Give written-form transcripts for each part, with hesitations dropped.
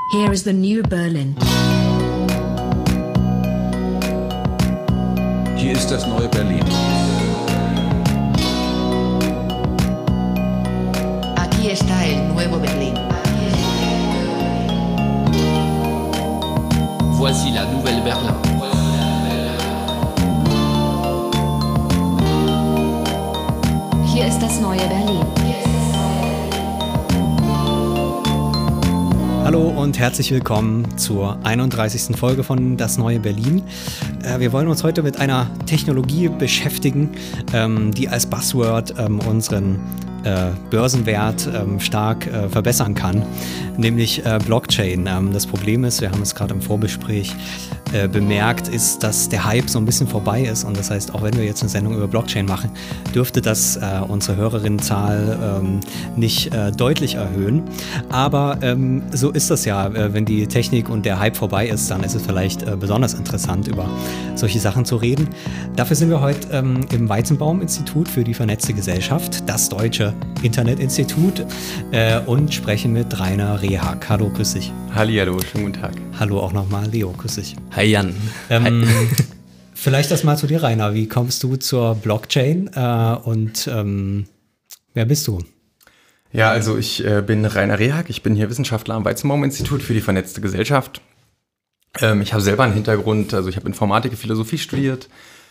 Here is the new Berlin. Hier ist das neue Berlin. Aquí está el nuevo Berlín. Voici la nouvelle Berlin. Hier ist das neue Berlin. Hallo und herzlich willkommen zur 31. Folge von Das neue Berlin. Wir wollen uns heute mit einer Technologie beschäftigen, die als Buzzword unseren Börsenwert stark verbessern kann, nämlich Blockchain. Das Problem ist, wir haben es gerade im Vorgespräch bemerkt, ist, dass der Hype so ein bisschen vorbei ist und das heißt, auch wenn wir jetzt eine Sendung über Blockchain machen, dürfte das unsere Hörerinnenzahl nicht deutlich erhöhen. Aber so ist das ja, wenn die Technik und der Hype vorbei ist, dann ist es vielleicht besonders interessant, über solche Sachen zu reden. Dafür sind wir heute im Weizenbaum-Institut für die vernetzte Gesellschaft, das deutsche Internetinstitut, und sprechen mit Rainer Rehag. Hallo, grüß dich. Hallihallo, schönen guten Tag. Hallo auch nochmal, Leo, grüß dich. Hi Jan. Vielleicht erst mal zu dir, Rainer. Wie kommst du zur Blockchain und wer bist du? Ja, also ich bin Rainer Rehag, ich bin hier Wissenschaftler am Weizenbaum-Institut für die vernetzte Gesellschaft. Ich habe selber einen Hintergrund, also ich habe Informatik und Philosophie studiert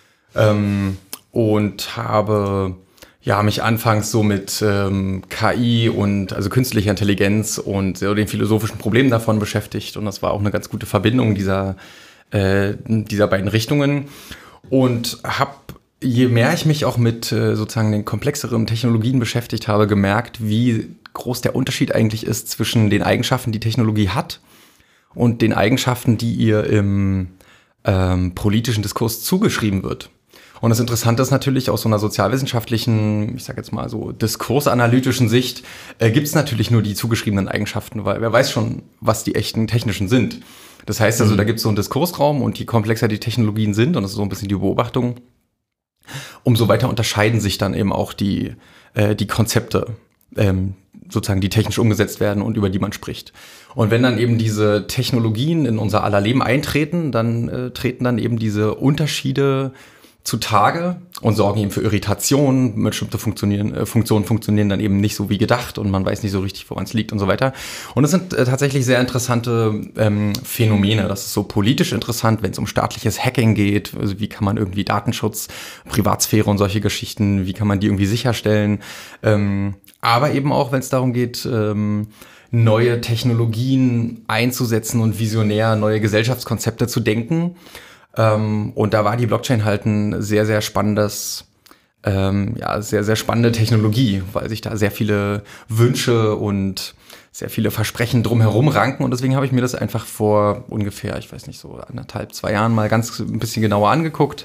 und habe mich anfangs so mit KI und also künstlicher Intelligenz und so den philosophischen Problemen davon beschäftigt und das war auch eine ganz gute Verbindung dieser beiden Richtungen und habe, je mehr ich mich auch mit sozusagen den komplexeren Technologien beschäftigt habe, gemerkt, wie groß der Unterschied eigentlich ist zwischen den Eigenschaften, die Technologie hat und den Eigenschaften, die ihr im politischen Diskurs zugeschrieben wird. Und das Interessante ist natürlich, aus so einer sozialwissenschaftlichen, ich sage jetzt mal so diskursanalytischen Sicht, gibt es natürlich nur die zugeschriebenen Eigenschaften, weil wer weiß schon, was die echten technischen sind. Das heißt also, da gibt es so einen Diskursraum und je komplexer die Technologien sind, und das ist so ein bisschen die Beobachtung, umso weiter unterscheiden sich dann eben auch die Konzepte, sozusagen, die technisch umgesetzt werden und über die man spricht. Und wenn dann eben diese Technologien in unser aller Leben eintreten, dann treten dann eben diese Unterschiede zutage und sorgen eben für Irritationen. Bestimmte Funktionen funktionieren dann eben nicht so wie gedacht und man weiß nicht so richtig, woran es liegt und so weiter. Und es sind tatsächlich sehr interessante Phänomene. Das ist so politisch interessant, wenn es um staatliches Hacking geht. Also wie kann man irgendwie Datenschutz, Privatsphäre und solche Geschichten, wie kann man die irgendwie sicherstellen? Aber eben auch, wenn es darum geht, neue Technologien einzusetzen und visionär neue Gesellschaftskonzepte zu denken. Und da war die Blockchain halt ein sehr, sehr spannendes, sehr, sehr spannende Technologie, weil sich da sehr viele Wünsche und sehr viele Versprechen drumherum ranken. Und deswegen habe ich mir das einfach vor ungefähr, ich weiß nicht, so 1,5-2 Jahren mal ganz ein bisschen genauer angeguckt.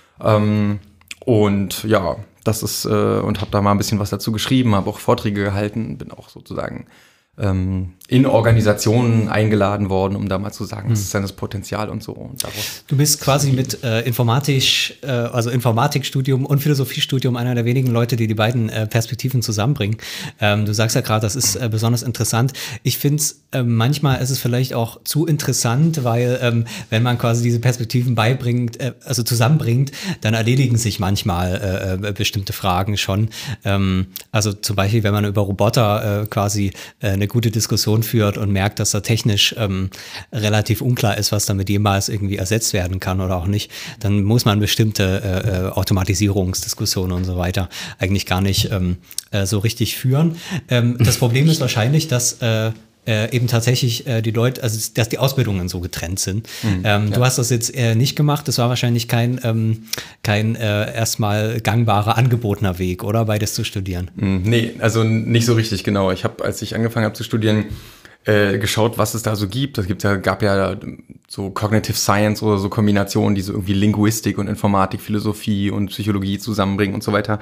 Und ja, das ist, und habe da mal ein bisschen was dazu geschrieben, habe auch Vorträge gehalten, bin auch sozusagen in Organisationen eingeladen worden, um da mal zu sagen, was ist denn das Potenzial und so. Und du bist quasi mit Informatikstudium und Philosophiestudium einer der wenigen Leute, die beiden Perspektiven zusammenbringen. Du sagst ja gerade, das ist besonders interessant. Ich finde es, manchmal ist es vielleicht auch zu interessant, weil wenn man quasi diese Perspektiven zusammenbringt, dann erledigen sich manchmal bestimmte Fragen schon. Also zum Beispiel, wenn man über Roboter quasi eine gute Diskussion führt und merkt, dass da technisch relativ unklar ist, was damit jemals irgendwie ersetzt werden kann oder auch nicht, dann muss man bestimmte Automatisierungsdiskussionen und so weiter eigentlich gar nicht so richtig führen. Das Problem ist wahrscheinlich, dass eben tatsächlich die Leute, also dass die Ausbildungen so getrennt sind. Du hast das jetzt nicht gemacht, das war wahrscheinlich kein erstmal gangbarer, angebotener Weg, oder? Beides zu studieren. Nee, also nicht so richtig, genau. Ich habe, als ich angefangen habe zu studieren, geschaut, was es da so gibt. Gab ja so Cognitive Science oder so Kombinationen, die so irgendwie Linguistik und Informatik, Philosophie und Psychologie zusammenbringen und so weiter.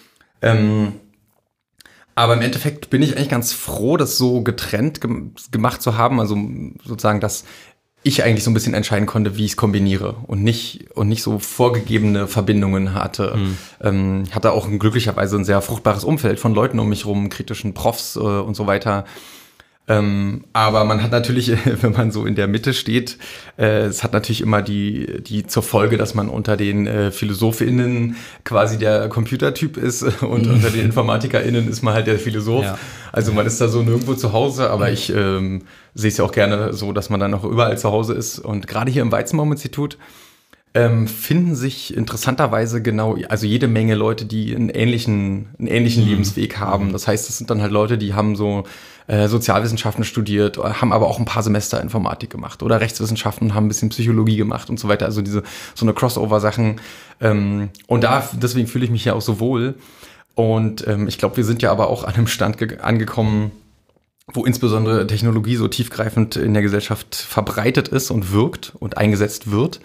Aber im Endeffekt bin ich eigentlich ganz froh, das so getrennt gemacht zu haben. Also sozusagen, dass ich eigentlich so ein bisschen entscheiden konnte, wie ich es kombiniere und nicht so vorgegebene Verbindungen hatte. Hatte auch glücklicherweise ein sehr fruchtbares Umfeld von Leuten um mich rum, kritischen Profs und so weiter. Aber man hat natürlich, wenn man so in der Mitte steht, es hat natürlich immer die zur Folge, dass man unter den PhilosophInnen quasi der Computertyp ist und unter den InformatikerInnen ist man halt der Philosoph. Ja. Also man ist da so nirgendwo zu Hause, aber ich sehe es ja auch gerne so, dass man dann auch überall zu Hause ist. Und gerade hier im Weizenbaum-Institut finden sich interessanterweise also jede Menge Leute, die einen ähnlichen Lebensweg haben. Das heißt, das sind dann halt Leute, die haben so Sozialwissenschaften studiert, haben aber auch ein paar Semester Informatik gemacht oder Rechtswissenschaften, haben ein bisschen Psychologie gemacht und so weiter. Also so eine Crossover-Sachen. Und deswegen fühle ich mich ja auch so wohl. Und ich glaube, wir sind ja aber auch an einem Stand angekommen, wo insbesondere Technologie so tiefgreifend in der Gesellschaft verbreitet ist und wirkt und eingesetzt wird,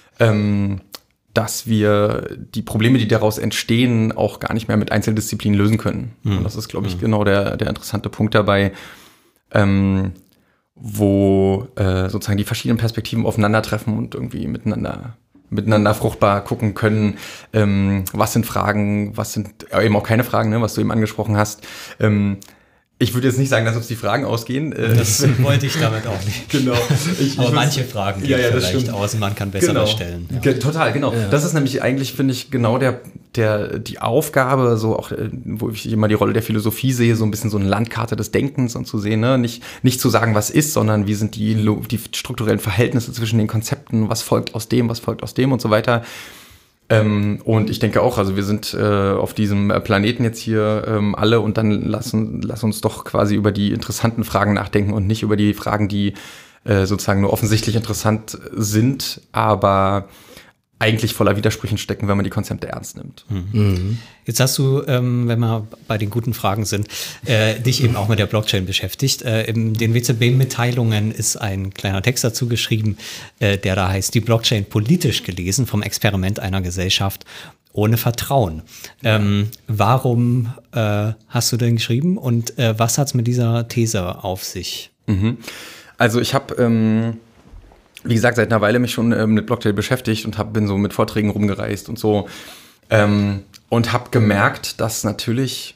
dass wir die Probleme, die daraus entstehen, auch gar nicht mehr mit Einzeldisziplinen lösen können. Und das ist, glaube ich, genau der interessante Punkt dabei, wo sozusagen die verschiedenen Perspektiven aufeinandertreffen und irgendwie miteinander fruchtbar gucken können, was sind Fragen, was sind eben auch keine Fragen, ne, was du eben angesprochen hast. Ich würde jetzt nicht sagen, dass uns die Fragen ausgehen. Das wollte ich damit auch nicht. Genau. Aber manche Fragen gehen vielleicht aus und man kann besser stellen. Ja. Total, genau. Ja. Das ist nämlich eigentlich, finde ich, genau die Aufgabe, so auch, wo ich immer die Rolle der Philosophie sehe, so ein bisschen so eine Landkarte des Denkens und zu sehen, ne? Nicht zu sagen, was ist, sondern wie sind die strukturellen Verhältnisse zwischen den Konzepten, was folgt aus dem und so weiter. Und ich denke auch, also wir sind auf diesem Planeten jetzt hier alle und dann lass uns doch quasi über die interessanten Fragen nachdenken und nicht über die Fragen, die sozusagen nur offensichtlich interessant sind, aber eigentlich voller Widersprüchen stecken, wenn man die Konzepte ernst nimmt. Mhm. Jetzt hast du, wenn wir bei den guten Fragen sind, dich eben auch mit der Blockchain beschäftigt. In den WZB-Mitteilungen ist ein kleiner Text dazu geschrieben, der da heißt, die Blockchain politisch gelesen vom Experiment einer Gesellschaft ohne Vertrauen. Warum hast du denn geschrieben und was hat es mit dieser These auf sich? Mhm. Also ich habe wie gesagt, seit einer Weile mich schon mit Blockchain beschäftigt und bin so mit Vorträgen rumgereist und so und habe gemerkt, dass natürlich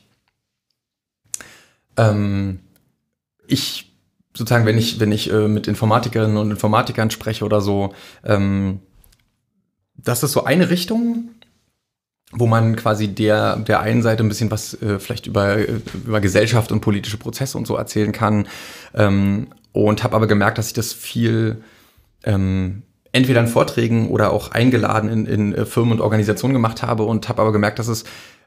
ich sozusagen, wenn ich mit Informatikerinnen und Informatikern spreche oder so, das ist so eine Richtung, wo man quasi der einen Seite ein bisschen was vielleicht über Gesellschaft und politische Prozesse und so erzählen kann und habe aber gemerkt, dass ich das viel entweder in Vorträgen oder auch eingeladen in Firmen und Organisationen gemacht habe und habe aber gemerkt, dass es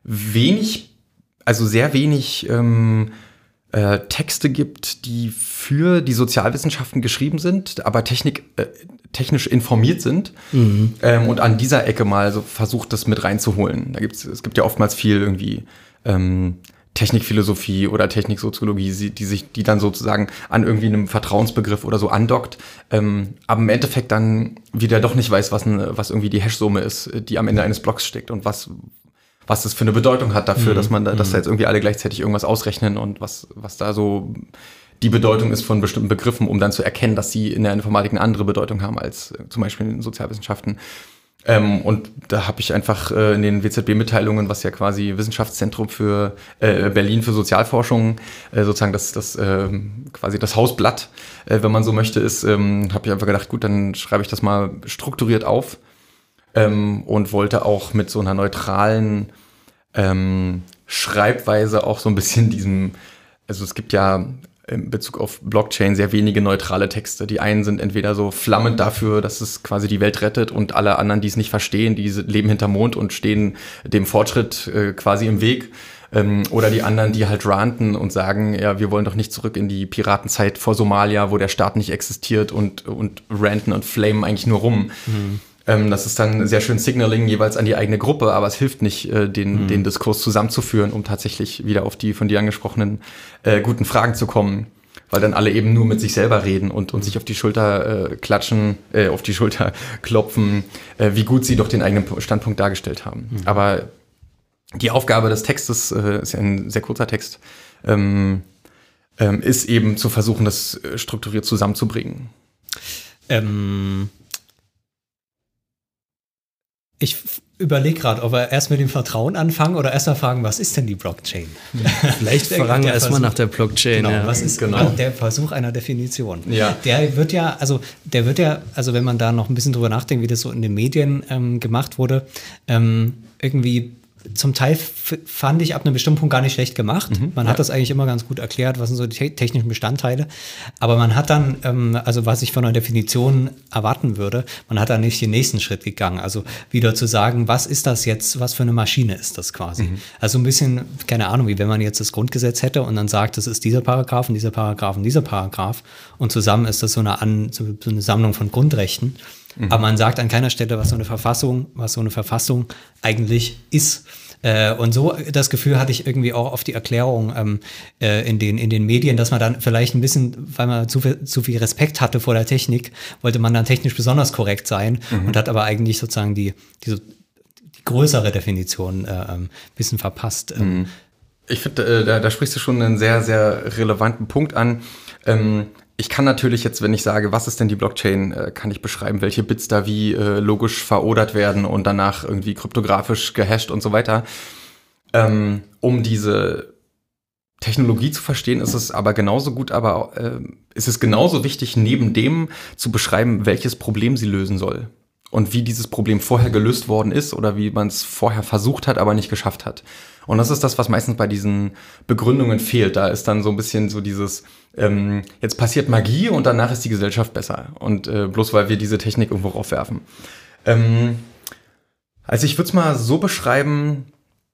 sehr wenig Texte gibt, die für die Sozialwissenschaften geschrieben sind, aber technisch informiert sind und an dieser Ecke mal so versucht, das mit reinzuholen. Es gibt ja oftmals viel irgendwie Technikphilosophie oder Techniksoziologie, die dann sozusagen an irgendwie einem Vertrauensbegriff oder so andockt, aber im Endeffekt dann wieder doch nicht weiß, was irgendwie die Hashsumme ist, die am Ende eines Blocks steckt und was das für eine Bedeutung hat dafür, dass da jetzt irgendwie alle gleichzeitig irgendwas ausrechnen und was da so die Bedeutung ist von bestimmten Begriffen, um dann zu erkennen, dass sie in der Informatik eine andere Bedeutung haben als zum Beispiel in den Sozialwissenschaften. Und da habe ich einfach in den WZB-Mitteilungen, was ja quasi Wissenschaftszentrum für Berlin für Sozialforschung, sozusagen das quasi das Hausblatt, wenn man so möchte, ist, habe ich einfach gedacht, gut, dann schreibe ich das mal strukturiert auf und wollte auch mit so einer neutralen Schreibweise auch so ein bisschen also es gibt ja in Bezug auf Blockchain sehr wenige neutrale Texte. Die einen sind entweder so flammend dafür, dass es quasi die Welt rettet und alle anderen, die es nicht verstehen, die leben hinterm Mond und stehen dem Fortschritt quasi im Weg. Oder die anderen, die halt ranten und sagen, ja, wir wollen doch nicht zurück in die Piratenzeit vor Somalia, wo der Staat nicht existiert und ranten und flamen eigentlich nur rum. Das ist dann sehr schön Signaling jeweils an die eigene Gruppe, aber es hilft nicht, den Diskurs zusammenzuführen, um tatsächlich wieder auf die von dir angesprochenen guten Fragen zu kommen, weil dann alle eben nur mit sich selber reden und sich auf die Schulter auf die Schulter klopfen, wie gut sie doch den eigenen Standpunkt dargestellt haben. Aber die Aufgabe des Textes, ist ja ein sehr kurzer Text, ist eben zu versuchen, das strukturiert zusammenzubringen. Ich überlege gerade, ob wir erst mit dem Vertrauen anfangen oder erst mal fragen, was ist denn die Blockchain? Vielleicht fragen wir erstmal nach der Blockchain. Genau, ja. was ist der Versuch einer Definition? Ja. Der wird ja, wenn man da noch ein bisschen drüber nachdenkt, wie das so in den Medien gemacht wurde, irgendwie zum Teil fand ich ab einem bestimmten Punkt gar nicht schlecht gemacht. Man hat das eigentlich immer ganz gut erklärt, was sind so die technischen Bestandteile. Aber man hat dann, was ich von einer Definition erwarten würde, man hat dann nicht den nächsten Schritt gegangen. Also wieder zu sagen, was ist das jetzt, was für eine Maschine ist das quasi? Also ein bisschen, keine Ahnung, wie wenn man jetzt das Grundgesetz hätte und dann sagt, das ist dieser Paragraph und dieser Paragraph und dieser Paragraph und zusammen ist das so eine Sammlung von Grundrechten. Aber man sagt an keiner Stelle, was so eine Verfassung eigentlich ist. Und so das Gefühl hatte ich irgendwie auch auf die Erklärung in den Medien, dass man dann vielleicht ein bisschen, weil man zu viel Respekt hatte vor der Technik, wollte man dann technisch besonders korrekt sein und hat aber eigentlich sozusagen die größere Definition ein bisschen verpasst. Ich finde, da sprichst du schon einen sehr, sehr relevanten Punkt an. Ich kann natürlich jetzt, wenn ich sage, was ist denn die Blockchain, kann ich beschreiben, welche Bits da wie logisch verodert werden und danach irgendwie kryptografisch gehasht und so weiter. Um diese Technologie zu verstehen, ist es aber genauso gut, ist es genauso wichtig, neben dem zu beschreiben, welches Problem sie lösen soll. Und wie dieses Problem vorher gelöst worden ist oder wie man es vorher versucht hat, aber nicht geschafft hat. Und das ist das, was meistens bei diesen Begründungen fehlt. Da ist dann so ein bisschen so dieses, jetzt passiert Magie und danach ist die Gesellschaft besser. Und bloß weil wir diese Technik irgendwo raufwerfen. Also ich würde es mal so beschreiben,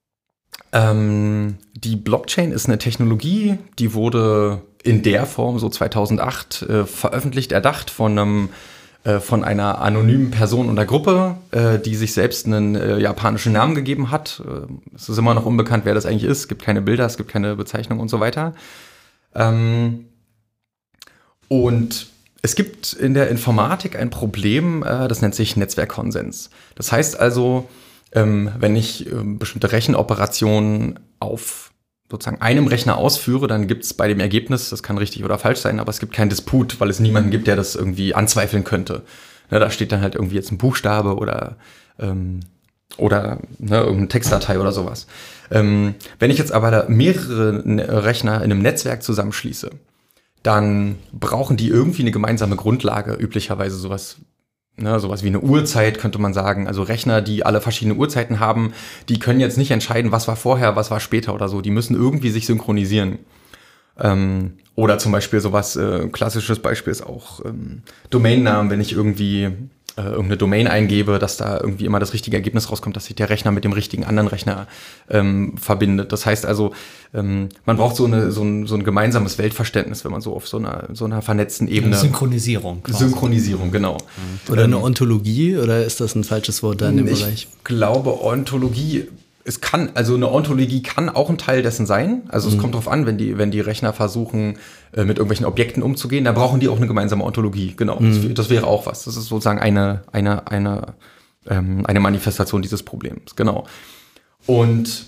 die Blockchain ist eine Technologie, die wurde in der Form so 2008 veröffentlicht, erdacht von einer anonymen Person oder Gruppe, die sich selbst einen japanischen Namen gegeben hat. Es ist immer noch unbekannt, wer das eigentlich ist. Es gibt keine Bilder, es gibt keine Bezeichnung und so weiter. Und es gibt in der Informatik ein Problem, das nennt sich Netzwerkkonsens. Das heißt also, wenn ich bestimmte Rechenoperationen auf sozusagen einem Rechner ausführe, dann gibt es bei dem Ergebnis, das kann richtig oder falsch sein, aber es gibt keinen Disput, weil es niemanden gibt, der das irgendwie anzweifeln könnte. Ne, da steht dann halt irgendwie jetzt ein Buchstabe oder irgendeine Textdatei oder sowas. Wenn ich jetzt aber mehrere Rechner in einem Netzwerk zusammenschließe, dann brauchen die irgendwie eine gemeinsame Grundlage, üblicherweise sowas wie eine Uhrzeit, könnte man sagen. Also Rechner, die alle verschiedene Uhrzeiten haben, die können jetzt nicht entscheiden, was war vorher, was war später oder so. Die müssen irgendwie sich synchronisieren. Oder zum Beispiel sowas, klassisches Beispiel ist auch Domainnamen, wenn ich irgendwie irgendeine Domain eingebe, dass da irgendwie immer das richtige Ergebnis rauskommt, dass sich der Rechner mit dem richtigen anderen Rechner verbindet. Das heißt also, man braucht so ein gemeinsames Weltverständnis, wenn man so auf so einer vernetzten Ebene... Synchronisierung. Quasi. Synchronisierung, genau. Oder eine Ontologie, oder ist das ein falsches Wort da in dem Bereich? Ich glaube, Ontologie... eine Ontologie kann auch ein Teil dessen sein. Also es kommt drauf an, wenn die Rechner versuchen, mit irgendwelchen Objekten umzugehen, da brauchen die auch eine gemeinsame Ontologie. Genau, das wäre auch was. Das ist sozusagen eine Manifestation dieses Problems. Genau. Und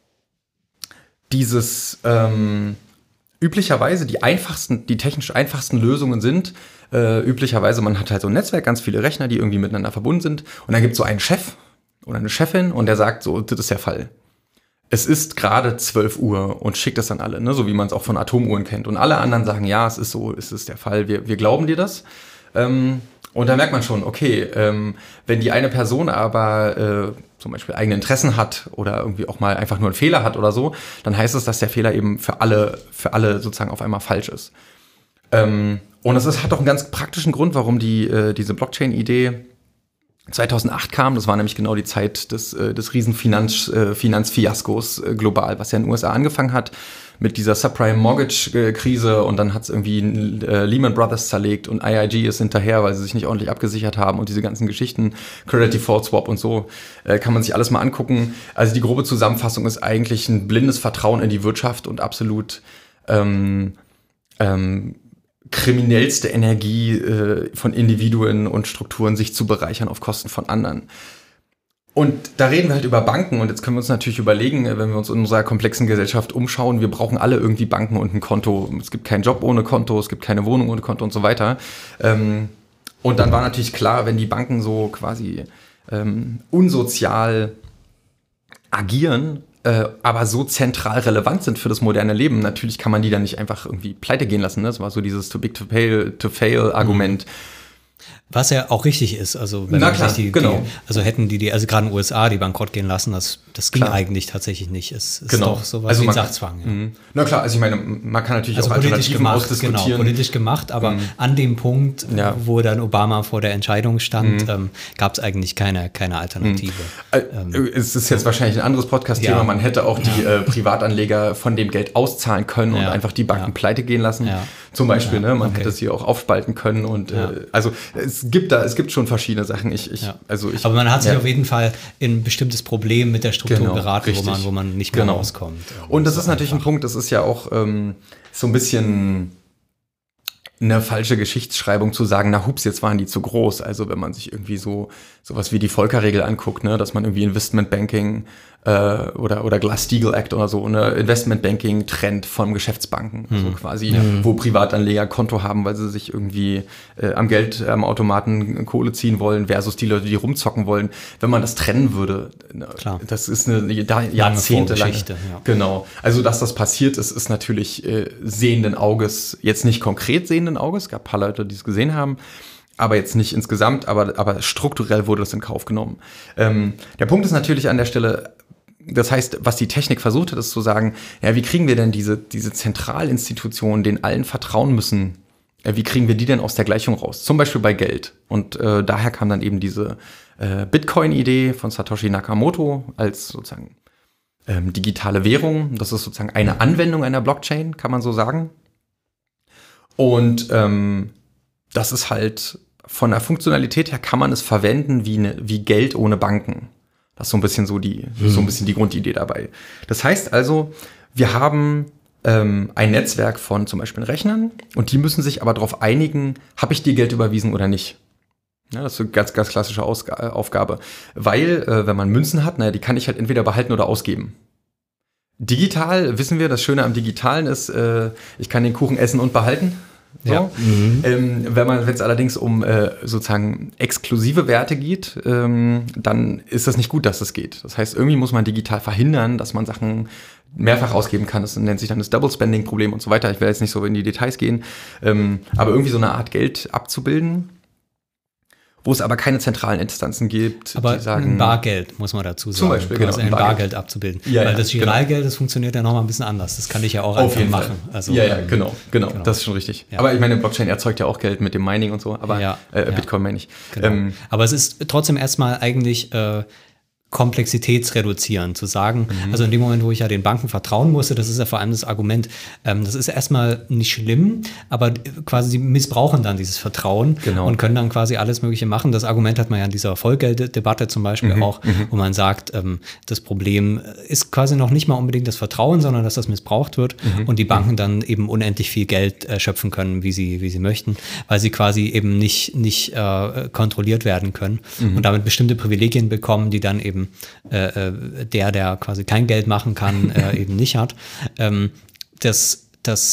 dieses üblicherweise die technisch einfachsten Lösungen sind, üblicherweise man hat halt so ein Netzwerk, ganz viele Rechner, die irgendwie miteinander verbunden sind. Und dann gibt es so einen Chef oder eine Chefin und der sagt so, das ist der Fall. Es ist gerade 12 Uhr und schickt das an alle, ne? So wie man es auch von Atomuhren kennt. Und alle anderen sagen, ja, es ist so, es ist der Fall, wir glauben dir das. Und da merkt man schon, okay, wenn die eine Person aber zum Beispiel eigene Interessen hat oder irgendwie auch mal einfach nur einen Fehler hat oder so, dann heißt es, dass der Fehler eben für alle sozusagen auf einmal falsch ist. Und es hat auch einen ganz praktischen Grund, warum diese Blockchain-Idee 2008 kam. Das war nämlich genau die Zeit des riesen Finanzfiaskos global, was ja in den USA angefangen hat mit dieser Subprime-Mortgage-Krise und dann hat es irgendwie Lehman Brothers zerlegt und IIG ist hinterher, weil sie sich nicht ordentlich abgesichert haben und diese ganzen Geschichten, Credit Default Swap und so, kann man sich alles mal angucken. Also die grobe Zusammenfassung ist eigentlich ein blindes Vertrauen in die Wirtschaft und absolut kriminellste Energie von Individuen und Strukturen, sich zu bereichern auf Kosten von anderen. Und da reden wir halt über Banken und jetzt können wir uns natürlich überlegen, wenn wir uns in unserer komplexen Gesellschaft umschauen, wir brauchen alle irgendwie Banken und ein Konto. Es gibt keinen Job ohne Konto, es gibt keine Wohnung ohne Konto und so weiter. Und dann war natürlich klar, wenn die Banken so quasi unsozial agieren, aber so zentral relevant sind für das moderne Leben. Natürlich kann man die dann nicht einfach irgendwie pleite gehen lassen. Ne? Das war so dieses too big to fail Argument. Was ja auch richtig ist, also wenn man sich also hätten die, also gerade in den USA, die bankrott gehen lassen, das ging eigentlich tatsächlich nicht. Es ist doch sowas wie ein Sachzwang. Ja. Na klar, also ich meine, man kann natürlich also auch Alternativen ausdiskutieren. Genau, politisch gemacht, aber an dem Punkt, wo dann Obama vor der Entscheidung stand, gab es eigentlich keine Alternative. Es ist jetzt wahrscheinlich ein anderes Podcast-Thema. Man hätte auch die Privatanleger von dem Geld auszahlen können und einfach die Banken pleite gehen lassen. Ja. Zum Beispiel, man hätte sie auch aufspalten können und also es gibt schon verschiedene Sachen. Aber man hat sich auf jeden Fall in ein bestimmtes Problem mit der Struktur geraten, wo man nicht mehr rauskommt. Und das ist natürlich ein Punkt, das ist ja auch so ein bisschen eine falsche Geschichtsschreibung zu sagen, na hups, jetzt waren die zu groß. Also wenn man sich irgendwie sowas wie die Volcker-Regel anguckt, ne, dass man irgendwie Investmentbanking oder Glass-Steagall Act oder so, eine Investmentbanking trennt von Geschäftsbanken, so quasi, wo Privatanleger Konto haben, weil sie sich irgendwie am Automaten Kohle ziehen wollen, versus die Leute, die rumzocken wollen. Wenn man das trennen würde, das ist eine jahrzehntelange Geschichte. Ja. Genau. Also, dass das passiert ist natürlich sehenden Auges, jetzt nicht konkret sehenden Auges, es gab ein paar Leute, die es gesehen haben, aber jetzt nicht insgesamt, aber strukturell wurde das in Kauf genommen. Der Punkt ist natürlich an der Stelle, das heißt, was die Technik versucht hat, ist zu sagen, ja, wie kriegen wir denn diese Zentralinstitutionen, denen allen vertrauen müssen, wie kriegen wir die denn aus der Gleichung raus? Zum Beispiel bei Geld. Und daher kam dann eben diese Bitcoin-Idee von Satoshi Nakamoto als sozusagen digitale Währung. Das ist sozusagen eine Anwendung einer Blockchain, kann man so sagen. Und das ist halt von der Funktionalität her kann man es verwenden wie Geld ohne Banken. Das ist so ein bisschen die Grundidee dabei. Das heißt also, wir haben ein Netzwerk von zum Beispiel Rechnern und die müssen sich aber darauf einigen, habe ich dir Geld überwiesen oder nicht. Ja, das ist eine ganz, ganz klassische Aufgabe. Weil, wenn man Münzen hat, die kann ich halt entweder behalten oder ausgeben. Digital, wissen wir, das Schöne am Digitalen ist, ich kann den Kuchen essen und behalten. So. Ja. Wenn es allerdings um sozusagen exklusive Werte geht, dann ist das nicht gut, dass das geht. Das heißt, irgendwie muss man digital verhindern, dass man Sachen mehrfach ausgeben kann. Das nennt sich dann das Double-Spending-Problem und so weiter. Ich will jetzt nicht so in die Details gehen. Aber irgendwie so eine Art Geld abzubilden, wo es aber keine zentralen Instanzen gibt, aber die sagen... Bargeld, muss man dazu sagen. Zum Beispiel, genau. Ein Bargeld abzubilden. Ja, weil das Giralgeld, das funktioniert ja nochmal ein bisschen anders. Das kann ich ja auch einfach machen. Also, genau. Das ist schon richtig. Ja. Aber ich meine, Blockchain erzeugt ja auch Geld mit dem Mining und so, aber Bitcoin meine ich. Genau. Aber es ist trotzdem erstmal eigentlich... komplexitätsreduzieren, zu sagen, also in dem Moment, wo ich ja den Banken vertrauen musste, das ist ja vor allem das Argument, das ist erstmal nicht schlimm, aber quasi sie missbrauchen dann dieses Vertrauen und können dann quasi alles Mögliche machen. Das Argument hat man ja in dieser Vollgelddebatte zum Beispiel auch, wo man sagt, das Problem ist quasi noch nicht mal unbedingt das Vertrauen, sondern dass das missbraucht wird und die Banken dann eben unendlich viel Geld schöpfen können, wie sie möchten, weil sie quasi eben nicht kontrolliert werden können und damit bestimmte Privilegien bekommen, die dann eben der quasi kein Geld machen kann, eben nicht hat. Das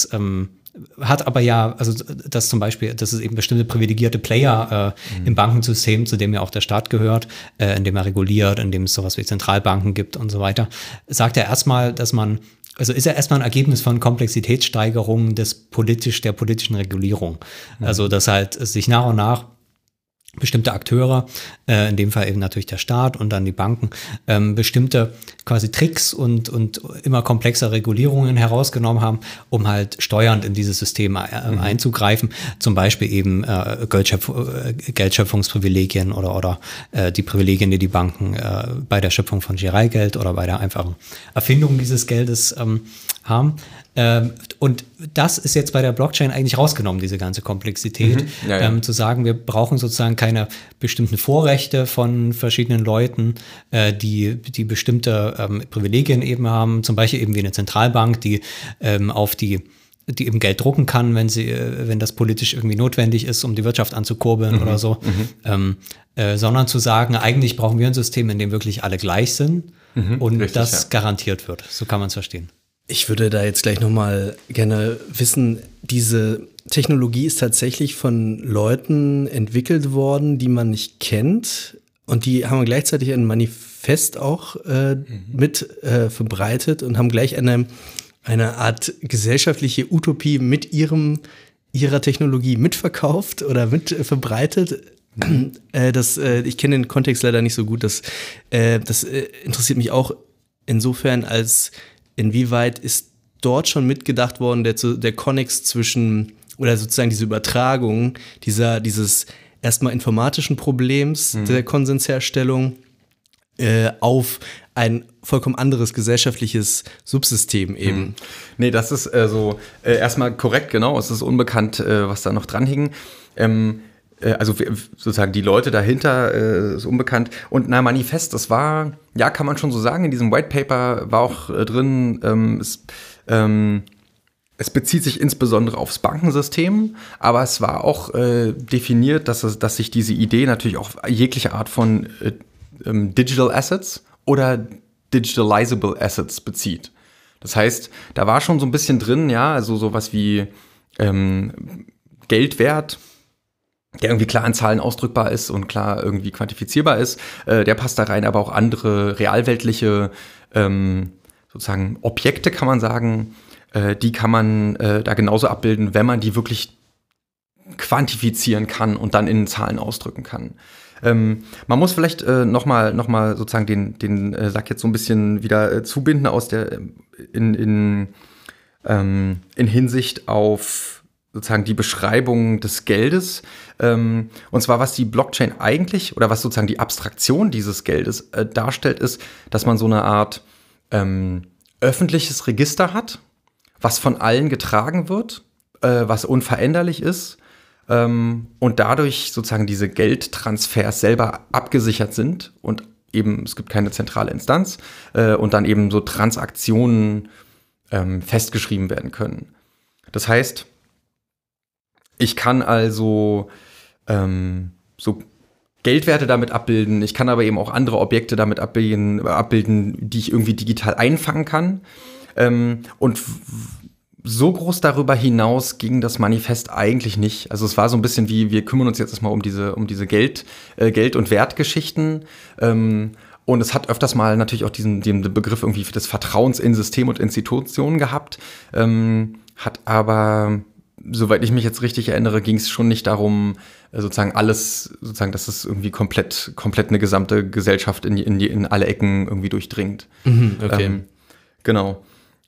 hat aber ja, also das zum Beispiel, dass es eben bestimmte privilegierte Player im Bankensystem, zu dem ja auch der Staat gehört, in dem er reguliert, in dem es sowas wie Zentralbanken gibt und so weiter, sagt er erstmal, ist ja erstmal ein Ergebnis von Komplexitätssteigerungen der politischen Regulierung. Also, dass halt sich nach und nach bestimmte Akteure, in dem Fall eben natürlich der Staat und dann die Banken, bestimmte quasi Tricks und immer komplexere Regulierungen herausgenommen haben, um halt steuernd in dieses System einzugreifen. Zum Beispiel eben Geldschöpfungsprivilegien oder die Privilegien, die Banken bei der Schöpfung von Giralgeld oder bei der einfachen Erfindung dieses Geldes haben. Und das ist jetzt bei der Blockchain eigentlich rausgenommen, diese ganze Komplexität, zu sagen, wir brauchen sozusagen keine bestimmten Vorrechte von verschiedenen Leuten, die bestimmte Privilegien eben haben, zum Beispiel eben wie eine Zentralbank, die eben Geld drucken kann, wenn das politisch irgendwie notwendig ist, um die Wirtschaft anzukurbeln oder so, sondern zu sagen, eigentlich brauchen wir ein System, in dem wirklich alle gleich sind und richtig, das garantiert wird. So kann man es verstehen. Ich würde da jetzt gleich nochmal gerne wissen, diese Technologie ist tatsächlich von Leuten entwickelt worden, die man nicht kennt, Und die haben gleichzeitig ein Manifest auch mit verbreitet und haben gleich eine Art gesellschaftliche Utopie mit ihrer Technologie mitverkauft oder mit verbreitet. Ich kenne den Kontext leider nicht so gut. Das interessiert mich auch insofern, als inwieweit ist dort schon mitgedacht worden, der Konnex zwischen, oder sozusagen diese Übertragung dieses erstmal informatischen Problems der Konsensherstellung auf ein vollkommen anderes gesellschaftliches Subsystem eben. Nee, das ist erstmal korrekt, genau. Es ist unbekannt, was da noch dran hing. Also sozusagen die Leute dahinter ist unbekannt. Und Manifest, das war, ja, kann man schon so sagen, in diesem White Paper war auch drin, es bezieht sich insbesondere aufs Bankensystem, aber es war auch definiert, dass sich diese Idee natürlich auch auf jegliche Art von Digital Assets oder Digitalizable Assets bezieht. Das heißt, da war schon so ein bisschen drin, ja, also sowas wie Geldwert, der irgendwie klar in Zahlen ausdrückbar ist und klar irgendwie quantifizierbar ist, der passt da rein, aber auch andere realweltliche sozusagen Objekte, kann man sagen, die kann man da genauso abbilden, wenn man die wirklich quantifizieren kann und dann in Zahlen ausdrücken kann. Man muss vielleicht noch mal sozusagen den Sack jetzt so ein bisschen wieder zubinden aus der in Hinsicht auf sozusagen die Beschreibung des Geldes. Und zwar, was die Blockchain eigentlich oder was sozusagen die Abstraktion dieses Geldes darstellt, ist, dass man so eine Art öffentliches Register hat, was von allen getragen wird, was unveränderlich ist. Und dadurch sozusagen diese Geldtransfers selber abgesichert sind und eben es gibt keine zentrale Instanz und dann eben so Transaktionen festgeschrieben werden können. Das heißt, ich kann also so Geldwerte damit abbilden, ich kann aber eben auch andere Objekte damit abbilden, die ich irgendwie digital einfangen kann. Und so groß darüber hinaus ging das Manifest eigentlich nicht. Also es war so ein bisschen wie, wir kümmern uns jetzt erstmal um diese Geld- und Wertgeschichten. Und es hat öfters mal natürlich auch den Begriff irgendwie des Vertrauens in System und Institutionen gehabt. Hat aber, soweit ich mich jetzt richtig erinnere, ging es schon nicht darum, sozusagen alles, sozusagen, dass es irgendwie komplett eine gesamte Gesellschaft in alle Ecken irgendwie durchdringt. Okay. Genau.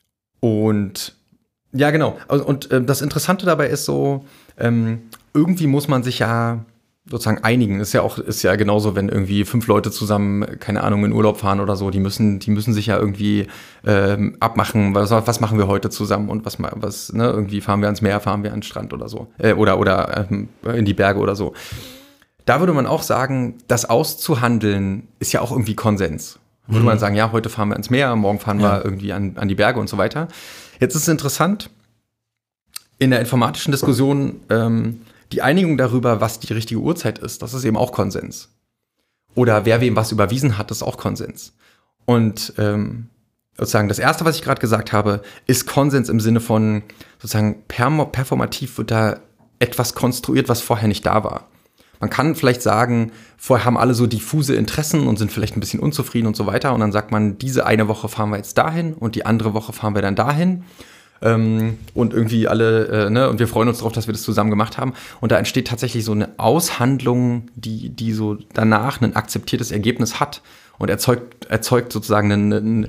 Und ja, genau. Und das Interessante dabei ist so, irgendwie muss man sich ja sozusagen einigen. Ist ja genauso, wenn irgendwie 5 Leute zusammen, keine Ahnung, in Urlaub fahren oder so, die müssen sich ja irgendwie abmachen, was machen wir heute zusammen und was irgendwie fahren wir ans Meer, fahren wir an den Strand oder so. Oder in die Berge oder so. Da würde man auch sagen, das auszuhandeln ist ja auch irgendwie Konsens. Würde man sagen, ja, heute fahren wir ans Meer, morgen fahren wir irgendwie an die Berge und so weiter. Jetzt ist es interessant, in der informatischen Diskussion die Einigung darüber, was die richtige Uhrzeit ist, das ist eben auch Konsens. Oder wer wem was überwiesen hat, ist auch Konsens. Und sozusagen das Erste, was ich gerade gesagt habe, ist Konsens im Sinne von sozusagen performativ wird da etwas konstruiert, was vorher nicht da war. Man kann vielleicht sagen, vorher haben alle so diffuse Interessen und sind vielleicht ein bisschen unzufrieden und so weiter. Und dann sagt man, diese eine Woche fahren wir jetzt dahin und die andere Woche fahren wir dann dahin. Und irgendwie alle, und wir freuen uns darauf, dass wir das zusammen gemacht haben. Und da entsteht tatsächlich so eine Aushandlung, die so danach ein akzeptiertes Ergebnis hat und erzeugt sozusagen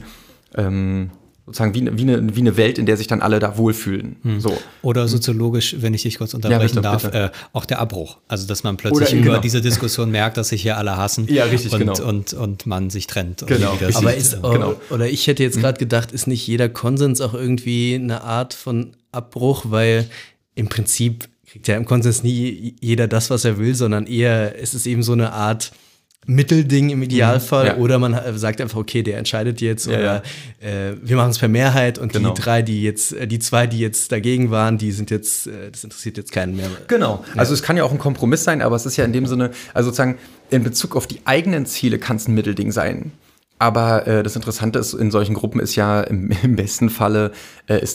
sozusagen wie eine Welt, in der sich dann alle da wohlfühlen. So. Oder soziologisch, wenn ich dich kurz unterbrechen darf, auch der Abbruch. Also, dass man plötzlich über diese Diskussion merkt, dass sich hier alle hassen und man sich trennt. Genau. Aber oder ich hätte jetzt gerade gedacht, ist nicht jeder Konsens auch irgendwie eine Art von Abbruch, weil im Prinzip kriegt ja im Konsens nie jeder das, was er will, sondern eher ist es eben so eine Art Mittelding im Idealfall, oder man sagt einfach, okay, der entscheidet jetzt oder wir machen es per Mehrheit und die 2, die jetzt dagegen waren, die sind jetzt, das interessiert jetzt keinen mehr. Genau, also es kann ja auch ein Kompromiss sein, aber es ist ja in dem Sinne, also sozusagen in Bezug auf die eigenen Ziele kann es ein Mittelding sein. Aber das Interessante ist, in solchen Gruppen ist ja im besten Falle ist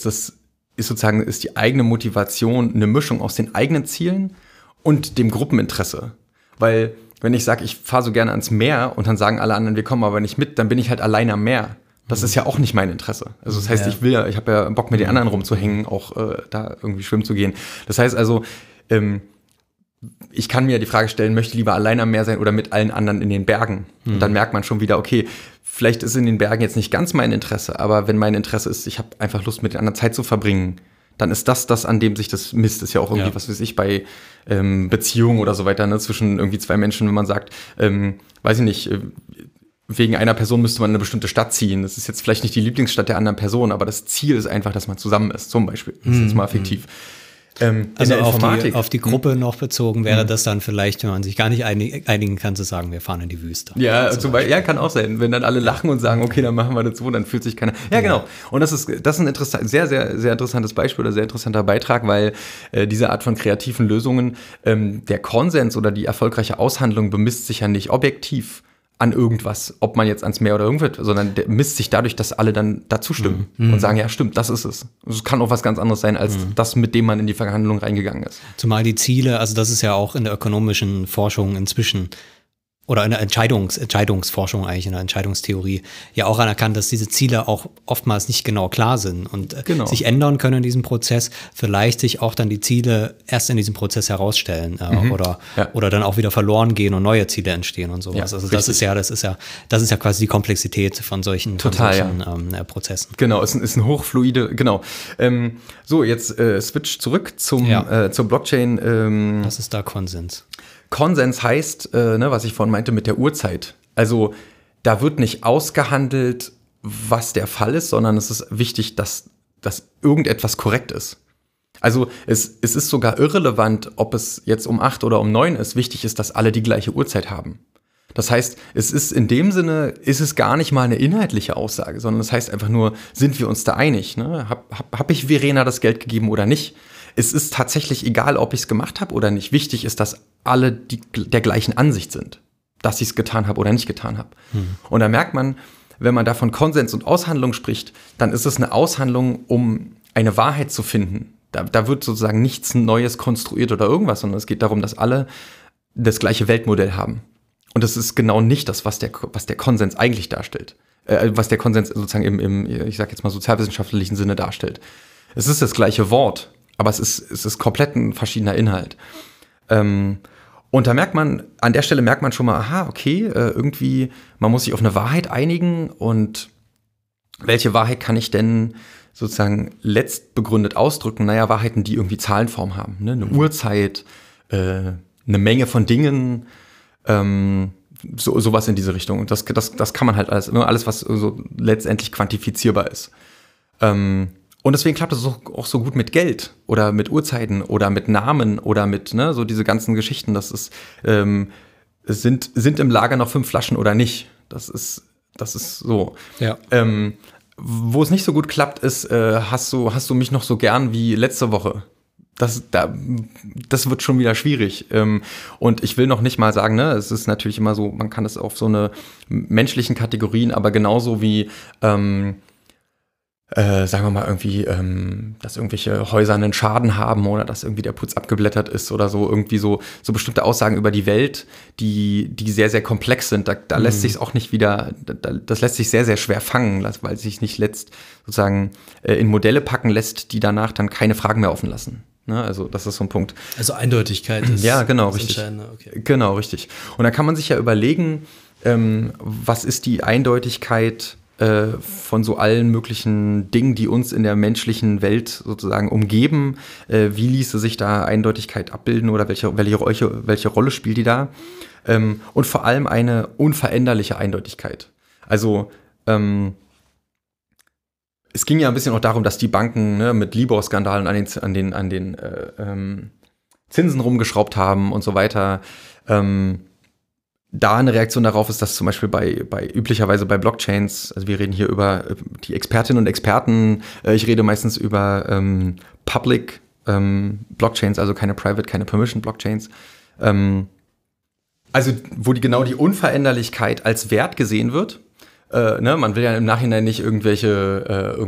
die eigene Motivation eine Mischung aus den eigenen Zielen und dem Gruppeninteresse. Weil wenn ich sage, ich fahre so gerne ans Meer und dann sagen alle anderen, wir kommen aber nicht mit, dann bin ich halt allein am Meer. Das ist ja auch nicht mein Interesse. Also das heißt, ich habe ja Bock, mit den anderen rumzuhängen, auch da irgendwie schwimmen zu gehen. Das heißt also, ich kann mir die Frage stellen, möchte ich lieber allein am Meer sein oder mit allen anderen in den Bergen? Und dann merkt man schon wieder, okay, vielleicht ist in den Bergen jetzt nicht ganz mein Interesse, aber wenn mein Interesse ist, ich habe einfach Lust, mit den anderen Zeit zu verbringen, dann ist das, an dem sich das misst. Ist ja auch irgendwie, was weiß ich, bei Beziehungen oder so weiter, ne, zwischen irgendwie zwei Menschen, wenn man sagt, weiß ich nicht, wegen einer Person müsste man in eine bestimmte Stadt ziehen. Das ist jetzt vielleicht nicht die Lieblingsstadt der anderen Person, aber das Ziel ist einfach, dass man zusammen ist, zum Beispiel. Das ist jetzt mal fiktiv. Also auf die Gruppe noch bezogen wäre das dann vielleicht, wenn man sich gar nicht einigen kann, zu sagen, wir fahren in die Wüste. Ja, ja, kann auch sein. Wenn dann alle lachen und sagen, okay, dann machen wir das so, dann fühlt sich keiner. Ja, genau. Und das ist ein sehr, sehr, sehr interessantes Beispiel oder sehr interessanter Beitrag, weil diese Art von kreativen Lösungen, der Konsens oder die erfolgreiche Aushandlung bemisst sich ja nicht objektiv an irgendwas, ob man jetzt ans Meer oder irgendwas, sondern der misst sich dadurch, dass alle dann dazu stimmen und sagen, ja stimmt, das ist es. Es kann auch was ganz anderes sein, als das, mit dem man in die Verhandlung reingegangen ist. Zumal die Ziele, also das ist ja auch in der ökonomischen Forschung inzwischen oder in der Entscheidungsforschung eigentlich, in der Entscheidungstheorie ja auch anerkannt, dass diese Ziele auch oftmals nicht genau klar sind und sich ändern können in diesem Prozess, vielleicht sich auch dann die Ziele erst in diesem Prozess herausstellen oder dann auch wieder verloren gehen und neue Ziele entstehen und sowas. Ja, also das ist ja quasi die Komplexität von solchen Prozessen. Genau, es ist ein hochfluide, genau. So, jetzt switch zurück zur Blockchain. Was ist da Konsens? Konsens heißt, was ich vorhin meinte mit der Uhrzeit. Also da wird nicht ausgehandelt, was der Fall ist, sondern es ist wichtig, dass irgendetwas korrekt ist. Also es ist sogar irrelevant, ob es jetzt um 8 oder um 9 ist. Wichtig ist, dass alle die gleiche Uhrzeit haben. Das heißt, es ist in dem Sinne, ist es gar nicht mal eine inhaltliche Aussage, sondern es heißt einfach nur, sind wir uns da einig? Ne? Hab ich Verena das Geld gegeben oder nicht? Es ist tatsächlich egal, ob ich es gemacht habe oder nicht. Wichtig ist, dass alle der gleichen Ansicht sind, dass ich es getan habe oder nicht getan habe. Und da merkt man, wenn man da von Konsens und Aushandlung spricht, dann ist es eine Aushandlung, um eine Wahrheit zu finden. Da wird sozusagen nichts Neues konstruiert oder irgendwas, sondern es geht darum, dass alle das gleiche Weltmodell haben. Und das ist genau nicht das, was der Konsens eigentlich darstellt. Was der Konsens sozusagen im ich sag jetzt mal, sozialwissenschaftlichen Sinne darstellt. Es ist das gleiche Wort, aber es ist komplett ein verschiedener Inhalt. Und da an der Stelle merkt man schon mal, aha, okay, irgendwie, man muss sich auf eine Wahrheit einigen und welche Wahrheit kann ich denn sozusagen letztbegründet ausdrücken? Naja, Wahrheiten, die irgendwie Zahlenform haben, ne? Eine Uhrzeit, eine Menge von Dingen, sowas in diese Richtung. Und das kann man halt alles, was so letztendlich quantifizierbar ist. Und deswegen klappt es auch so gut mit Geld oder mit Uhrzeiten oder mit Namen oder mit so diese ganzen Geschichten. Das ist, sind im Lager noch 5 Flaschen oder nicht? Das ist so. Ja. Wo es nicht so gut klappt, ist, hast du mich noch so gern wie letzte Woche? Das wird schon wieder schwierig. Und ich will noch nicht mal sagen, ne, es ist natürlich immer so, man kann das auf so eine menschlichen Kategorien, aber genauso wie sagen wir mal irgendwie, dass irgendwelche Häuser einen Schaden haben oder dass irgendwie der Putz abgeblättert ist oder so, irgendwie so bestimmte Aussagen über die Welt, die sehr, sehr komplex sind. Da lässt sich es auch nicht wieder, das lässt sich sehr, sehr schwer fangen, weil es sich nicht sozusagen in Modelle packen lässt, die danach dann keine Fragen mehr offen lassen. Ne? Also das ist so ein Punkt. Also Eindeutigkeit ist genau, richtig. Okay. Genau, richtig. Und da kann man sich ja überlegen, was ist die Eindeutigkeit von so allen möglichen Dingen, die uns in der menschlichen Welt sozusagen umgeben. Wie ließe sich da Eindeutigkeit abbilden oder welche Rolle spielt die da? Und vor allem eine unveränderliche Eindeutigkeit. Also es ging ja ein bisschen auch darum, dass die Banken mit Libor-Skandalen an den Zinsen rumgeschraubt haben und so weiter. Da eine Reaktion darauf ist, dass zum Beispiel üblicherweise bei Blockchains, also wir reden hier über die Expertinnen und Experten, ich rede meistens über Public Blockchains, also keine Private, keine Permission Blockchains, also wo die Unveränderlichkeit als Wert gesehen wird. Man will ja im Nachhinein nicht irgendwelche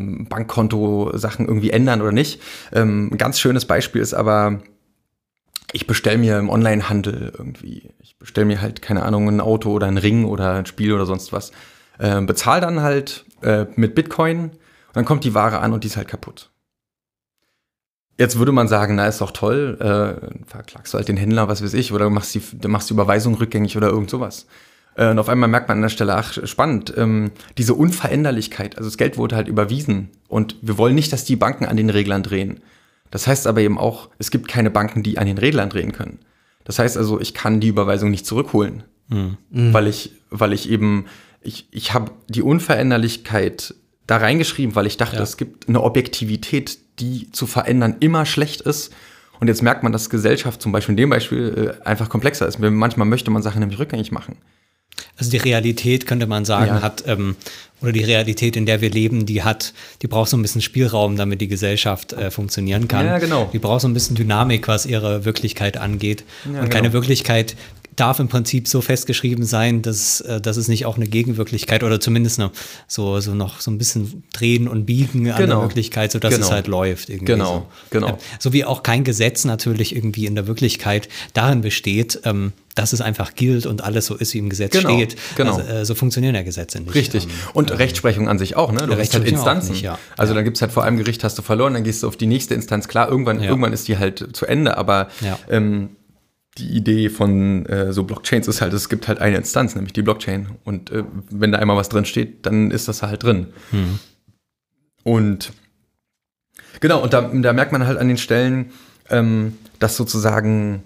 Bankkonto-Sachen irgendwie ändern oder nicht. Ein ganz schönes Beispiel ist aber ich bestelle mir im Onlinehandel irgendwie, ich bestelle mir halt, keine Ahnung, ein Auto oder einen Ring oder ein Spiel oder sonst was, bezahle dann halt mit Bitcoin und dann kommt die Ware an und die ist halt kaputt. Jetzt würde man sagen, na, ist doch toll, verklagst du halt den Händler, was weiß ich, oder machst die Überweisung rückgängig oder irgend sowas. Und auf einmal merkt man an der Stelle, ach, spannend, diese Unveränderlichkeit, also das Geld wurde halt überwiesen und wir wollen nicht, dass die Banken an den Reglern drehen. Das heißt aber eben auch, es gibt keine Banken, die an den Reglern drehen können. Das heißt also, ich kann die Überweisung nicht zurückholen, weil ich eben, ich habe die Unveränderlichkeit da reingeschrieben, weil ich dachte, es gibt eine Objektivität, die zu verändern immer schlecht ist. Und jetzt merkt man, dass Gesellschaft zum Beispiel in dem Beispiel einfach komplexer ist. Manchmal möchte man Sachen nämlich rückgängig machen. Also die Realität, könnte man sagen, hat, oder die Realität, in der wir leben, die braucht so ein bisschen Spielraum, damit die Gesellschaft funktionieren kann. Ja, genau. Die braucht so ein bisschen Dynamik, was ihre Wirklichkeit angeht. Ja, und keine Wirklichkeit darf im Prinzip so festgeschrieben sein, dass es nicht auch eine Gegenwirklichkeit oder zumindest so noch so ein bisschen drehen und biegen an der Wirklichkeit, sodass es halt läuft. Irgendwie genau. So wie auch kein Gesetz natürlich irgendwie in der Wirklichkeit darin besteht, dass es einfach gilt und alles so ist, wie im Gesetz steht. Genau. Also, so funktionieren ja Gesetze nicht. Richtig. Und Rechtsprechung an sich auch, ne? Du hast halt Instanzen. Nicht, Also dann gibt's halt vor einem Gericht, hast du verloren, dann gehst du auf die nächste Instanz. Klar, irgendwann ist die halt zu Ende, aber die Idee von so Blockchains ist halt, es gibt halt eine Instanz, nämlich die Blockchain. Und wenn da einmal was drin steht, dann ist das halt drin. Und genau, und da merkt man halt an den Stellen, dass sozusagen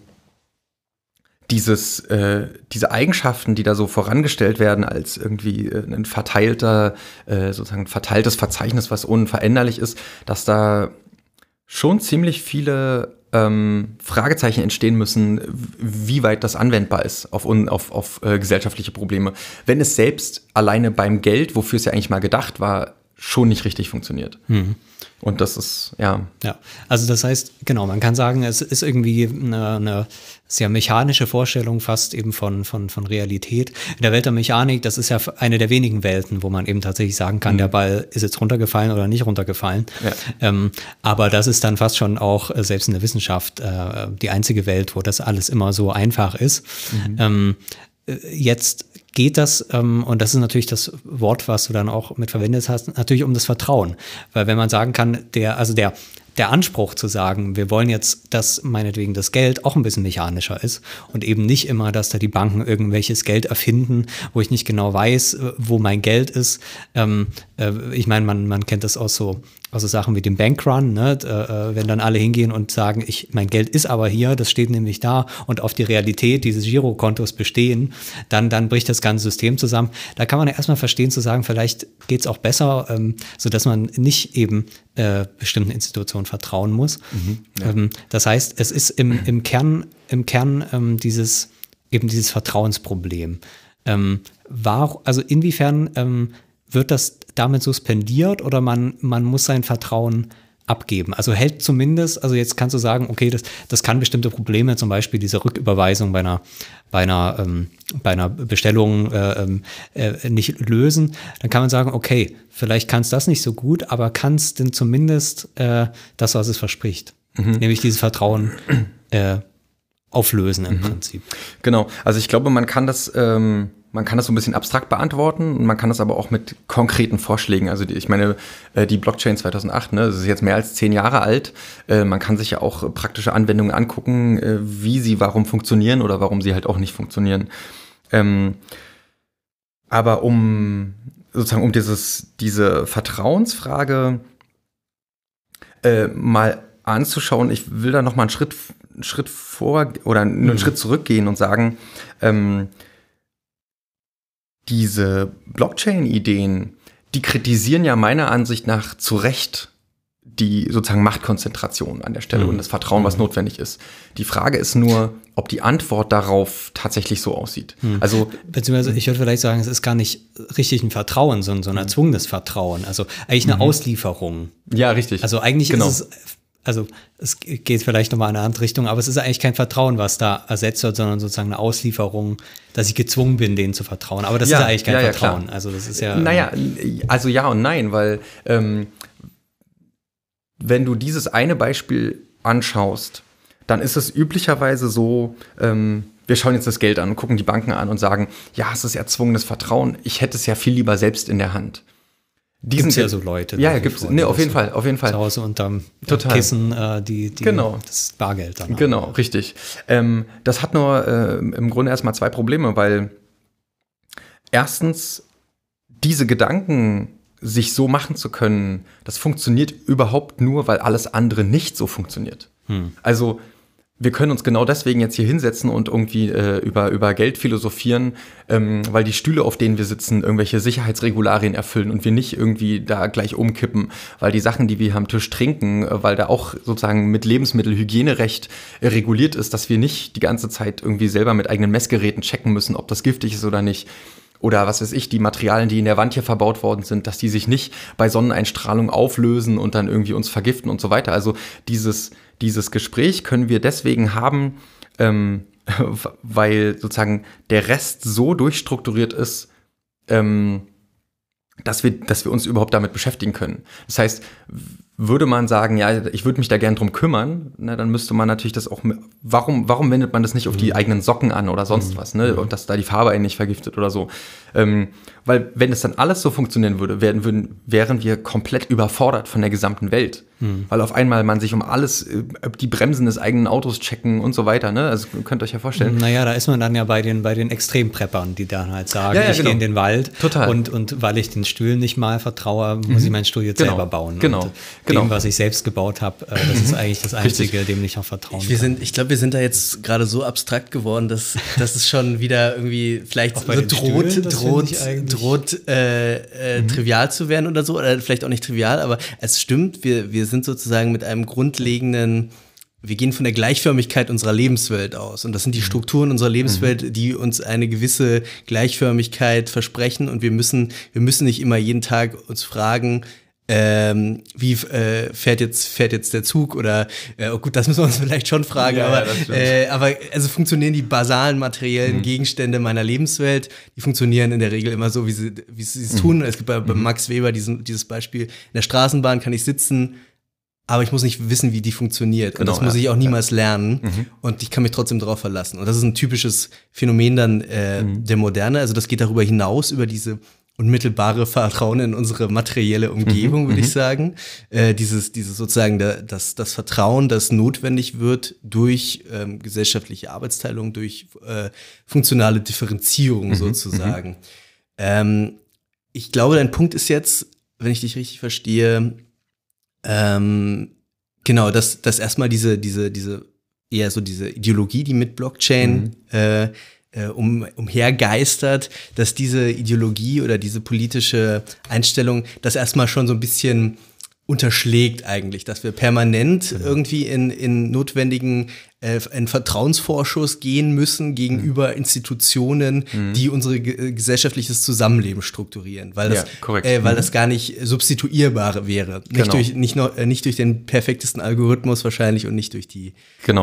diese Eigenschaften, die da so vorangestellt werden als irgendwie ein verteiltes Verzeichnis, was unveränderlich ist, dass da schon ziemlich viele Fragezeichen entstehen müssen, wie weit das anwendbar ist auf gesellschaftliche Probleme. Wenn es selbst alleine beim Geld, wofür es ja eigentlich mal gedacht war, schon nicht richtig funktioniert. Und das ist, Ja, also das heißt, genau, man kann sagen, es ist irgendwie eine sehr mechanische Vorstellung fast eben von Realität. In der Welt der Mechanik, das ist ja eine der wenigen Welten, wo man eben tatsächlich sagen kann, der Ball ist jetzt runtergefallen oder nicht runtergefallen. Ja. Aber das ist dann fast schon auch, selbst in der Wissenschaft, die einzige Welt, wo das alles immer so einfach ist. Jetzt geht das, und das ist natürlich das Wort, was du dann auch mit verwendet hast, natürlich um das Vertrauen. Weil wenn man sagen kann, der Anspruch zu sagen, wir wollen jetzt, dass meinetwegen das Geld auch ein bisschen mechanischer ist und eben nicht immer, dass da die Banken irgendwelches Geld erfinden, wo ich nicht genau weiß, wo mein Geld ist. Ich meine, man kennt das aus so Sachen wie dem Bankrun, ne? Wenn dann alle hingehen und sagen, mein Geld ist aber hier, das steht nämlich da und auf die Realität dieses Girokontos bestehen, dann bricht das ganze System zusammen. Da kann man ja erstmal verstehen zu sagen, vielleicht geht es auch besser, sodass man nicht eben bestimmten Institutionen vertrauen muss. Das heißt, es ist im Kern dieses Vertrauensproblem. Also inwiefern wird das damit suspendiert oder man muss sein Vertrauen abgeben? Also hält zumindest, also jetzt kannst du sagen, okay, das kann bestimmte Probleme, zum Beispiel diese Rücküberweisung bei einer Bestellung nicht lösen. Dann kann man sagen, okay, vielleicht kann es das nicht so gut, aber kann es denn zumindest das, was es verspricht, nämlich dieses Vertrauen auflösen im Prinzip. Genau, also ich glaube, man kann das so ein bisschen abstrakt beantworten und man kann das aber auch mit konkreten Vorschlägen, also ich meine, die Blockchain 2008, ne, das ist jetzt mehr als 10 Jahre alt, man kann sich ja auch praktische Anwendungen angucken, wie sie warum funktionieren oder warum sie halt auch nicht funktionieren. Aber um diese Vertrauensfrage mal anzuschauen, ich will da noch mal einen Schritt vor oder einen Schritt zurückgehen und sagen, diese Blockchain-Ideen, die kritisieren ja meiner Ansicht nach zu Recht die sozusagen Machtkonzentration an der Stelle und das Vertrauen, was notwendig ist. Die Frage ist nur, ob die Antwort darauf tatsächlich so aussieht. Also, beziehungsweise ich würde vielleicht sagen, es ist gar nicht richtig ein Vertrauen, sondern so ein erzwungenes Vertrauen. Also eigentlich eine Auslieferung. Ja, richtig. Also eigentlich ist es, also es geht vielleicht nochmal in eine andere Richtung, aber es ist eigentlich kein Vertrauen, was da ersetzt wird, sondern sozusagen eine Auslieferung, dass ich gezwungen bin, denen zu vertrauen. Aber das ist ja eigentlich kein Vertrauen. Klar. Also das ist ja. Naja, also ja und nein, weil wenn du dieses eine Beispiel anschaust, dann ist es üblicherweise so, wir schauen jetzt das Geld an und gucken die Banken an und sagen, ja, es ist erzwungenes Vertrauen, ich hätte es ja viel lieber selbst in der Hand. Gibt es ja so Leute. Ja, gibt's. Nee, auf jeden Fall. Zu Hause unterm Total. Kissen, die Genau. das Bargeld dann. Genau, richtig. Das hat nur im Grunde erstmal 2 Probleme, weil erstens diese Gedanken sich so machen zu können, das funktioniert überhaupt nur, weil alles andere nicht so funktioniert. Also wir können uns genau deswegen jetzt hier hinsetzen und irgendwie über Geld philosophieren, weil die Stühle, auf denen wir sitzen, irgendwelche Sicherheitsregularien erfüllen und wir nicht irgendwie da gleich umkippen, weil die Sachen, die wir hier am Tisch trinken, weil da auch sozusagen mit Lebensmittelhygienerecht reguliert ist, dass wir nicht die ganze Zeit irgendwie selber mit eigenen Messgeräten checken müssen, ob das giftig ist oder nicht. Oder was weiß ich, die Materialien, die in der Wand hier verbaut worden sind, dass die sich nicht bei Sonneneinstrahlung auflösen und dann irgendwie uns vergiften und so weiter. Also dieses Gespräch können wir deswegen haben, weil sozusagen der Rest so durchstrukturiert ist, dass wir uns überhaupt damit beschäftigen können. Das heißt, würde man sagen, ja, ich würde mich da gern drum kümmern, na, dann müsste man natürlich das auch, warum wendet man das nicht auf die eigenen Socken an oder sonst was, ne, und dass da die Farbe einen nicht vergiftet oder so. Weil wenn es dann alles so funktionieren würde, wären wir komplett überfordert von der gesamten Welt. Weil auf einmal man sich um alles, die Bremsen des eigenen Autos checken und so weiter, ne? Also könnt ihr euch ja vorstellen. Naja, da ist man dann ja bei den Extrempreppern, die dann halt sagen, ich gehe in den Wald. Total. Und weil ich den Stühlen nicht mal vertraue, muss ich meinen Stuhl jetzt selber bauen. Genau. Und dem, was ich selbst gebaut habe, das ist eigentlich das Einzige, dem ich noch vertrauen kann. Ich glaube, wir sind da jetzt gerade so abstrakt geworden, dass es schon wieder irgendwie vielleicht so droht trivial zu werden oder so, oder vielleicht auch nicht trivial, aber es stimmt, wir sind sozusagen mit einem grundlegenden, wir gehen von der Gleichförmigkeit unserer Lebenswelt aus, und das sind die Strukturen unserer Lebenswelt, die uns eine gewisse Gleichförmigkeit versprechen, und wir müssen nicht immer jeden Tag uns fragen, wie fährt jetzt der Zug, oder oh gut, das müssen wir uns vielleicht schon fragen, aber also funktionieren die basalen materiellen Gegenstände meiner Lebenswelt, die funktionieren in der Regel immer so, wie sie es tun. Es gibt bei Max Weber dieses Beispiel, in der Straßenbahn kann ich sitzen, aber ich muss nicht wissen, wie die funktioniert. Genau, und das muss ich auch niemals lernen. Und ich kann mich trotzdem darauf verlassen. Und das ist ein typisches Phänomen dann der Moderne. Also das geht darüber hinaus, über diese unmittelbare Vertrauen in unsere materielle Umgebung, würde ich sagen. Dieses sozusagen das Vertrauen, das notwendig wird durch gesellschaftliche Arbeitsteilung, durch funktionale Differenzierung sozusagen. Ich glaube, dein Punkt ist jetzt, wenn ich dich richtig verstehe, genau, dass erstmal diese eher so diese Ideologie, die mit Blockchain umhergeistert, dass diese Ideologie oder diese politische Einstellung das erstmal schon so ein bisschen unterschlägt eigentlich, dass wir permanent irgendwie in notwendigen einen Vertrauensvorschuss gehen müssen gegenüber Institutionen, die unser gesellschaftliches Zusammenleben strukturieren, weil das gar nicht substituierbar wäre. Nicht durch den perfektesten Algorithmus wahrscheinlich und nicht durch die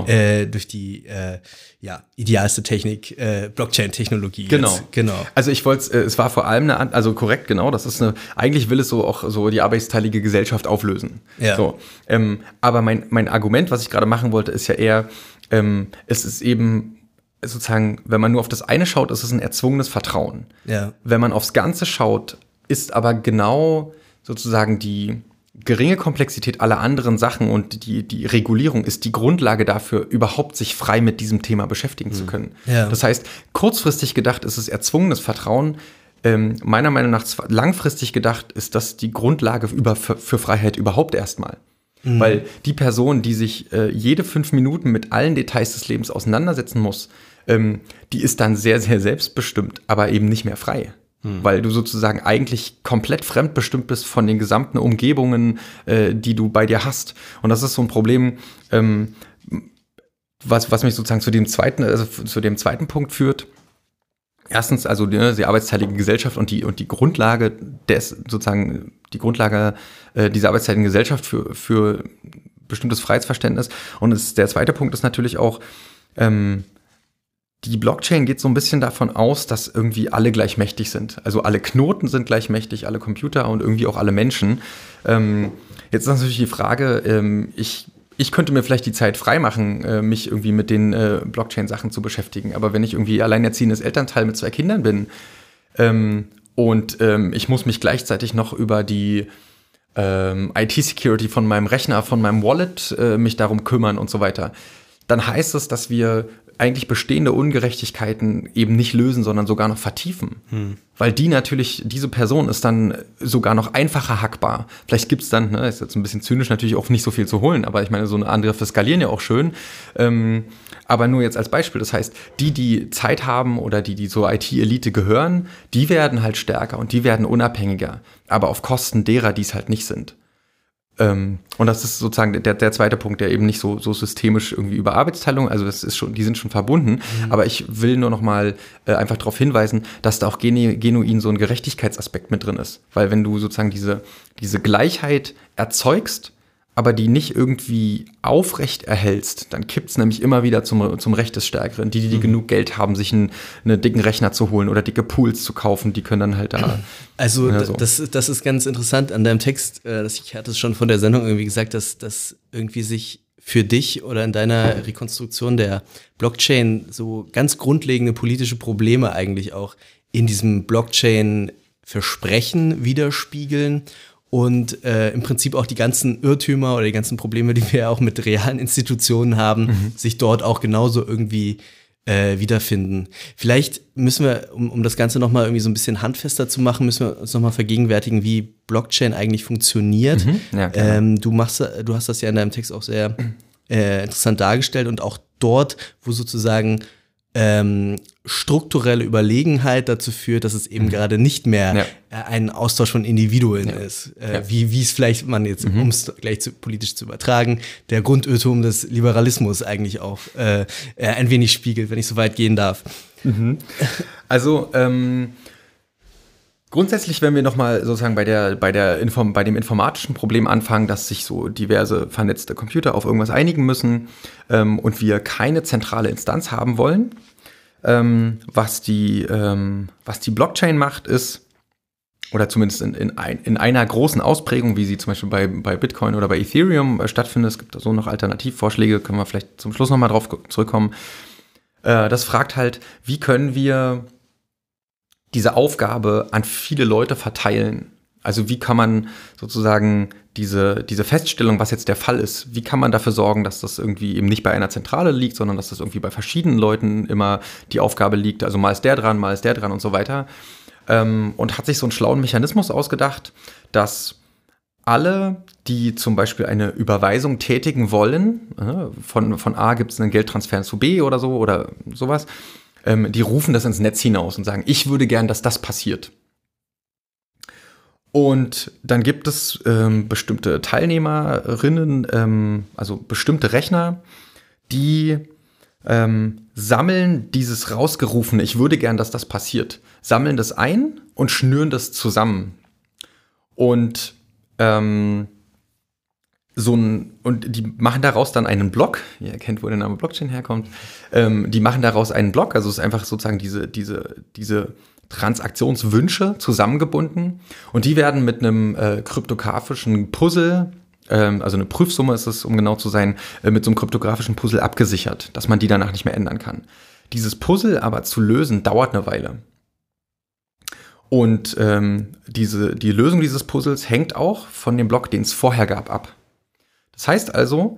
idealste Technik, Blockchain-Technologie. Genau. Also es war vor allem korrekt, genau, das ist eigentlich will es so auch so die arbeitsteilige Gesellschaft auflösen. Ja. So, aber mein Argument, was ich gerade machen wollte, ist ja eher, es ist eben sozusagen, wenn man nur auf das eine schaut, ist es ein erzwungenes Vertrauen. Ja. Wenn man aufs Ganze schaut, ist aber genau sozusagen die geringe Komplexität aller anderen Sachen und die Regulierung ist die Grundlage dafür, überhaupt sich frei mit diesem Thema beschäftigen zu können. Ja. Das heißt, kurzfristig gedacht ist es erzwungenes Vertrauen. Meiner Meinung nach langfristig gedacht ist das die Grundlage für Freiheit überhaupt erstmal. Weil die Person, die sich jede 5 Minuten mit allen Details des Lebens auseinandersetzen muss, die ist dann sehr, sehr selbstbestimmt, aber eben nicht mehr frei. Weil du sozusagen eigentlich komplett fremdbestimmt bist von den gesamten Umgebungen, die du bei dir hast. Und das ist so ein Problem, was mich sozusagen zu dem zweiten Punkt führt. Erstens, also die arbeitsteilige Gesellschaft und die Grundlage dieser arbeitsteiligen Gesellschaft für bestimmtes Freiheitsverständnis. Und der zweite Punkt ist natürlich auch, die Blockchain geht so ein bisschen davon aus, dass irgendwie alle gleich mächtig sind. Also alle Knoten sind gleich mächtig, alle Computer und irgendwie auch alle Menschen. Jetzt ist natürlich die Frage, ich ich könnte mir vielleicht die Zeit freimachen, mich irgendwie mit den Blockchain-Sachen zu beschäftigen. Aber wenn ich irgendwie alleinerziehendes Elternteil mit 2 Kindern bin und ich muss mich gleichzeitig noch über die IT-Security von meinem Rechner, von meinem Wallet mich darum kümmern und so weiter, dann heißt es, dass wir eigentlich bestehende Ungerechtigkeiten eben nicht lösen, sondern sogar noch vertiefen. Weil diese Person ist dann sogar noch einfacher hackbar. Vielleicht gibt's dann, ist jetzt ein bisschen zynisch, natürlich auch nicht so viel zu holen, aber ich meine, so eine Angriffe skalieren ja auch schön. Aber nur jetzt als Beispiel, das heißt, die Zeit haben oder die zur IT-Elite gehören, die werden halt stärker und die werden unabhängiger, aber auf Kosten derer, die es halt nicht sind. Und das ist sozusagen der zweite Punkt, der eben nicht so systemisch irgendwie über Arbeitsteilung, also das ist schon, die sind schon verbunden, aber ich will nur noch mal einfach darauf hinweisen, dass da auch genuin so ein Gerechtigkeitsaspekt mit drin ist, weil wenn du sozusagen diese Gleichheit erzeugst, aber die nicht irgendwie aufrecht erhältst, dann kippt es nämlich immer wieder zum Recht des Stärkeren. Die genug Geld haben, sich einen dicken Rechner zu holen oder dicke Pools zu kaufen, die können dann halt da. Also ja, so. Das ist ganz interessant an deinem Text. Ich hatte es schon von der Sendung irgendwie gesagt, dass irgendwie sich für dich oder in deiner Rekonstruktion der Blockchain so ganz grundlegende politische Probleme eigentlich auch in diesem Blockchain-Versprechen widerspiegeln. Und im Prinzip auch die ganzen Irrtümer oder die ganzen Probleme, die wir ja auch mit realen Institutionen haben, sich dort auch genauso irgendwie wiederfinden. Vielleicht müssen wir, um das Ganze nochmal irgendwie so ein bisschen handfester zu machen, müssen wir uns nochmal vergegenwärtigen, wie Blockchain eigentlich funktioniert. Ja, du hast das ja in deinem Text auch sehr interessant dargestellt und auch dort, wo sozusagen strukturelle Überlegenheit dazu führt, dass es eben gerade nicht mehr ein Austausch von Individuen ist, wie es vielleicht man jetzt, um es gleich politisch zu übertragen, der Grundirrtum des Liberalismus eigentlich auch ein wenig spiegelt, wenn ich so weit gehen darf. Also grundsätzlich, wenn wir nochmal sozusagen bei dem informatischen Problem anfangen, dass sich so diverse vernetzte Computer auf irgendwas einigen müssen und wir keine zentrale Instanz haben wollen, was die Blockchain macht, ist, oder zumindest in einer großen Ausprägung, wie sie zum Beispiel bei Bitcoin oder bei Ethereum stattfindet, es gibt da so noch Alternativvorschläge, können wir vielleicht zum Schluss nochmal drauf zurückkommen, das fragt halt, wie können wir diese Aufgabe an viele Leute verteilen? Also wie kann man sozusagen diese Feststellung, was jetzt der Fall ist, wie kann man dafür sorgen, dass das irgendwie eben nicht bei einer Zentrale liegt, sondern dass das irgendwie bei verschiedenen Leuten immer die Aufgabe liegt, also mal ist der dran und so weiter. Und hat sich so einen schlauen Mechanismus ausgedacht, dass alle, die zum Beispiel eine Überweisung tätigen wollen, von A gibt es einen Geldtransfer zu B oder so oder sowas, die rufen das ins Netz hinaus und sagen, ich würde gern, dass das passiert. Und dann gibt es bestimmte Teilnehmerinnen, also bestimmte Rechner, die sammeln dieses rausgerufene, ich würde gern, dass das passiert, sammeln das ein und schnüren das zusammen. Und und die machen daraus dann einen Block, ihr erkennt, wo der Name Blockchain herkommt, die machen daraus einen Block, also es ist einfach sozusagen diese Transaktionswünsche zusammengebunden und die werden mit einem kryptografischen Puzzle, also eine Prüfsumme ist es, um genau zu sein, mit so einem kryptografischen Puzzle abgesichert, dass man die danach nicht mehr ändern kann. Dieses Puzzle aber zu lösen, dauert eine Weile. Und die Lösung dieses Puzzles hängt auch von dem Block, den es vorher gab, ab. Das heißt also,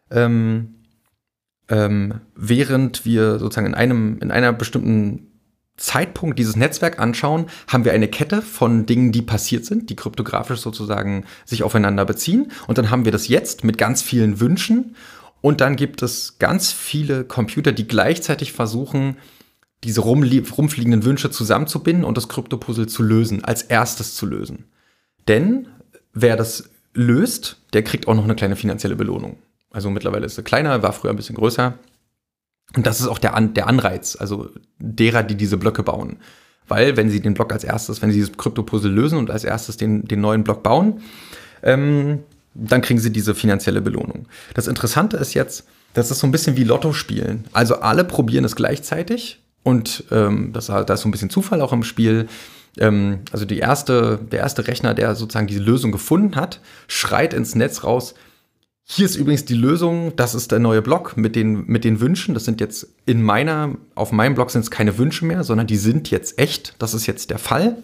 während wir sozusagen in einer bestimmten Zeitpunkt dieses Netzwerk anschauen, haben wir eine Kette von Dingen, die passiert sind, die kryptografisch sozusagen sich aufeinander beziehen. Und dann haben wir das jetzt mit ganz vielen Wünschen. Und dann gibt es ganz viele Computer, die gleichzeitig versuchen, diese rumfliegenden Wünsche zusammenzubinden und das Kryptopuzzle zu lösen, als erstes zu lösen. Denn wer das löst, der kriegt auch noch eine kleine finanzielle Belohnung. Also mittlerweile ist sie kleiner, war früher ein bisschen größer. Und das ist auch der Anreiz, also derer, die diese Blöcke bauen. Weil wenn sie den Block als erstes, wenn sie dieses Kryptopuzzle lösen und als erstes den neuen Block bauen, dann kriegen sie diese finanzielle Belohnung. Das Interessante ist jetzt, das ist so ein bisschen wie Lotto spielen. Also alle probieren es gleichzeitig und da ist so ein bisschen Zufall auch im Spiel. Also der erste Rechner, der sozusagen diese Lösung gefunden hat, schreit ins Netz raus, Hier ist übrigens die Lösung, das ist der neue Block mit den Wünschen. Das sind jetzt auf meinem Block sind es keine Wünsche mehr, sondern die sind jetzt echt. Das ist jetzt der Fall.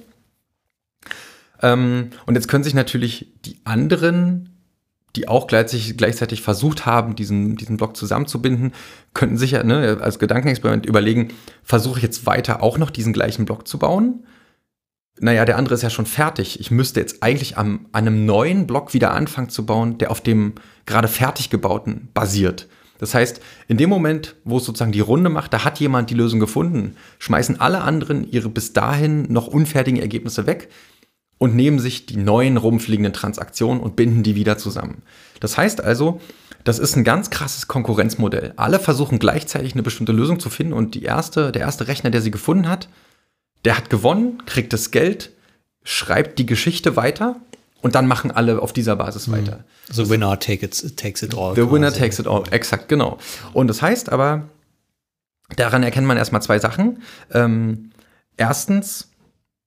Und jetzt können sich natürlich die anderen, die auch gleichzeitig versucht haben, diesen Block zusammenzubinden, könnten sich ja als Gedankenexperiment überlegen, versuche ich jetzt weiter auch noch diesen gleichen Block zu bauen? Naja, der andere ist ja schon fertig. Ich müsste jetzt eigentlich an einem neuen Block wieder anfangen zu bauen, der auf dem gerade fertig gebauten basiert. Das heißt, in dem Moment, wo es sozusagen die Runde macht, da hat jemand die Lösung gefunden, schmeißen alle anderen ihre bis dahin noch unfertigen Ergebnisse weg und nehmen sich die neuen rumfliegenden Transaktionen und binden die wieder zusammen. Das heißt also, das ist ein ganz krasses Konkurrenzmodell. Alle versuchen gleichzeitig eine bestimmte Lösung zu finden und der erste Rechner, der sie gefunden hat, der hat gewonnen, kriegt das Geld, schreibt die Geschichte weiter und dann machen alle auf dieser Basis weiter. So winner takes it all. The winner takes it all, exakt, genau. Und das heißt aber, daran erkennt man erstmal zwei Sachen. Erstens,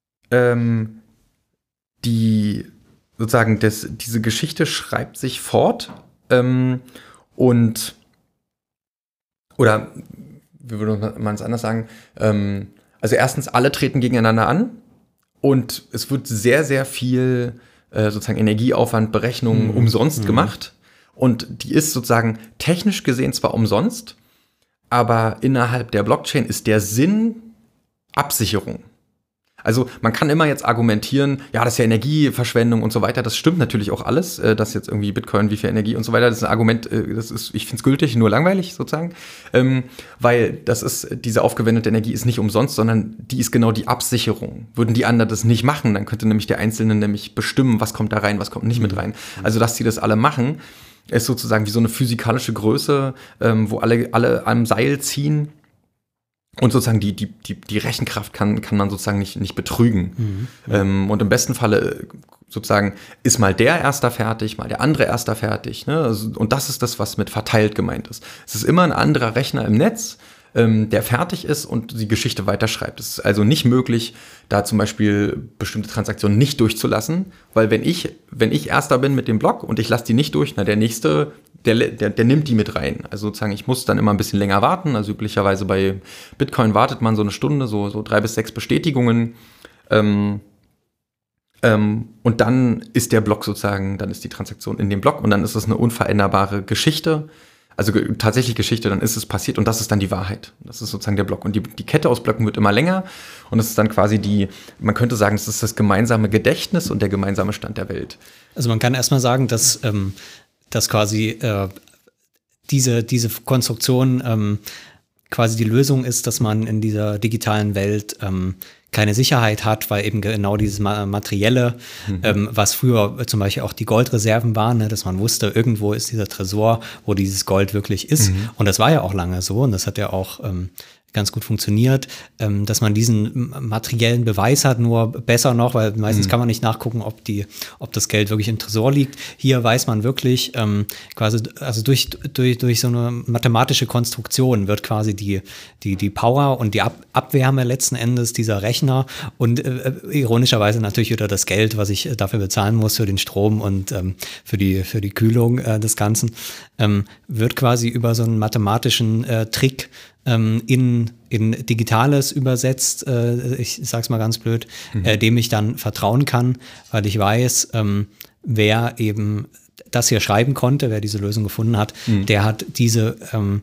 diese Geschichte schreibt sich fort oder wie würde man es anders sagen, also erstens, alle treten gegeneinander an und es wird sehr, sehr viel sozusagen Energieaufwand, Berechnungen umsonst gemacht. Und die ist sozusagen technisch gesehen zwar umsonst, aber innerhalb der Blockchain ist der Sinn Absicherung. Also man kann immer jetzt argumentieren, ja, das ist ja Energieverschwendung und so weiter. Das stimmt natürlich auch alles, dass jetzt irgendwie Bitcoin, wie viel Energie und so weiter, das ist ein Argument, ich finde es gültig, nur langweilig sozusagen, weil diese aufgewendete Energie ist nicht umsonst, sondern die ist genau die Absicherung. Würden die anderen das nicht machen, dann könnte nämlich der Einzelne bestimmen, was kommt da rein, was kommt nicht mit rein. Also dass die das alle machen, ist sozusagen wie so eine physikalische Größe, wo alle am Seil ziehen. Und sozusagen die Rechenkraft kann man sozusagen nicht betrügen. Und im besten Falle sozusagen ist mal der Erster fertig, mal der andere Erster fertig. Ne? Also, und das ist das, was mit verteilt gemeint ist. Es ist immer ein anderer Rechner im Netz, der fertig ist und die Geschichte weiterschreibt. Es ist also nicht möglich, da zum Beispiel bestimmte Transaktionen nicht durchzulassen, weil wenn ich Erster bin mit dem Block und ich lasse die nicht durch, der Nächste, der nimmt die mit rein. Also sozusagen, ich muss dann immer ein bisschen länger warten. Also üblicherweise bei Bitcoin wartet man so eine Stunde, so 3 bis 6 Bestätigungen. Und dann ist der Block sozusagen, dann ist die Transaktion in dem Block und dann ist es eine unveränderbare Geschichte. Also tatsächlich Geschichte, dann ist es passiert und das ist dann die Wahrheit. Das ist sozusagen der Block. Und die Kette aus Blöcken wird immer länger und das ist dann quasi man könnte sagen, das ist das gemeinsame Gedächtnis und der gemeinsame Stand der Welt. Also man kann erstmal sagen, dass quasi diese Konstruktion quasi die Lösung ist, dass man in dieser digitalen Welt keine Sicherheit hat, weil eben genau dieses Materielle, was früher zum Beispiel auch die Goldreserven waren, ne, dass man wusste, irgendwo ist dieser Tresor, wo dieses Gold wirklich ist. Und das war ja auch lange so und das hat ja auch ganz gut funktioniert, dass man diesen materiellen Beweis hat, nur besser noch, weil meistens kann man nicht nachgucken, ob das Geld wirklich im Tresor liegt. Hier weiß man wirklich, quasi, also durch so eine mathematische Konstruktion wird quasi die Power und die Abwärme letzten Endes dieser Rechner und ironischerweise natürlich wieder das Geld, was ich dafür bezahlen muss für den Strom und für die Kühlung des Ganzen, wird quasi über so einen mathematischen Trick in Digitales übersetzt, ich sag's mal ganz blöd, dem ich dann vertrauen kann, weil ich weiß, wer eben das hier schreiben konnte, wer diese Lösung gefunden hat, der hat diese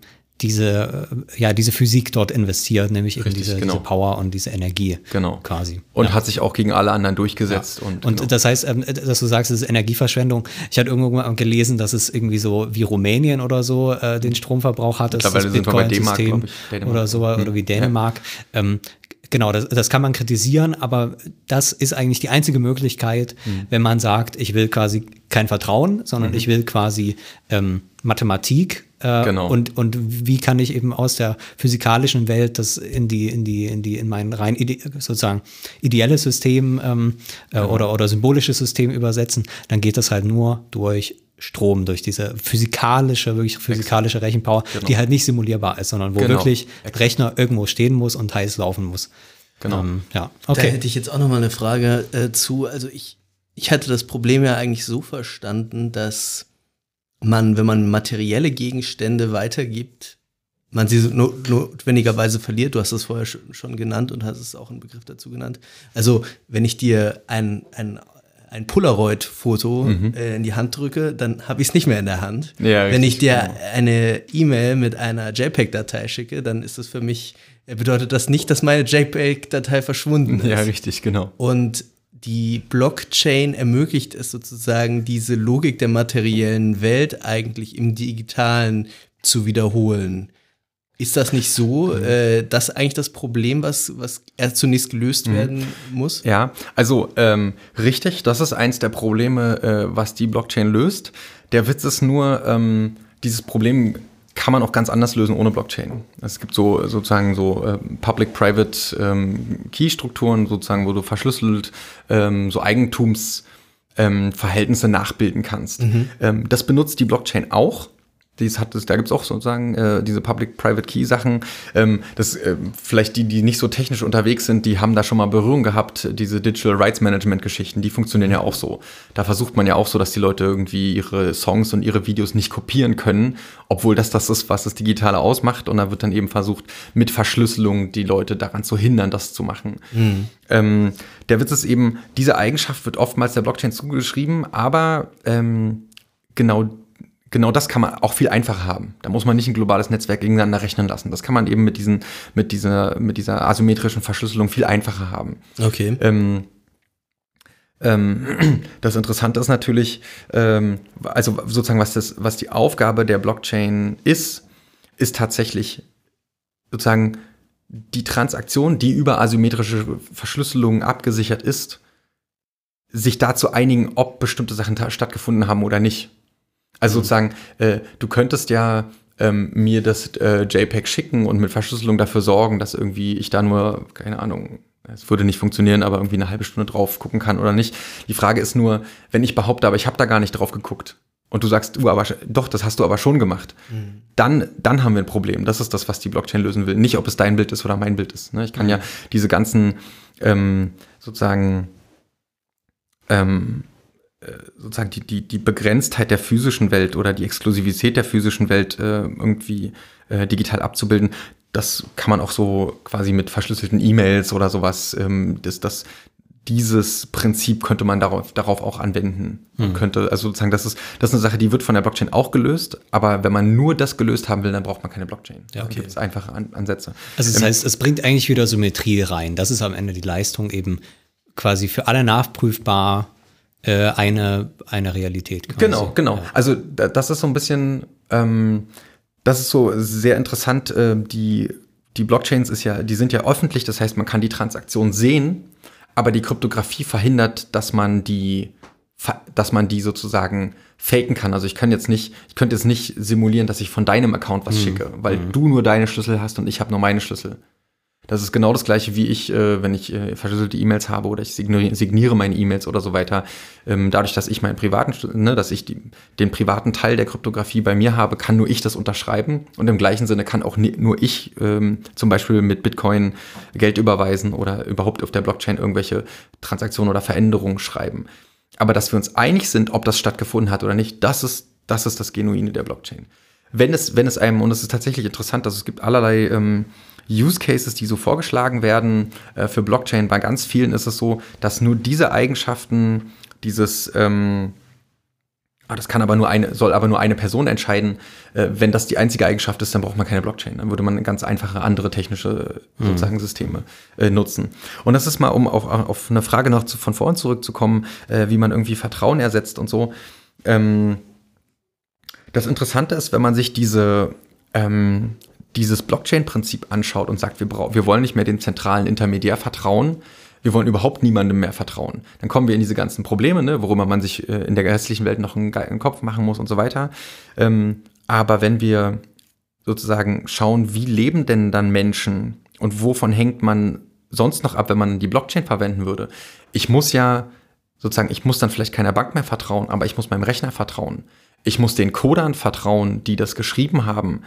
Physik dort investiert, nämlich eben diese Power und diese Energie quasi. Und hat sich auch gegen alle anderen durchgesetzt. Ja. Und das heißt, dass du sagst, es ist Energieverschwendung. Ich hatte irgendwo mal gelesen, dass es irgendwie so wie Rumänien oder so den Stromverbrauch hat, das Bitcoin-System oder so, oder wie Dänemark. Ja. Genau, das kann man kritisieren, aber das ist eigentlich die einzige Möglichkeit, wenn man sagt, ich will quasi kein Vertrauen, sondern ich will quasi Mathematik. Und wie kann ich eben aus der physikalischen Welt das in mein rein sozusagen ideelles System oder symbolisches System übersetzen, dann geht das halt nur durch Strom, durch diese physikalische Rechenpower, die halt nicht simulierbar ist, sondern wo wirklich Rechner irgendwo stehen muss und heiß laufen muss. Genau. Da hätte ich jetzt auch noch mal eine Frage zu. Also ich hatte das Problem ja eigentlich so verstanden, dass wenn man materielle Gegenstände weitergibt, man sie notwendigerweise verliert. Du hast es vorher schon genannt und hast es auch einen Begriff dazu genannt. Also wenn ich dir ein Polaroid-Foto in die Hand drücke, dann habe ich es nicht mehr in der Hand. Ja, wenn ich richtig, dir eine E-Mail mit einer JPEG-Datei schicke, dann ist das für mich, bedeutet das nicht, dass meine JPEG-Datei verschwunden ist. Ja, richtig, genau. Und die Blockchain ermöglicht es sozusagen, diese Logik der materiellen Welt eigentlich im Digitalen zu wiederholen. Ist das nicht so, dass eigentlich das Problem, was erst zunächst gelöst werden muss? Ja, also richtig, das ist eins der Probleme, was die Blockchain löst. Der Witz ist nur, dieses Problem kann man auch ganz anders lösen ohne Blockchain. Es gibt sozusagen Public-Private Key-Strukturen, sozusagen, wo du verschlüsselt so Eigentumsverhältnisse nachbilden kannst. Das benutzt die Blockchain auch. Da gibt es auch sozusagen diese Public-Private-Key-Sachen. Vielleicht die nicht so technisch unterwegs sind, die haben da schon mal Berührung gehabt, diese Digital Rights Management-Geschichten, die funktionieren ja auch so. Da versucht man ja auch so, dass die Leute irgendwie ihre Songs und ihre Videos nicht kopieren können, obwohl das ist, was das Digitale ausmacht. Und da wird dann eben versucht, mit Verschlüsselung die Leute daran zu hindern, das zu machen. Der Witz ist eben, diese Eigenschaft wird oftmals der Blockchain zugeschrieben, aber Genau das kann man auch viel einfacher haben. Da muss man nicht ein globales Netzwerk gegeneinander rechnen lassen. Das kann man eben mit dieser asymmetrischen Verschlüsselung viel einfacher haben. Okay. Das Interessante ist natürlich, also sozusagen, was die Aufgabe der Blockchain ist tatsächlich sozusagen die Transaktion, die über asymmetrische Verschlüsselung abgesichert ist, sich da zu einigen, ob bestimmte Sachen stattgefunden haben oder nicht. Also sozusagen, du könntest ja mir das JPEG schicken und mit Verschlüsselung dafür sorgen, dass irgendwie ich da nur, keine Ahnung, es würde nicht funktionieren, aber irgendwie eine halbe Stunde drauf gucken kann oder nicht. Die Frage ist nur, wenn ich behaupte, aber ich habe da gar nicht drauf geguckt und du sagst, doch, das hast du aber schon gemacht, dann haben wir ein Problem. Das ist das, was die Blockchain lösen will. Nicht, ob es dein Bild ist oder mein Bild ist. Ne? Ich kann ja diese ganzen sozusagen die Begrenztheit der physischen Welt oder die Exklusivität der physischen Welt irgendwie digital abzubilden, das kann man auch so quasi mit verschlüsselten E-Mails oder sowas, dieses Prinzip könnte man darauf auch anwenden. Also sozusagen, das ist eine Sache, die wird von der Blockchain auch gelöst, aber wenn man nur das gelöst haben will, dann braucht man keine Blockchain. Ja, okay. Da gibt es einfache Ansätze. Also das heißt, es bringt eigentlich wieder Symmetrie rein. Das ist am Ende die Leistung eben quasi für alle nachprüfbar eine Realität. Genau. Ja. Also das ist so ein bisschen, das ist so sehr interessant. Die Blockchains die sind ja öffentlich, das heißt, man kann die Transaktion sehen, aber die Kryptographie verhindert, dass man die sozusagen faken kann. Also ich könnte jetzt nicht simulieren, dass ich von deinem Account was schicke, weil du nur deine Schlüssel hast und ich habe nur meine Schlüssel. Das ist genau das Gleiche, wie ich, wenn ich verschlüsselte E-Mails habe oder ich signiere meine E-Mails oder so weiter. Dadurch, dass ich meinen privaten, dass ich den privaten Teil der Kryptographie bei mir habe, kann nur ich das unterschreiben. Und im gleichen Sinne kann auch nur ich zum Beispiel mit Bitcoin Geld überweisen oder überhaupt auf der Blockchain irgendwelche Transaktionen oder Veränderungen schreiben. Aber dass wir uns einig sind, ob das stattgefunden hat oder nicht, das ist das Genuine der Blockchain. Wenn es einem, und es ist tatsächlich interessant, dass es gibt allerlei Use Cases, die so vorgeschlagen werden für Blockchain. Bei ganz vielen ist es so, dass nur diese Eigenschaften, das kann soll aber nur eine Person entscheiden. Wenn das die einzige Eigenschaft ist, dann braucht man keine Blockchain. Dann würde man ganz einfache andere technische sozusagen Systeme nutzen. Und das ist mal, um auf eine Frage noch von vorhin zurückzukommen, wie man irgendwie Vertrauen ersetzt und so. Das Interessante ist, wenn man sich dieses Blockchain-Prinzip anschaut und sagt, wir wollen nicht mehr dem zentralen Intermediär vertrauen, wir wollen überhaupt niemandem mehr vertrauen. Dann kommen wir in diese ganzen Probleme, ne, worüber man sich in der restlichen Welt noch einen Kopf machen muss und so weiter. Aber wenn wir sozusagen schauen, wie leben denn dann Menschen und wovon hängt man sonst noch ab, wenn man die Blockchain verwenden würde? Ich muss dann vielleicht keiner Bank mehr vertrauen, aber ich muss meinem Rechner vertrauen. Ich muss den Codern vertrauen, die das geschrieben haben.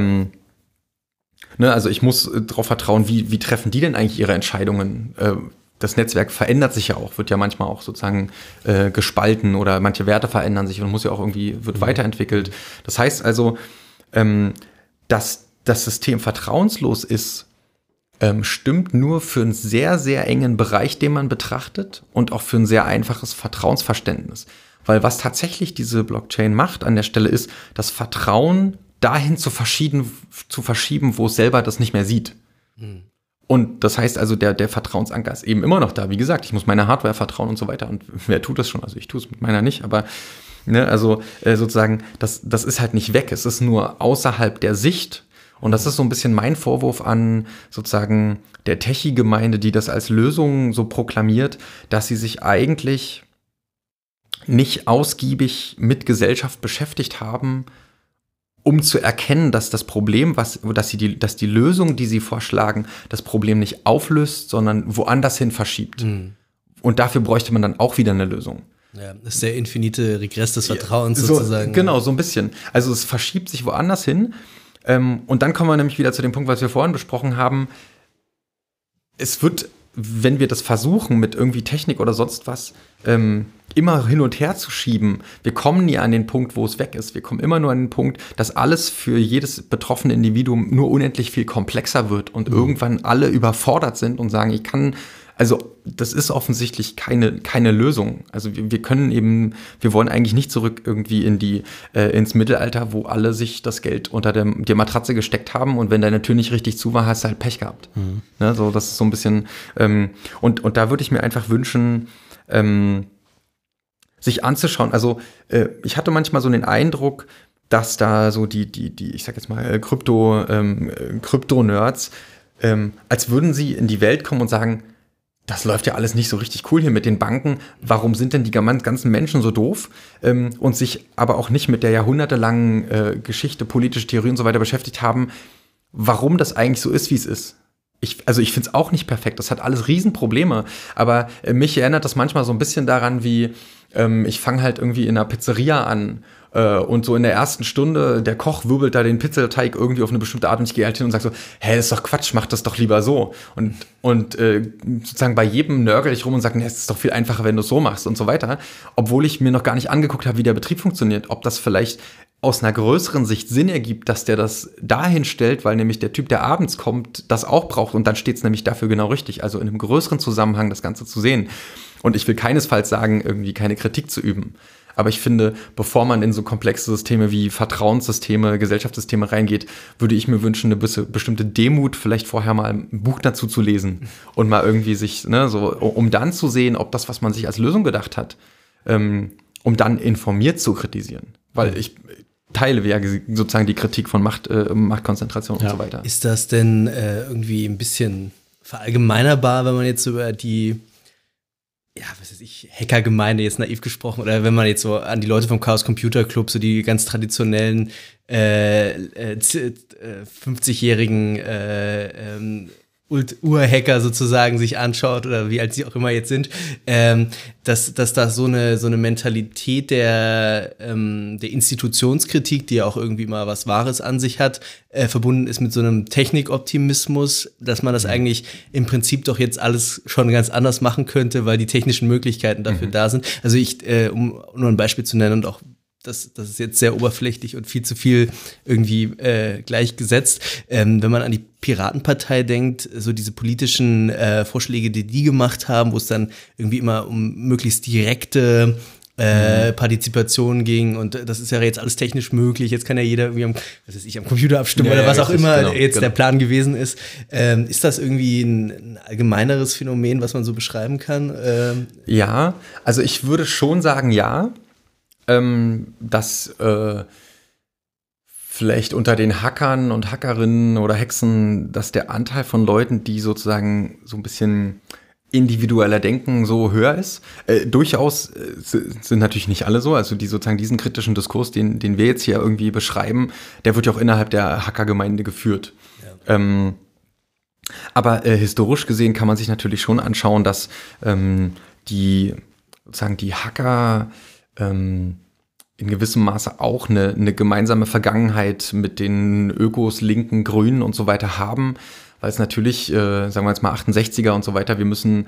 Also ich muss darauf vertrauen, wie treffen die denn eigentlich ihre Entscheidungen? das Netzwerk verändert sich ja auch, wird ja manchmal auch sozusagen gespalten oder manche Werte verändern sich und muss ja auch irgendwie, wird weiterentwickelt. Das heißt also, dass das System vertrauenslos ist, stimmt nur für einen sehr, sehr engen Bereich, den man betrachtet und auch für ein sehr einfaches Vertrauensverständnis. Weil was tatsächlich diese Blockchain macht an der Stelle ist, das Vertrauen dahin zu verschieben, wo es selber das nicht mehr sieht. Und das heißt also, der Vertrauensanker ist eben immer noch da. Wie gesagt, ich muss meiner Hardware vertrauen und so weiter. Und wer tut das schon? Also ich tue es mit meiner nicht, aber sozusagen, das ist halt nicht weg. Es ist nur außerhalb der Sicht. Und das ist so ein bisschen mein Vorwurf an sozusagen der Techie-Gemeinde, die das als Lösung so proklamiert, dass sie sich eigentlich nicht ausgiebig mit Gesellschaft beschäftigt haben, um zu erkennen, dass das Problem, dass die Lösung, die sie vorschlagen, das Problem nicht auflöst, sondern woanders hin verschiebt. Und dafür bräuchte man dann auch wieder eine Lösung. Ja, das ist der infinite Regress des Vertrauens so, sozusagen. Genau, so ein bisschen. Also es verschiebt sich woanders hin. Und dann kommen wir nämlich wieder zu dem Punkt, was wir vorhin besprochen haben. Es wird, wenn wir das versuchen, mit irgendwie Technik oder sonst was, immer hin und her zu schieben, wir kommen nie an den Punkt, wo es weg ist. Wir kommen immer nur an den Punkt, dass alles für jedes betroffene Individuum nur unendlich viel komplexer wird und irgendwann alle überfordert sind und sagen, das ist offensichtlich keine Lösung. Also wir wollen eigentlich nicht zurück irgendwie ins Mittelalter, wo alle sich das Geld unter der Matratze gesteckt haben und wenn deine Tür nicht richtig zu war, hast du halt Pech gehabt. Ne, so, das ist so ein bisschen, und da würde ich mir einfach wünschen, sich anzuschauen. Also ich hatte manchmal so den Eindruck, dass da so die ich sag jetzt mal, Krypto-Nerds, als würden sie in die Welt kommen und sagen, das läuft ja alles nicht so richtig cool hier mit den Banken. Warum sind denn die ganzen Menschen so doof? Und sich aber auch nicht mit der jahrhundertelangen Geschichte, politische Theorie und so weiter beschäftigt haben, warum das eigentlich so ist, wie es ist. Ich finde es auch nicht perfekt. Das hat alles Riesenprobleme. Aber mich erinnert das manchmal so ein bisschen daran, wie ich fange halt irgendwie in einer Pizzeria an und so in der ersten Stunde, der Koch wirbelt da den Pizzateig irgendwie auf eine bestimmte Art und ich gehe halt hin und sage so, das ist doch Quatsch, mach das doch lieber so. Und sozusagen bei jedem nörgel ich rum und sage, es ist doch viel einfacher, wenn du es so machst und so weiter. Obwohl ich mir noch gar nicht angeguckt habe, wie der Betrieb funktioniert. Ob das vielleicht aus einer größeren Sicht Sinn ergibt, dass der das dahin stellt, weil nämlich der Typ, der abends kommt, das auch braucht und dann steht es nämlich dafür genau richtig. Also in einem größeren Zusammenhang das Ganze zu sehen. Und ich will keinesfalls sagen, irgendwie keine Kritik zu üben. Aber ich finde, bevor man in so komplexe Systeme wie Vertrauenssysteme, Gesellschaftssysteme reingeht, würde ich mir wünschen, eine bestimmte Demut, vielleicht vorher mal ein Buch dazu zu lesen und mal irgendwie sich, um dann zu sehen, ob das, was man sich als Lösung gedacht hat, um dann informiert zu kritisieren. Weil ich teile ja sozusagen die Kritik von Machtkonzentration und so weiter. Ist das denn irgendwie ein bisschen verallgemeinerbar, wenn man jetzt über die Hackergemeinde jetzt naiv gesprochen, oder wenn man jetzt so an die Leute vom Chaos Computer Club, so die ganz traditionellen 50-jährigen Urhacker sozusagen sich anschaut oder wie alt sie auch immer jetzt sind, dass da so eine Mentalität der Institutionskritik, die ja auch irgendwie mal was Wahres an sich hat, verbunden ist mit so einem Technikoptimismus, dass man das eigentlich im Prinzip doch jetzt alles schon ganz anders machen könnte, weil die technischen Möglichkeiten dafür da sind. Also um nur ein Beispiel zu nennen und auch das ist jetzt sehr oberflächlich und viel zu viel irgendwie gleichgesetzt. Wenn man an die Piratenpartei denkt, so diese politischen Vorschläge, die gemacht haben, wo es dann irgendwie immer um möglichst direkte Partizipation ging und das ist ja jetzt alles technisch möglich. Jetzt kann ja jeder irgendwie am Computer abstimmen oder was auch immer der Plan gewesen ist. Ist das irgendwie ein allgemeineres Phänomen, was man so beschreiben kann? Ja, also ich würde schon sagen, ja. Dass vielleicht unter den Hackern und Hackerinnen oder Hexen, dass der Anteil von Leuten, die sozusagen so ein bisschen individueller denken, so höher ist. Durchaus sind natürlich nicht alle so, also die sozusagen diesen kritischen Diskurs, den wir jetzt hier irgendwie beschreiben, der wird ja auch innerhalb der Hackergemeinde geführt. Ja. Aber historisch gesehen kann man sich natürlich schon anschauen, dass die Hacker in gewissem Maße auch eine gemeinsame Vergangenheit mit den Ökos, Linken, Grünen und so weiter haben, weil es natürlich, sagen wir jetzt mal 68er und so weiter, wir müssen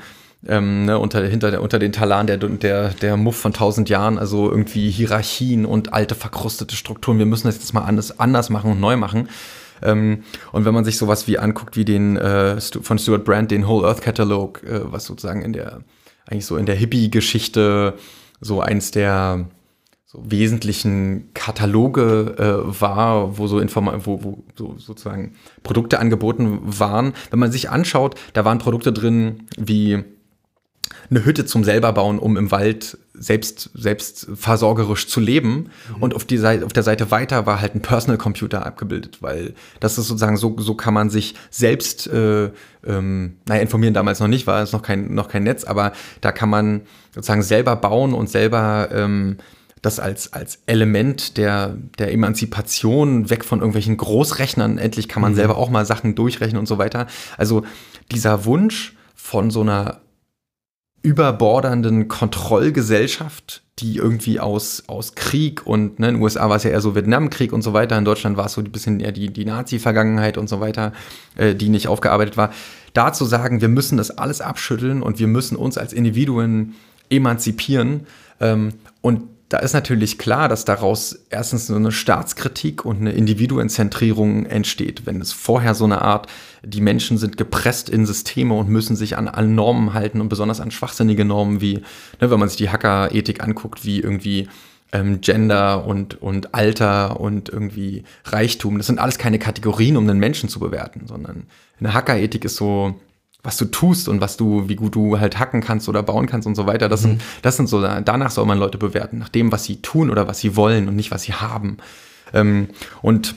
unter den Talaren der Muff von 1000 Jahren, also irgendwie Hierarchien und alte verkrustete Strukturen, wir müssen das jetzt mal anders machen und neu machen. Und wenn man sich sowas wie anguckt, wie den von Stuart Brand, den Whole Earth Catalog, was sozusagen in der Hippie-Geschichte so eins der so wesentlichen Kataloge war, wo sozusagen Produkte angeboten waren. Wenn man sich anschaut, da waren Produkte drin wie eine Hütte zum selber bauen, um im Wald selbst versorgerisch zu leben. Und auf der Seite weiter war halt ein Personal Computer abgebildet, weil das ist sozusagen so kann man sich selbst informieren damals noch nicht, war es noch kein Netz, aber da kann man sozusagen selber bauen und selber das als Element der Emanzipation weg von irgendwelchen Großrechnern. Endlich kann man selber auch mal Sachen durchrechnen und so weiter. Also dieser Wunsch von so einer überbordernden Kontrollgesellschaft, die irgendwie aus Krieg und in den USA war es ja eher so Vietnamkrieg und so weiter, in Deutschland war es so ein bisschen eher die Nazi-Vergangenheit und so weiter, die nicht aufgearbeitet war, da zu sagen, wir müssen das alles abschütteln und wir müssen uns als Individuen emanzipieren und da ist natürlich klar, dass daraus erstens so eine Staatskritik und eine Individuenzentrierung entsteht. Wenn es vorher so eine Art, die Menschen sind gepresst in Systeme und müssen sich an alle Normen halten und besonders an schwachsinnige Normen wie, wenn man sich die Hacker-Ethik anguckt, wie irgendwie Gender und Alter und irgendwie Reichtum. Das sind alles keine Kategorien, um einen Menschen zu bewerten, sondern eine Hacker-Ethik ist so, was du tust und wie gut du halt hacken kannst oder bauen kannst und so weiter. Das sind so, danach soll man Leute bewerten, nach dem, was sie tun oder was sie wollen und nicht, was sie haben. Und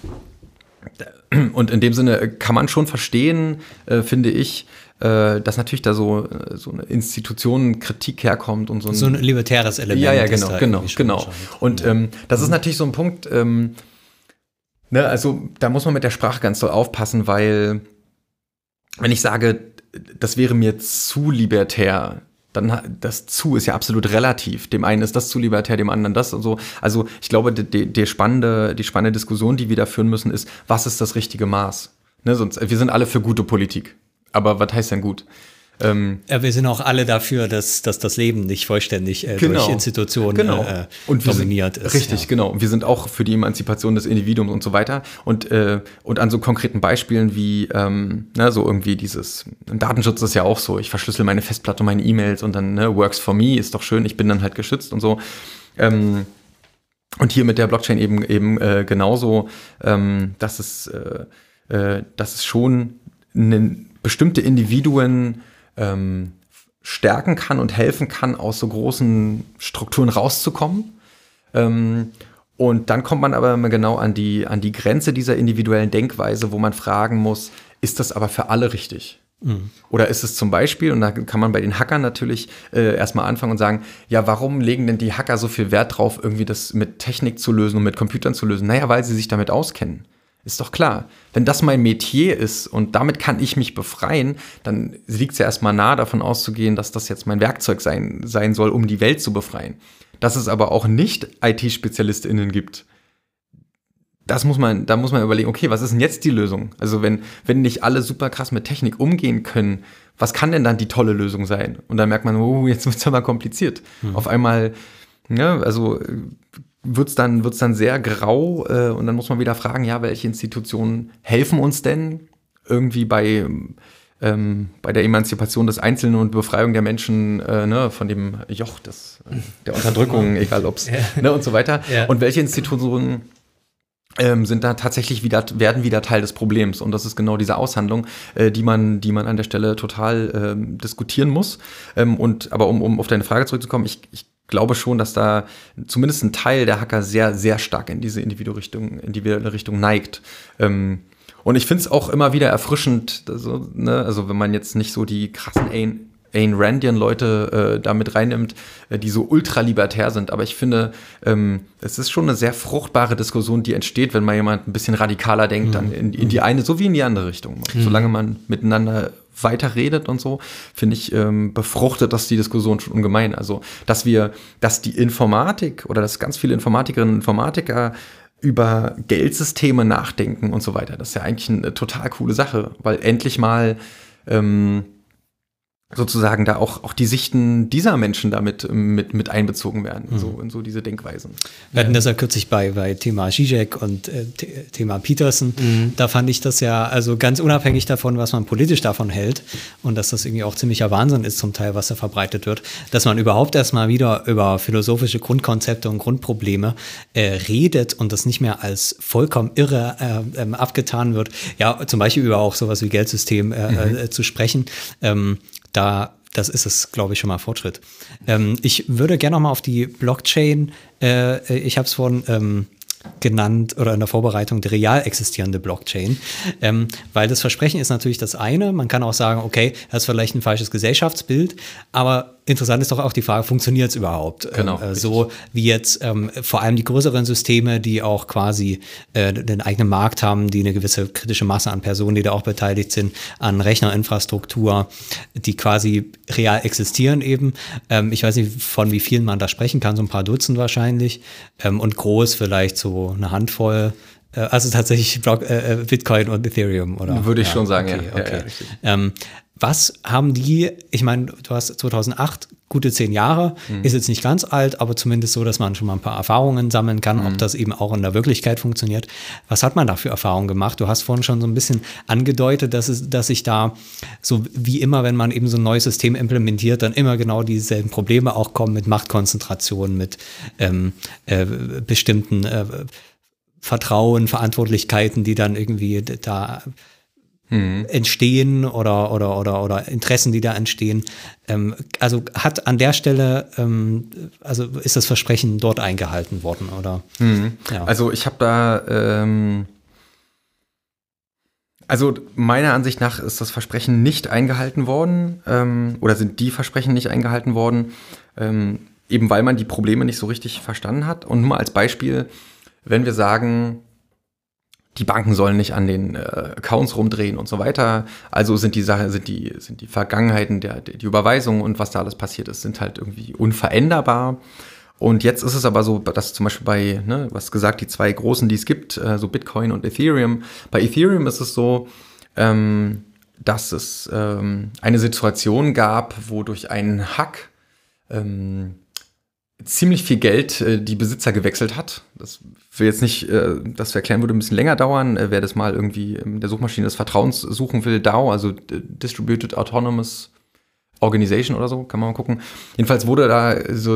in dem Sinne kann man schon verstehen, finde ich, dass natürlich da so eine Institutionenkritik herkommt und so ein libertäres Element. Ja, genau. Und das ist natürlich so ein Punkt, also da muss man mit der Sprache ganz doll aufpassen, weil wenn ich sage, das wäre mir zu libertär, dann das zu ist ja absolut relativ. Dem einen ist das zu libertär, dem anderen das und so. Also ich glaube, die spannende Diskussion, die wir da führen müssen, ist, was ist das richtige Maß? Sonst, wir sind alle für gute Politik. Aber was heißt denn gut? Wir sind auch alle dafür, dass das Leben nicht vollständig durch Institutionen dominiert ist. Richtig, genau. Wir sind auch für die Emanzipation des Individuums und so weiter. Und an so konkreten Beispielen wie, so irgendwie im Datenschutz ist ja auch so, ich verschlüssel meine Festplatte und meine E-Mails und dann, works for me, ist doch schön, ich bin dann halt geschützt und so. Und hier mit der Blockchain eben genauso, dass es schon bestimmte Individuen stärken kann und helfen kann, aus so großen Strukturen rauszukommen. Und dann kommt man aber immer genau an die Grenze dieser individuellen Denkweise, wo man fragen muss, ist das aber für alle richtig? Oder ist es zum Beispiel, und da kann man bei den Hackern natürlich erstmal anfangen und sagen, ja, warum legen denn die Hacker so viel Wert drauf, irgendwie das mit Technik zu lösen und mit Computern zu lösen? Naja, weil sie sich damit auskennen. Ist doch klar. Wenn das mein Metier ist und damit kann ich mich befreien, dann liegt es ja erstmal nahe, davon auszugehen, dass das jetzt mein Werkzeug sein soll, um die Welt zu befreien. Dass es aber auch nicht IT-SpezialistInnen gibt, da muss man überlegen, okay, was ist denn jetzt die Lösung? Also wenn nicht alle super krass mit Technik umgehen können, was kann denn dann die tolle Lösung sein? Und dann merkt man, jetzt wird es aber kompliziert. Auf einmal, wird's dann sehr grau und dann muss man wieder fragen, ja, welche Institutionen helfen uns denn irgendwie bei der Emanzipation des Einzelnen und Befreiung der Menschen von dem Joch der Unterdrückung, egal ob's und so weiter. Ja. Und welche Institutionen sind da tatsächlich werden wieder Teil des Problems. Und das ist genau diese Aushandlung, die man an der Stelle total diskutieren muss. Aber um auf deine Frage zurückzukommen, ich glaube schon, dass da zumindest ein Teil der Hacker sehr, sehr stark in diese individuelle Richtung neigt. Und ich finde es auch immer wieder erfrischend, also wenn man jetzt nicht so die krassen Ayn Randian Leute da mit reinnimmt, die so ultralibertär sind. Aber ich finde, es ist schon eine sehr fruchtbare Diskussion, die entsteht, wenn mal jemand ein bisschen radikaler denkt, dann in die eine sowie in die andere Richtung. Solange man miteinander weiterredet und so, finde ich, befruchtet das die Diskussion schon ungemein. Also, dass die Informatik oder dass ganz viele Informatikerinnen und Informatiker über Geldsysteme nachdenken und so weiter. Das ist ja eigentlich eine total coole Sache, weil endlich mal sozusagen da auch die Sichten dieser Menschen damit mit einbezogen werden, in so diese Denkweisen. Wir hatten das ja kürzlich bei Thema Zizek und Thema Peterson. Da fand ich das ja, also ganz unabhängig davon, was man politisch davon hält und dass das irgendwie auch ziemlicher Wahnsinn ist zum Teil, was da verbreitet wird, dass man überhaupt erstmal wieder über philosophische Grundkonzepte und Grundprobleme redet und das nicht mehr als vollkommen irre abgetan wird. Ja, zum Beispiel über auch sowas wie Geldsystem zu sprechen. Das ist es, glaube ich, schon mal Fortschritt. Ich würde gerne noch mal auf die Blockchain, ich habe es vorhin genannt oder in der Vorbereitung die real existierende Blockchain, weil das Versprechen ist natürlich das eine, man kann auch sagen, okay, das ist vielleicht ein falsches Gesellschaftsbild, aber interessant ist doch auch die Frage, funktioniert es überhaupt? Genau, so wie jetzt vor allem die größeren Systeme, die auch quasi den eigenen Markt haben, die eine gewisse kritische Masse an Personen, die da auch beteiligt sind, an Rechnerinfrastruktur, die quasi real existieren eben. Ich weiß nicht, von wie vielen man da sprechen kann, so ein paar Dutzend wahrscheinlich. Und groß vielleicht so eine Handvoll. Also tatsächlich Bitcoin und Ethereum, oder? Würde ich schon sagen, okay. Was haben die, ich meine, du hast 2008 gute 10 Jahre, ist jetzt nicht ganz alt, aber zumindest so, dass man schon mal ein paar Erfahrungen sammeln kann, ob das eben auch in der Wirklichkeit funktioniert. Was hat man da für Erfahrungen gemacht? Du hast vorhin schon so ein bisschen angedeutet, dass sich da so wie immer, wenn man eben so ein neues System implementiert, dann immer genau dieselben Probleme auch kommen mit Machtkonzentration, mit bestimmten Vertrauen, Verantwortlichkeiten, die dann irgendwie da entstehen oder Interessen, die da entstehen. Also hat an der Stelle, also ist das Versprechen dort eingehalten worden, oder? Ja. Also ich habe da, also meiner Ansicht nach ist das Versprechen nicht eingehalten worden, oder sind die Versprechen nicht eingehalten worden, eben weil man die Probleme nicht so richtig verstanden hat. Und nur mal als Beispiel, wenn wir sagen, die Banken sollen nicht an den Accounts rumdrehen und so weiter. Also sind die Vergangenheiten, die Überweisungen und was da alles passiert ist, sind halt irgendwie unveränderbar. Und jetzt ist es aber so, dass zum Beispiel bei, was gesagt, die 2 großen, die es gibt, so Bitcoin und Ethereum. Bei Ethereum ist es so, dass es eine Situation gab, wo durch einen Hack ziemlich viel Geld die Besitzer gewechselt hat. Das will jetzt nicht, das zu erklären würde ein bisschen länger dauern. Wer das mal irgendwie in der Suchmaschine des Vertrauens suchen will, DAO, also Distributed Autonomous Organization oder so, kann man mal gucken. Jedenfalls wurde da so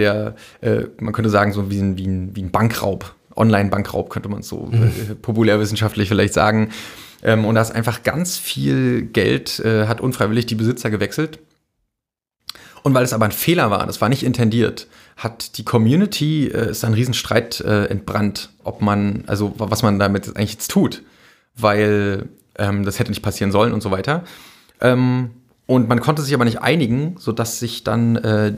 man könnte sagen, so wie ein Bankraub, Online-Bankraub könnte man es so populärwissenschaftlich vielleicht sagen. Und da ist einfach ganz viel Geld, hat unfreiwillig die Besitzer gewechselt. Und weil es aber ein Fehler war, das war nicht intendiert, hat die Community, ist ein Riesenstreit entbrannt, was man damit eigentlich jetzt tut, weil das hätte nicht passieren sollen und so weiter. Und man konnte sich aber nicht einigen, sodass sich dann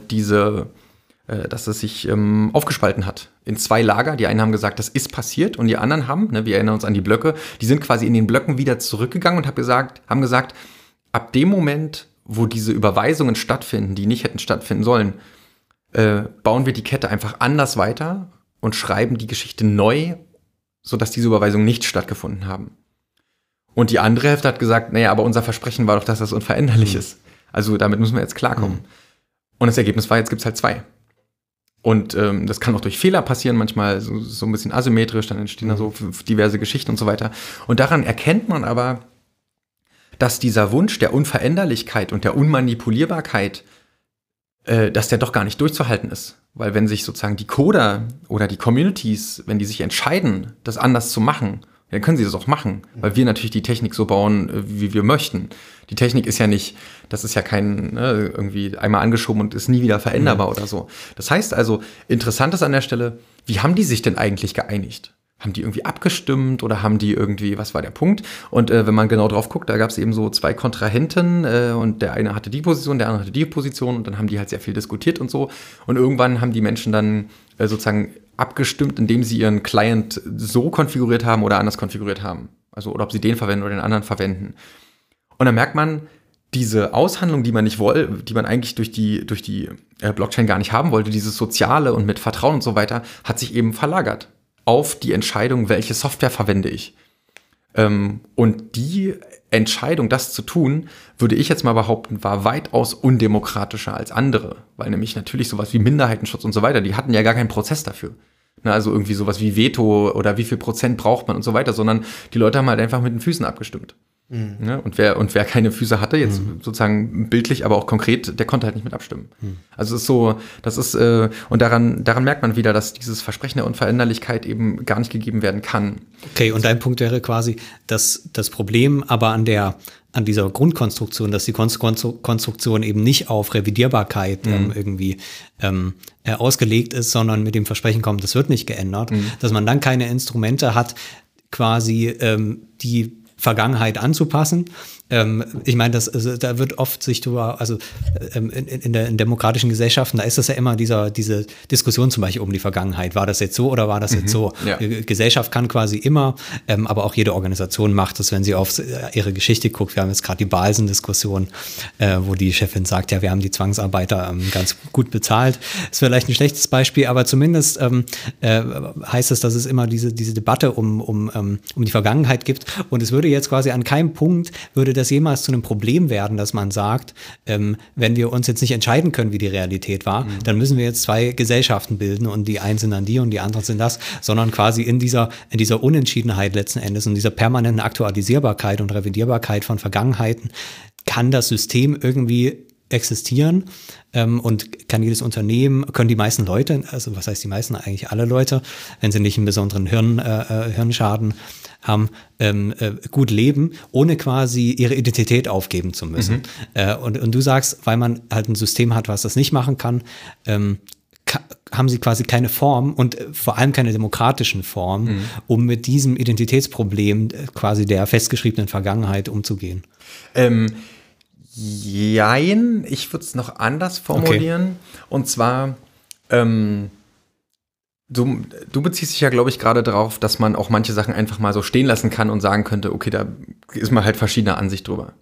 dass es sich aufgespalten hat in 2 Lager. Die einen haben gesagt, das ist passiert, und die anderen haben, wir erinnern uns an die Blöcke, die sind quasi in den Blöcken wieder zurückgegangen und haben gesagt, ab dem Moment, wo diese Überweisungen stattfinden, die nicht hätten stattfinden sollen, bauen wir die Kette einfach anders weiter und schreiben die Geschichte neu, sodass diese Überweisungen nicht stattgefunden haben. Und die andere Hälfte hat gesagt, aber unser Versprechen war doch, dass das unveränderlich ist. Also damit müssen wir jetzt klarkommen. Und das Ergebnis war, jetzt gibt es halt 2. Und das kann auch durch Fehler passieren, manchmal so ein bisschen asymmetrisch, dann entstehen da so diverse Geschichten und so weiter. Und daran erkennt man aber, dass dieser Wunsch der Unveränderlichkeit und der Unmanipulierbarkeit, dass der doch gar nicht durchzuhalten ist. Weil wenn sich sozusagen die Coder oder die Communities, wenn die sich entscheiden, das anders zu machen, dann können sie das auch machen, weil wir natürlich die Technik so bauen, wie wir möchten. Die Technik ist ja nicht, das ist ja kein irgendwie einmal angeschoben und ist nie wieder veränderbar oder so. Das heißt also, interessant ist an der Stelle, wie haben die sich denn eigentlich geeinigt? Haben die irgendwie abgestimmt oder haben die irgendwie, was war der Punkt? Und wenn man genau drauf guckt, da gab es eben so 2 Kontrahenten und der eine hatte die Position, der andere hatte die Position, und dann haben die halt sehr viel diskutiert und so. Und irgendwann haben die Menschen dann sozusagen abgestimmt, indem sie ihren Client so konfiguriert haben oder anders konfiguriert haben. Also oder ob sie den verwenden oder den anderen verwenden. Und dann merkt man, diese Aushandlung, die man nicht die man eigentlich durch die Blockchain gar nicht haben wollte, dieses Soziale und mit Vertrauen und so weiter, hat sich eben verlagert. auf die Entscheidung, welche Software verwende ich. Und die Entscheidung, das zu tun, würde ich jetzt mal behaupten, war weitaus undemokratischer als andere. Weil nämlich natürlich sowas wie Minderheitenschutz und so weiter, die hatten ja gar keinen Prozess dafür. Also irgendwie sowas wie Veto oder wie viel Prozent braucht man und so weiter, sondern die Leute haben halt einfach mit den Füßen abgestimmt. Ja, und wer keine Füße hatte, jetzt sozusagen bildlich, aber auch konkret, der konnte halt nicht mit abstimmen. Also es ist so, und daran merkt man wieder, dass dieses Versprechen der Unveränderlichkeit eben gar nicht gegeben werden kann. Okay, und dein Punkt wäre quasi, dass das Problem aber an dieser Grundkonstruktion, dass die Konstruktion eben nicht auf Revidierbarkeit irgendwie ausgelegt ist, sondern mit dem Versprechen kommt, das wird nicht geändert, dass man dann keine Instrumente hat, quasi die Vergangenheit anzupassen. Ich meine, da wird oft sich drüber, also in demokratischen Gesellschaften, da ist das ja immer diese Diskussion zum Beispiel um die Vergangenheit. War das jetzt so oder war das jetzt so? Ja. Gesellschaft kann quasi immer, aber auch jede Organisation macht das, wenn sie auf ihre Geschichte guckt. Wir haben jetzt gerade die Balsen-Diskussion, wo die Chefin sagt, ja, wir haben die Zwangsarbeiter ganz gut bezahlt. Ist vielleicht ein schlechtes Beispiel, aber zumindest heißt es, dass es immer diese Debatte um die Vergangenheit gibt. Und es würde jetzt quasi an keinem Punkt, würde das jemals zu einem Problem werden, dass man sagt, wenn wir uns jetzt nicht entscheiden können, wie die Realität war, dann müssen wir jetzt zwei Gesellschaften bilden und die einen sind dann die und die anderen sind das, sondern quasi in dieser Unentschiedenheit letzten Endes und dieser permanenten Aktualisierbarkeit und Revidierbarkeit von Vergangenheiten kann das System irgendwie existieren und kann jedes Unternehmen, können die meisten Leute, also was heißt die meisten, eigentlich alle Leute, wenn sie nicht einen besonderen Hirnschaden haben, gut leben, ohne quasi ihre Identität aufgeben zu müssen. Und du sagst, weil man halt ein System hat, was das nicht machen kann, haben sie quasi keine Form und vor allem keine demokratischen Formen, um mit diesem Identitätsproblem quasi der festgeschriebenen Vergangenheit umzugehen. Jein, ich würde es noch anders formulieren. Okay. Und zwar, du beziehst dich ja, glaube ich, gerade darauf, dass man auch manche Sachen einfach mal so stehen lassen kann und sagen könnte, okay, da ist man halt verschiedener Ansicht drüber.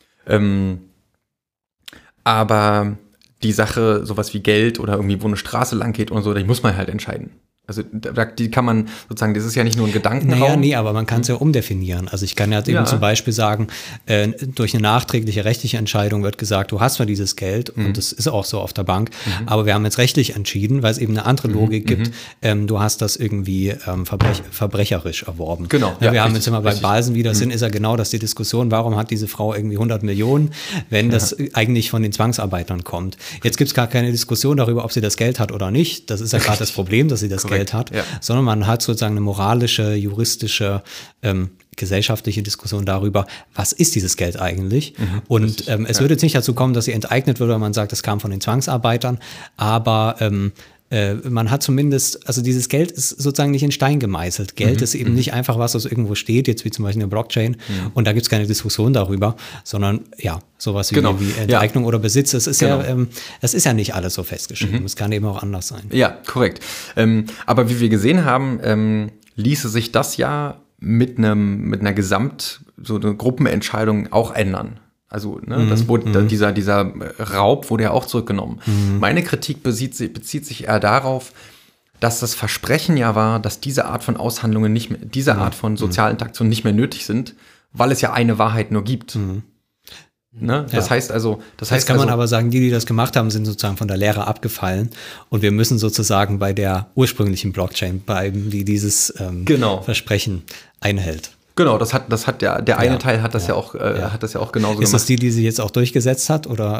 Aber die Sache, sowas wie Geld oder irgendwie, wo eine Straße lang geht und so, die muss man halt entscheiden. Also die kann man sozusagen, das ist ja nicht nur ein Gedankenraum. Naja, nee, aber man kann es ja umdefinieren. Also ich kann ja eben zum Beispiel sagen, durch eine nachträgliche rechtliche Entscheidung wird gesagt, du hast zwar dieses Geld und das ist auch so auf der Bank, aber wir haben jetzt rechtlich entschieden, weil es eben eine andere Logik gibt, du hast das irgendwie verbrecherisch erworben. Genau. Ja, wir haben jetzt immer bei Balsen wieder, ist ja genau das die Diskussion, warum hat diese Frau irgendwie 100 Millionen, wenn das eigentlich von den Zwangsarbeitern kommt. Jetzt gibt es gar keine Diskussion darüber, ob sie das Geld hat oder nicht. Das ist ja gerade das Problem, dass sie das Geld hat, sondern man hat sozusagen eine moralische, juristische, gesellschaftliche Diskussion darüber, was ist dieses Geld eigentlich? Und es würde jetzt nicht dazu kommen, dass sie enteignet wird, wenn man sagt, das kam von den Zwangsarbeitern, aber man hat zumindest, also dieses Geld ist sozusagen nicht in Stein gemeißelt. Geld ist eben nicht einfach was irgendwo steht, jetzt wie zum Beispiel eine Blockchain, und da gibt es keine Diskussion darüber, sondern ja, sowas wie Enteignung oder Besitz, das ist das ist ja nicht alles so festgeschrieben. Es kann eben auch anders sein. Ja, korrekt. Aber wie wir gesehen haben, ließe sich das ja mit einer so eine Gruppenentscheidung auch ändern. Also das wurde, dieser Raub wurde ja auch zurückgenommen. Meine Kritik bezieht sich eher darauf, dass das Versprechen ja war, dass diese Art von Aushandlungen nicht mehr, diese Art von Sozialinteraktion nicht mehr nötig sind, weil es ja eine Wahrheit nur gibt. Das heißt also, das kann man aber sagen, die das gemacht haben, sind sozusagen von der Lehre abgefallen und wir müssen sozusagen bei der ursprünglichen Blockchain bleiben, die dieses Versprechen einhält. Genau, das hat der eine Teil hat das ja auch genauso gemacht. Ist das die sich jetzt auch durchgesetzt hat oder?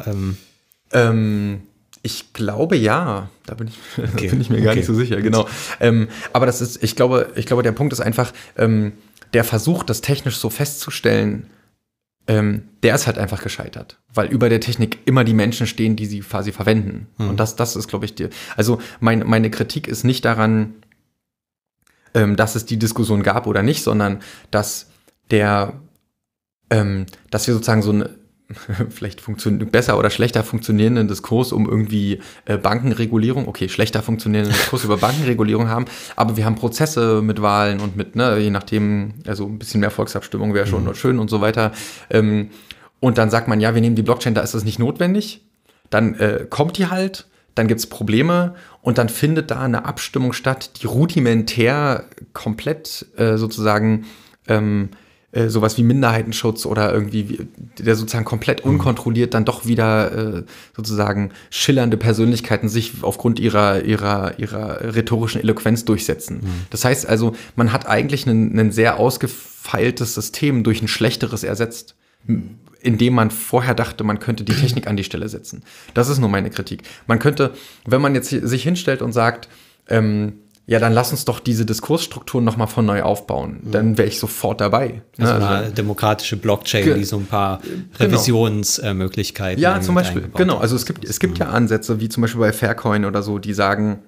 Ich glaube ja, da bin ich mir gar nicht so sicher, genau. Aber das ist, ich glaube, der Punkt ist einfach, der Versuch, das technisch so festzustellen, der ist halt einfach gescheitert, weil über der Technik immer die Menschen stehen, die sie quasi verwenden. Und das ist, glaube ich, also meine Kritik ist nicht daran, dass es die Diskussion gab oder nicht, sondern dass wir sozusagen so eine vielleicht besser oder schlechter funktionierenden Diskurs um irgendwie Bankenregulierung, schlechter funktionierenden Diskurs über Bankenregulierung haben, aber wir haben Prozesse mit Wahlen und mit, je nachdem, also ein bisschen mehr Volksabstimmung wäre schon schön und so weiter. Und dann sagt man, ja, wir nehmen die Blockchain, da ist das nicht notwendig. Dann kommt die halt, dann gibt es Probleme und dann findet da eine Abstimmung statt, die rudimentär komplett sozusagen sowas wie Minderheitenschutz oder irgendwie, der sozusagen komplett unkontrolliert dann doch wieder sozusagen schillernde Persönlichkeiten sich aufgrund ihrer rhetorischen Eloquenz durchsetzen. Das heißt also, man hat eigentlich ein sehr ausgefeiltes System durch ein schlechteres ersetzt, indem man vorher dachte, man könnte die Technik an die Stelle setzen. Das ist nur meine Kritik. Man könnte, wenn man jetzt sich hinstellt und sagt, ja, dann lass uns doch diese Diskursstrukturen nochmal von neu aufbauen. Dann wäre ich sofort dabei. Also eine demokratische Blockchain, die so ein paar Revisionsmöglichkeiten ja, zum Beispiel, genau. Also es gibt ja Ansätze, wie zum Beispiel bei Faircoin oder so, die sagen,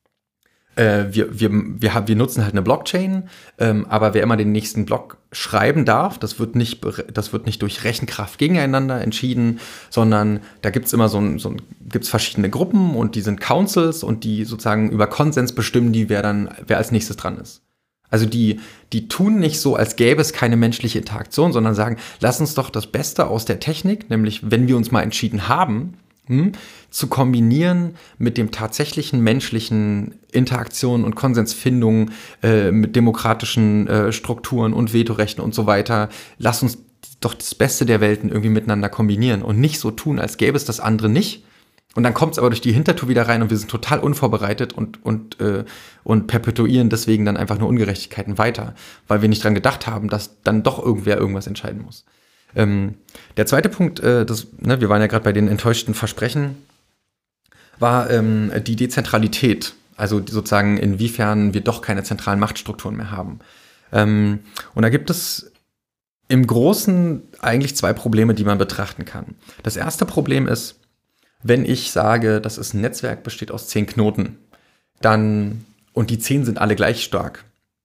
wir nutzen halt eine Blockchain, aber wer immer den nächsten Block schreiben darf, das wird nicht durch Rechenkraft gegeneinander entschieden, sondern da gibt's immer gibt's verschiedene Gruppen und die sind Councils und die sozusagen über Konsens bestimmen wer als nächstes dran ist. Also die tun nicht so, als gäbe es keine menschliche Interaktion, sondern sagen, lass uns doch das Beste aus der Technik, nämlich wenn wir uns mal entschieden haben, zu kombinieren mit dem tatsächlichen menschlichen Interaktionen und Konsensfindungen mit demokratischen Strukturen und Vetorechten und so weiter. Lass uns doch das Beste der Welten irgendwie miteinander kombinieren und nicht so tun, als gäbe es das andere nicht. Und dann kommt es aber durch die Hintertür wieder rein und wir sind total unvorbereitet und perpetuieren deswegen dann einfach nur Ungerechtigkeiten weiter, weil wir nicht dran gedacht haben, dass dann doch irgendwer irgendwas entscheiden muss. Der zweite Punkt, wir waren ja gerade bei den enttäuschten Versprechen, war die Dezentralität. Also sozusagen, inwiefern wir doch keine zentralen Machtstrukturen mehr haben. Und da gibt es im Großen eigentlich 2 Probleme, die man betrachten kann. Das erste Problem ist, wenn ich sage, dass es ein Netzwerk besteht aus 10 Knoten, und die 10 sind alle gleich stark,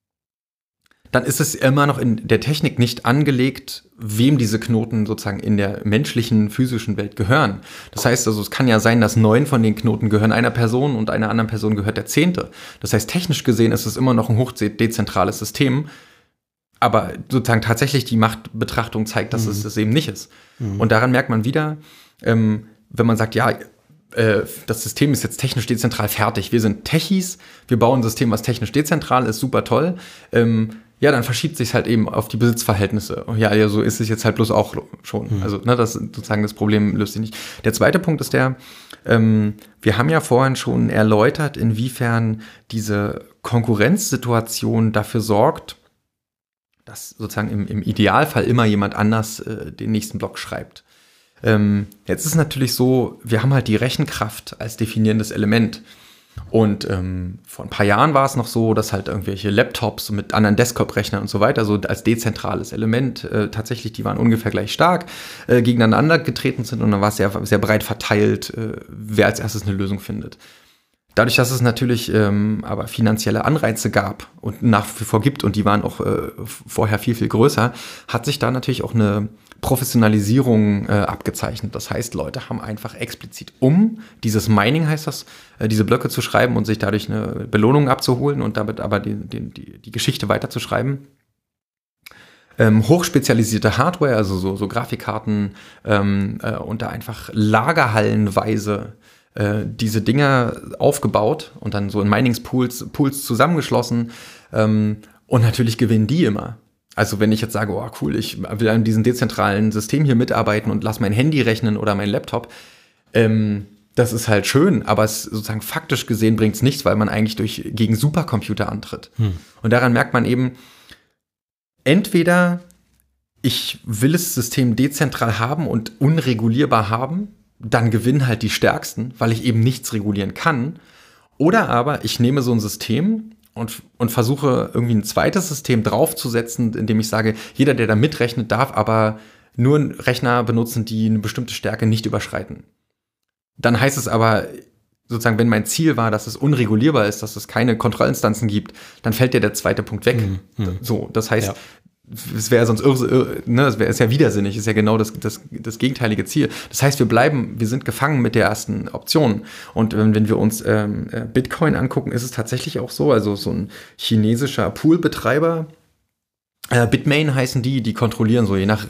dann ist es immer noch in der Technik nicht angelegt, wem diese Knoten sozusagen in der menschlichen, physischen Welt gehören. Das heißt also, es kann ja sein, dass 9 von den Knoten gehören einer Person und einer anderen Person gehört der 10. Das heißt, technisch gesehen ist es immer noch ein hochdezentrales System, aber sozusagen tatsächlich die Machtbetrachtung zeigt, dass es das eben nicht ist. Und daran merkt man wieder, wenn man sagt, ja, das System ist jetzt technisch dezentral fertig, wir sind Techies, wir bauen ein System, was technisch dezentral ist, super toll, ja, dann verschiebt sich halt eben auf die Besitzverhältnisse. Ja, so ist es jetzt halt bloß auch schon. Also, das sozusagen das Problem löst sich nicht. Der zweite Punkt ist wir haben ja vorhin schon erläutert, inwiefern diese Konkurrenzsituation dafür sorgt, dass sozusagen im Idealfall immer jemand anders den nächsten Block schreibt. Jetzt ist es natürlich so, wir haben halt die Rechenkraft als definierendes Element. Und vor ein paar Jahren war es noch so, dass halt irgendwelche Laptops mit anderen Desktop-Rechnern und so weiter, so als dezentrales Element, tatsächlich, die waren ungefähr gleich stark, gegeneinander getreten sind und dann war es sehr, sehr breit verteilt, wer als erstes eine Lösung findet. Dadurch, dass es natürlich aber finanzielle Anreize gab und nach wie vor gibt und die waren auch vorher viel, viel größer, hat sich da natürlich auch eine Professionalisierung abgezeichnet. Das heißt, Leute haben einfach explizit, um dieses Mining heißt das, diese Blöcke zu schreiben und sich dadurch eine Belohnung abzuholen und damit aber die Geschichte weiterzuschreiben, hochspezialisierte Hardware, also so Grafikkarten und da einfach lagerhallenweise diese Dinger aufgebaut und dann so in Miningspools zusammengeschlossen und natürlich gewinnen die immer. Also wenn ich jetzt sage, oh cool, ich will an diesem dezentralen System hier mitarbeiten und lass mein Handy rechnen oder mein Laptop, das ist halt schön, aber es sozusagen faktisch gesehen bringt es nichts, weil man eigentlich gegen Supercomputer antritt. Und daran merkt man eben, entweder ich will das System dezentral haben und unregulierbar haben, dann gewinnen halt die Stärksten, weil ich eben nichts regulieren kann. Oder aber ich nehme so ein System und versuche irgendwie ein zweites System draufzusetzen, indem ich sage, jeder, der da mitrechnet, darf aber nur Rechner benutzen, die eine bestimmte Stärke nicht überschreiten. Dann heißt es aber, sozusagen, wenn mein Ziel war, dass es unregulierbar ist, dass es keine Kontrollinstanzen gibt, dann fällt ja der zweite Punkt weg. So, das heißt, es wäre sonst ist ja widersinnig, ist ja genau das gegenteilige Ziel. Das heißt, wir sind gefangen mit der ersten Option. Und wenn wir uns Bitcoin angucken, ist es tatsächlich auch so, also so ein chinesischer Poolbetreiber, Bitmain heißen die kontrollieren so je nach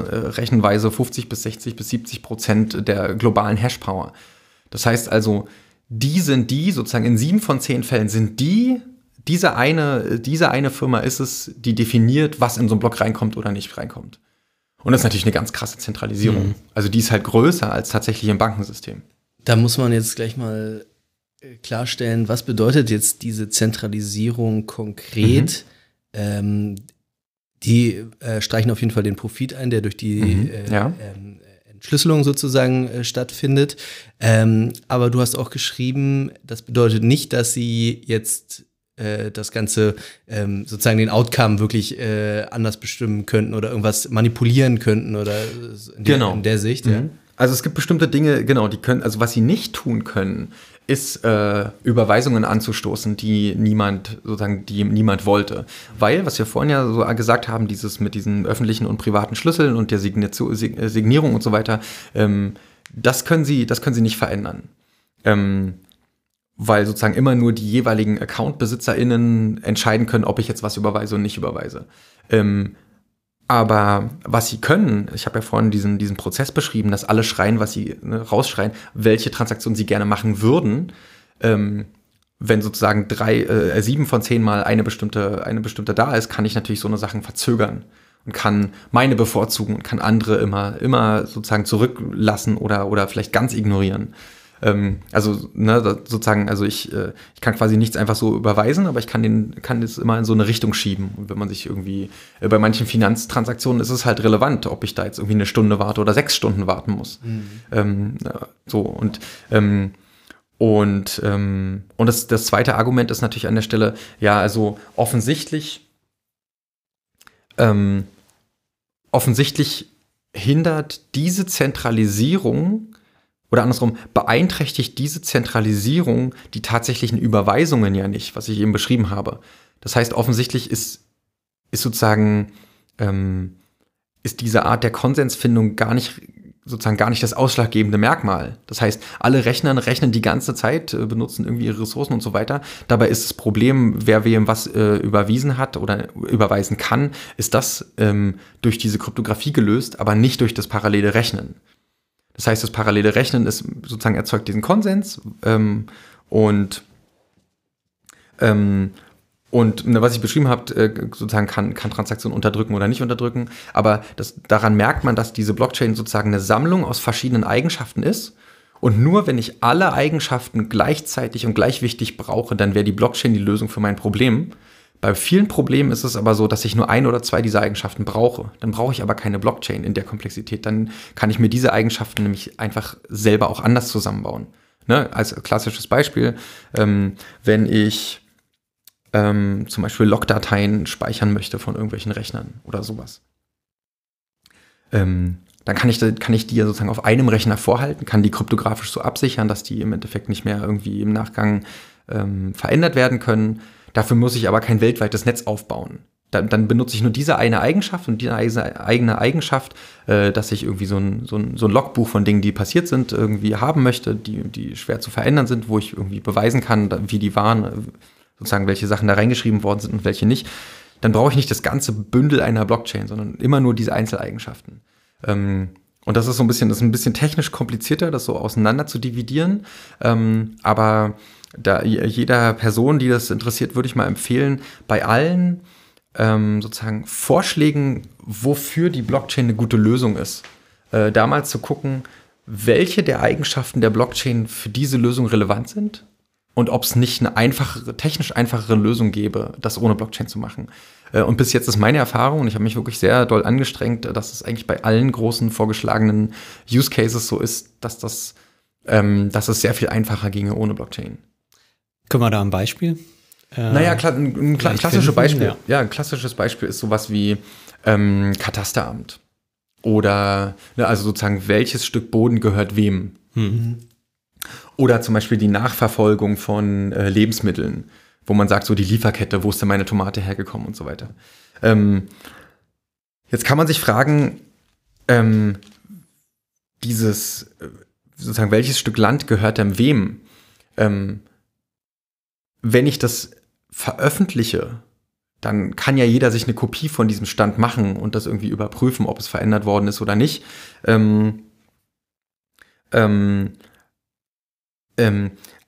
Rechenweise 50 bis 60 bis 70% der globalen Hashpower. Das heißt also, sozusagen in 7 von 10 Fällen sind diese eine Firma ist es, die definiert, was in so einen Block reinkommt oder nicht reinkommt. Und das ist natürlich eine ganz krasse Zentralisierung. Also die ist halt größer als tatsächlich im Bankensystem. Da muss man jetzt gleich mal klarstellen, was bedeutet jetzt diese Zentralisierung konkret? Die streichen auf jeden Fall den Profit ein, der durch die Entschlüsselung sozusagen stattfindet. Aber du hast auch geschrieben, das bedeutet nicht, dass sie jetzt das Ganze sozusagen den Outcome wirklich anders bestimmen könnten oder irgendwas manipulieren könnten oder in der Sicht. Ja. Also es gibt bestimmte Dinge, genau, die können, also was sie nicht tun können, ist Überweisungen anzustoßen, die niemand wollte. Weil, was wir vorhin ja so gesagt haben, dieses mit diesen öffentlichen und privaten Schlüsseln und der Signierung und so weiter, das können sie nicht verändern. Weil sozusagen immer nur die jeweiligen Account-BesitzerInnen entscheiden können, ob ich jetzt was überweise und nicht überweise. Aber was sie können, ich habe ja vorhin diesen Prozess beschrieben, dass alle schreien, was sie rausschreien, welche Transaktionen sie gerne machen würden, wenn sozusagen 7 von 10 Mal eine bestimmte da ist, kann ich natürlich so eine Sachen verzögern und kann meine bevorzugen und kann andere immer sozusagen zurücklassen oder vielleicht ganz ignorieren. Ich kann quasi nichts einfach so überweisen, aber ich kann das immer in so eine Richtung schieben. Und wenn man sich irgendwie, bei manchen Finanztransaktionen ist es halt relevant, ob ich da jetzt irgendwie 1 Stunde warte oder 6 Stunden warten muss. Und das zweite Argument ist natürlich an der Stelle, ja, also offensichtlich hindert diese Zentralisierung oder andersrum, beeinträchtigt diese Zentralisierung die tatsächlichen Überweisungen ja nicht, was ich eben beschrieben habe. Das heißt, offensichtlich ist sozusagen, ist diese Art der Konsensfindung gar nicht das ausschlaggebende Merkmal. Das heißt, alle rechnen die ganze Zeit, benutzen irgendwie ihre Ressourcen und so weiter. Dabei ist das Problem, wer wem was überwiesen hat oder überweisen kann, ist das durch diese Kryptographie gelöst, aber nicht durch das parallele Rechnen. Das heißt, das parallele Rechnen ist sozusagen erzeugt diesen Konsens und was ich beschrieben habe, sozusagen kann Transaktionen unterdrücken oder nicht unterdrücken. Aber daran merkt man, dass diese Blockchain sozusagen eine Sammlung aus verschiedenen Eigenschaften ist. Und nur wenn ich alle Eigenschaften gleichzeitig und gleich wichtig brauche, dann wäre die Blockchain die Lösung für mein Problem. Bei vielen Problemen ist es aber so, dass ich nur 1 oder 2 dieser Eigenschaften brauche. Dann brauche ich aber keine Blockchain in der Komplexität. Dann kann ich mir diese Eigenschaften nämlich einfach selber auch anders zusammenbauen. Ne? Als klassisches Beispiel, wenn ich zum Beispiel Logdateien speichern möchte von irgendwelchen Rechnern oder sowas, dann kann ich die ja sozusagen auf einem Rechner vorhalten, kann die kryptografisch so absichern, dass die im Endeffekt nicht mehr irgendwie im Nachgang verändert werden können. Dafür muss ich aber kein weltweites Netz aufbauen. Dann benutze ich nur diese eine Eigenschaft und diese eigene Eigenschaft, dass ich irgendwie so ein Logbuch von Dingen, die passiert sind, irgendwie haben möchte, die schwer zu verändern sind, wo ich irgendwie beweisen kann, wie die waren, sozusagen welche Sachen da reingeschrieben worden sind und welche nicht. Dann brauche ich nicht das ganze Bündel einer Blockchain, sondern immer nur diese Einzeleigenschaften. Und das ist ein bisschen technisch komplizierter, das so auseinander zu dividieren. Aber da jeder Person, die das interessiert, würde ich mal empfehlen, bei allen sozusagen Vorschlägen, wofür die Blockchain eine gute Lösung ist, da mal zu gucken, welche der Eigenschaften der Blockchain für diese Lösung relevant sind und ob es nicht eine technisch einfachere Lösung gäbe, das ohne Blockchain zu machen. Und bis jetzt ist meine Erfahrung, und ich habe mich wirklich sehr doll angestrengt, dass es eigentlich bei allen großen vorgeschlagenen Use Cases so ist, dass es sehr viel einfacher ginge ohne Blockchain. Können wir da ein Beispiel? Ein klassisches Beispiel. Ja, ein klassisches Beispiel ist sowas wie Katasteramt. Oder, also sozusagen, welches Stück Boden gehört wem? Oder zum Beispiel die Nachverfolgung von Lebensmitteln, wo man sagt, so die Lieferkette, wo ist denn meine Tomate hergekommen und so weiter. Jetzt kann man sich fragen, sozusagen, welches Stück Land gehört denn wem? Wenn ich das veröffentliche, dann kann ja jeder sich eine Kopie von diesem Stand machen und das irgendwie überprüfen, ob es verändert worden ist oder nicht.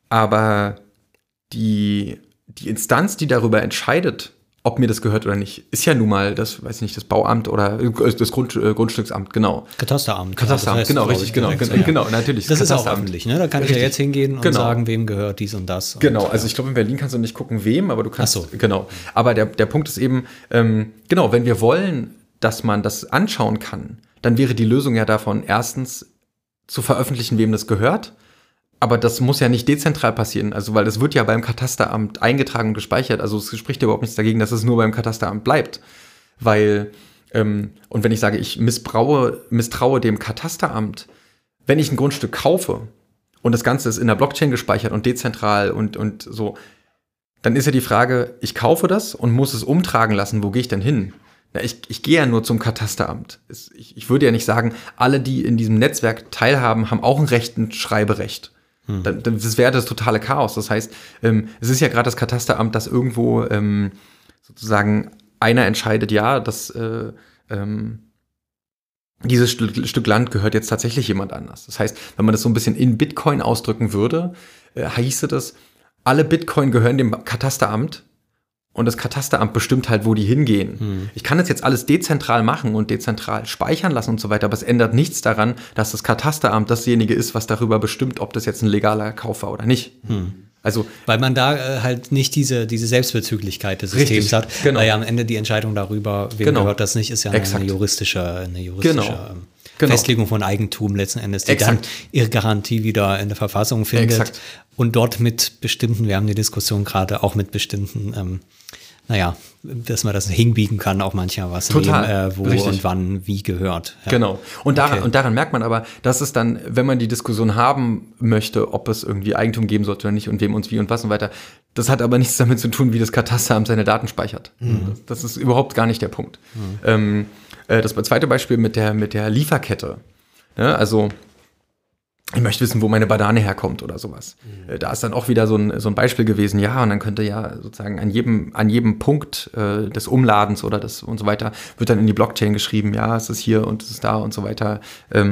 Aber die Instanz, die darüber entscheidet, ob mir das gehört oder nicht, ist ja nun mal das, weiß ich nicht, das Bauamt oder das Grundstücksamt, genau. Katasteramt. Katasteramt, genau, richtig, genau, natürlich. Das ist auch öffentlich, ne? Da kann ich ja jetzt hingehen und sagen, wem gehört dies und das. Genau, also ich glaube, in Berlin kannst du nicht gucken, wem, aber du kannst, genau. Aber der Punkt ist eben, genau, wenn wir wollen, dass man das anschauen kann, dann wäre die Lösung ja davon, erstens zu veröffentlichen, wem das gehört. Aber das muss ja nicht dezentral passieren, also weil das wird ja beim Katasteramt eingetragen und gespeichert, also es spricht ja überhaupt nichts dagegen, dass es nur beim Katasteramt bleibt, weil, und wenn ich sage, ich misstraue dem Katasteramt, wenn ich ein Grundstück kaufe und das Ganze ist in der Blockchain gespeichert und dezentral und so, dann ist ja die Frage, ich kaufe das und muss es umtragen lassen, wo gehe ich denn hin? Na, ich gehe ja nur zum Katasteramt. Ich würde ja nicht sagen, alle, die in diesem Netzwerk teilhaben, haben auch ein Schreiberecht. Das wäre das totale Chaos. Das heißt, es ist ja gerade das Katasteramt, das irgendwo sozusagen einer entscheidet, ja, dass dieses Stück Land gehört jetzt tatsächlich jemand anders. Das heißt, wenn man das so ein bisschen in Bitcoin ausdrücken würde, hieße das, alle Bitcoin gehören dem Katasteramt und das Katasteramt bestimmt halt, wo die hingehen. Ich kann das jetzt alles dezentral machen und dezentral speichern lassen und so weiter, aber es ändert nichts daran, dass das Katasteramt dasjenige ist, was darüber bestimmt, ob das jetzt ein legaler Kauf war oder nicht. Also, weil man da halt nicht diese Selbstbezüglichkeit des Systems hat, weil ja am Ende die Entscheidung darüber, wem gehört das nicht, ist ja eine juristische Festlegung von Eigentum letzten Endes, die dann ihre Garantie wieder in der Verfassung findet und dort mit bestimmten, wir haben die Diskussion gerade auch mit bestimmten, dass man das hinbiegen kann, auch manchmal was nehmen, wo und wann wie gehört. Ja. Genau. Und daran merkt man aber, dass es dann, wenn man die Diskussion haben möchte, ob es irgendwie Eigentum geben sollte oder nicht und wem uns wie und was und weiter, das hat aber nichts damit zu tun, wie das Katasteramt seine Daten speichert. Das ist überhaupt gar nicht der Punkt. Das zweite Beispiel mit der Lieferkette. Ja, also ich möchte wissen, wo meine Banane herkommt oder sowas. Da ist dann auch wieder so ein Beispiel gewesen, ja, und dann könnte ja sozusagen an jedem Punkt des Umladens oder das und so weiter, wird dann in die Blockchain geschrieben, ja, es ist hier und es ist da und so weiter,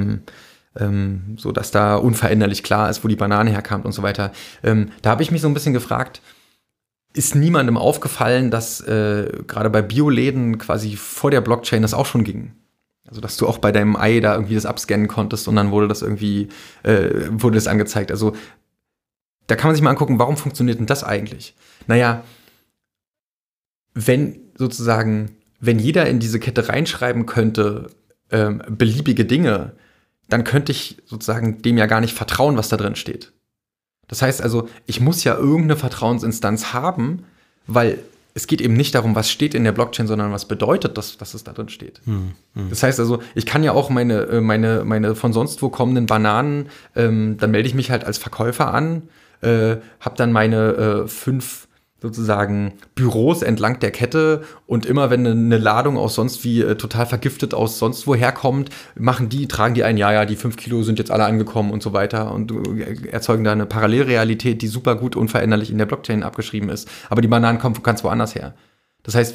so dass da unveränderlich klar ist, wo die Banane herkam und so weiter. Da habe ich mich so ein bisschen gefragt, ist niemandem aufgefallen, dass gerade bei Bioläden quasi vor der Blockchain das auch schon ging? Also, dass du auch bei deinem Ei da irgendwie das abscannen konntest und dann wurde das angezeigt. Also, da kann man sich mal angucken, warum funktioniert denn das eigentlich? Naja, wenn jeder in diese Kette reinschreiben könnte, beliebige Dinge, dann könnte ich sozusagen dem ja gar nicht vertrauen, was da drin steht. Das heißt also, ich muss ja irgendeine Vertrauensinstanz haben, weil es geht eben nicht darum, was steht in der Blockchain, sondern was bedeutet das, was es da drin steht. Das heißt also, ich kann ja auch meine von sonst wo kommenden Bananen, dann melde ich mich halt als Verkäufer an, habe dann meine 5 sozusagen Büros entlang der Kette und immer wenn eine Ladung aus sonst wie total vergiftet aus sonst woher kommt, tragen die ein, ja, die 5 Kilo sind jetzt alle angekommen und so weiter und erzeugen da eine Parallelrealität, die super gut unveränderlich in der Blockchain abgeschrieben ist. Aber die Bananen kommen ganz woanders her. Das heißt,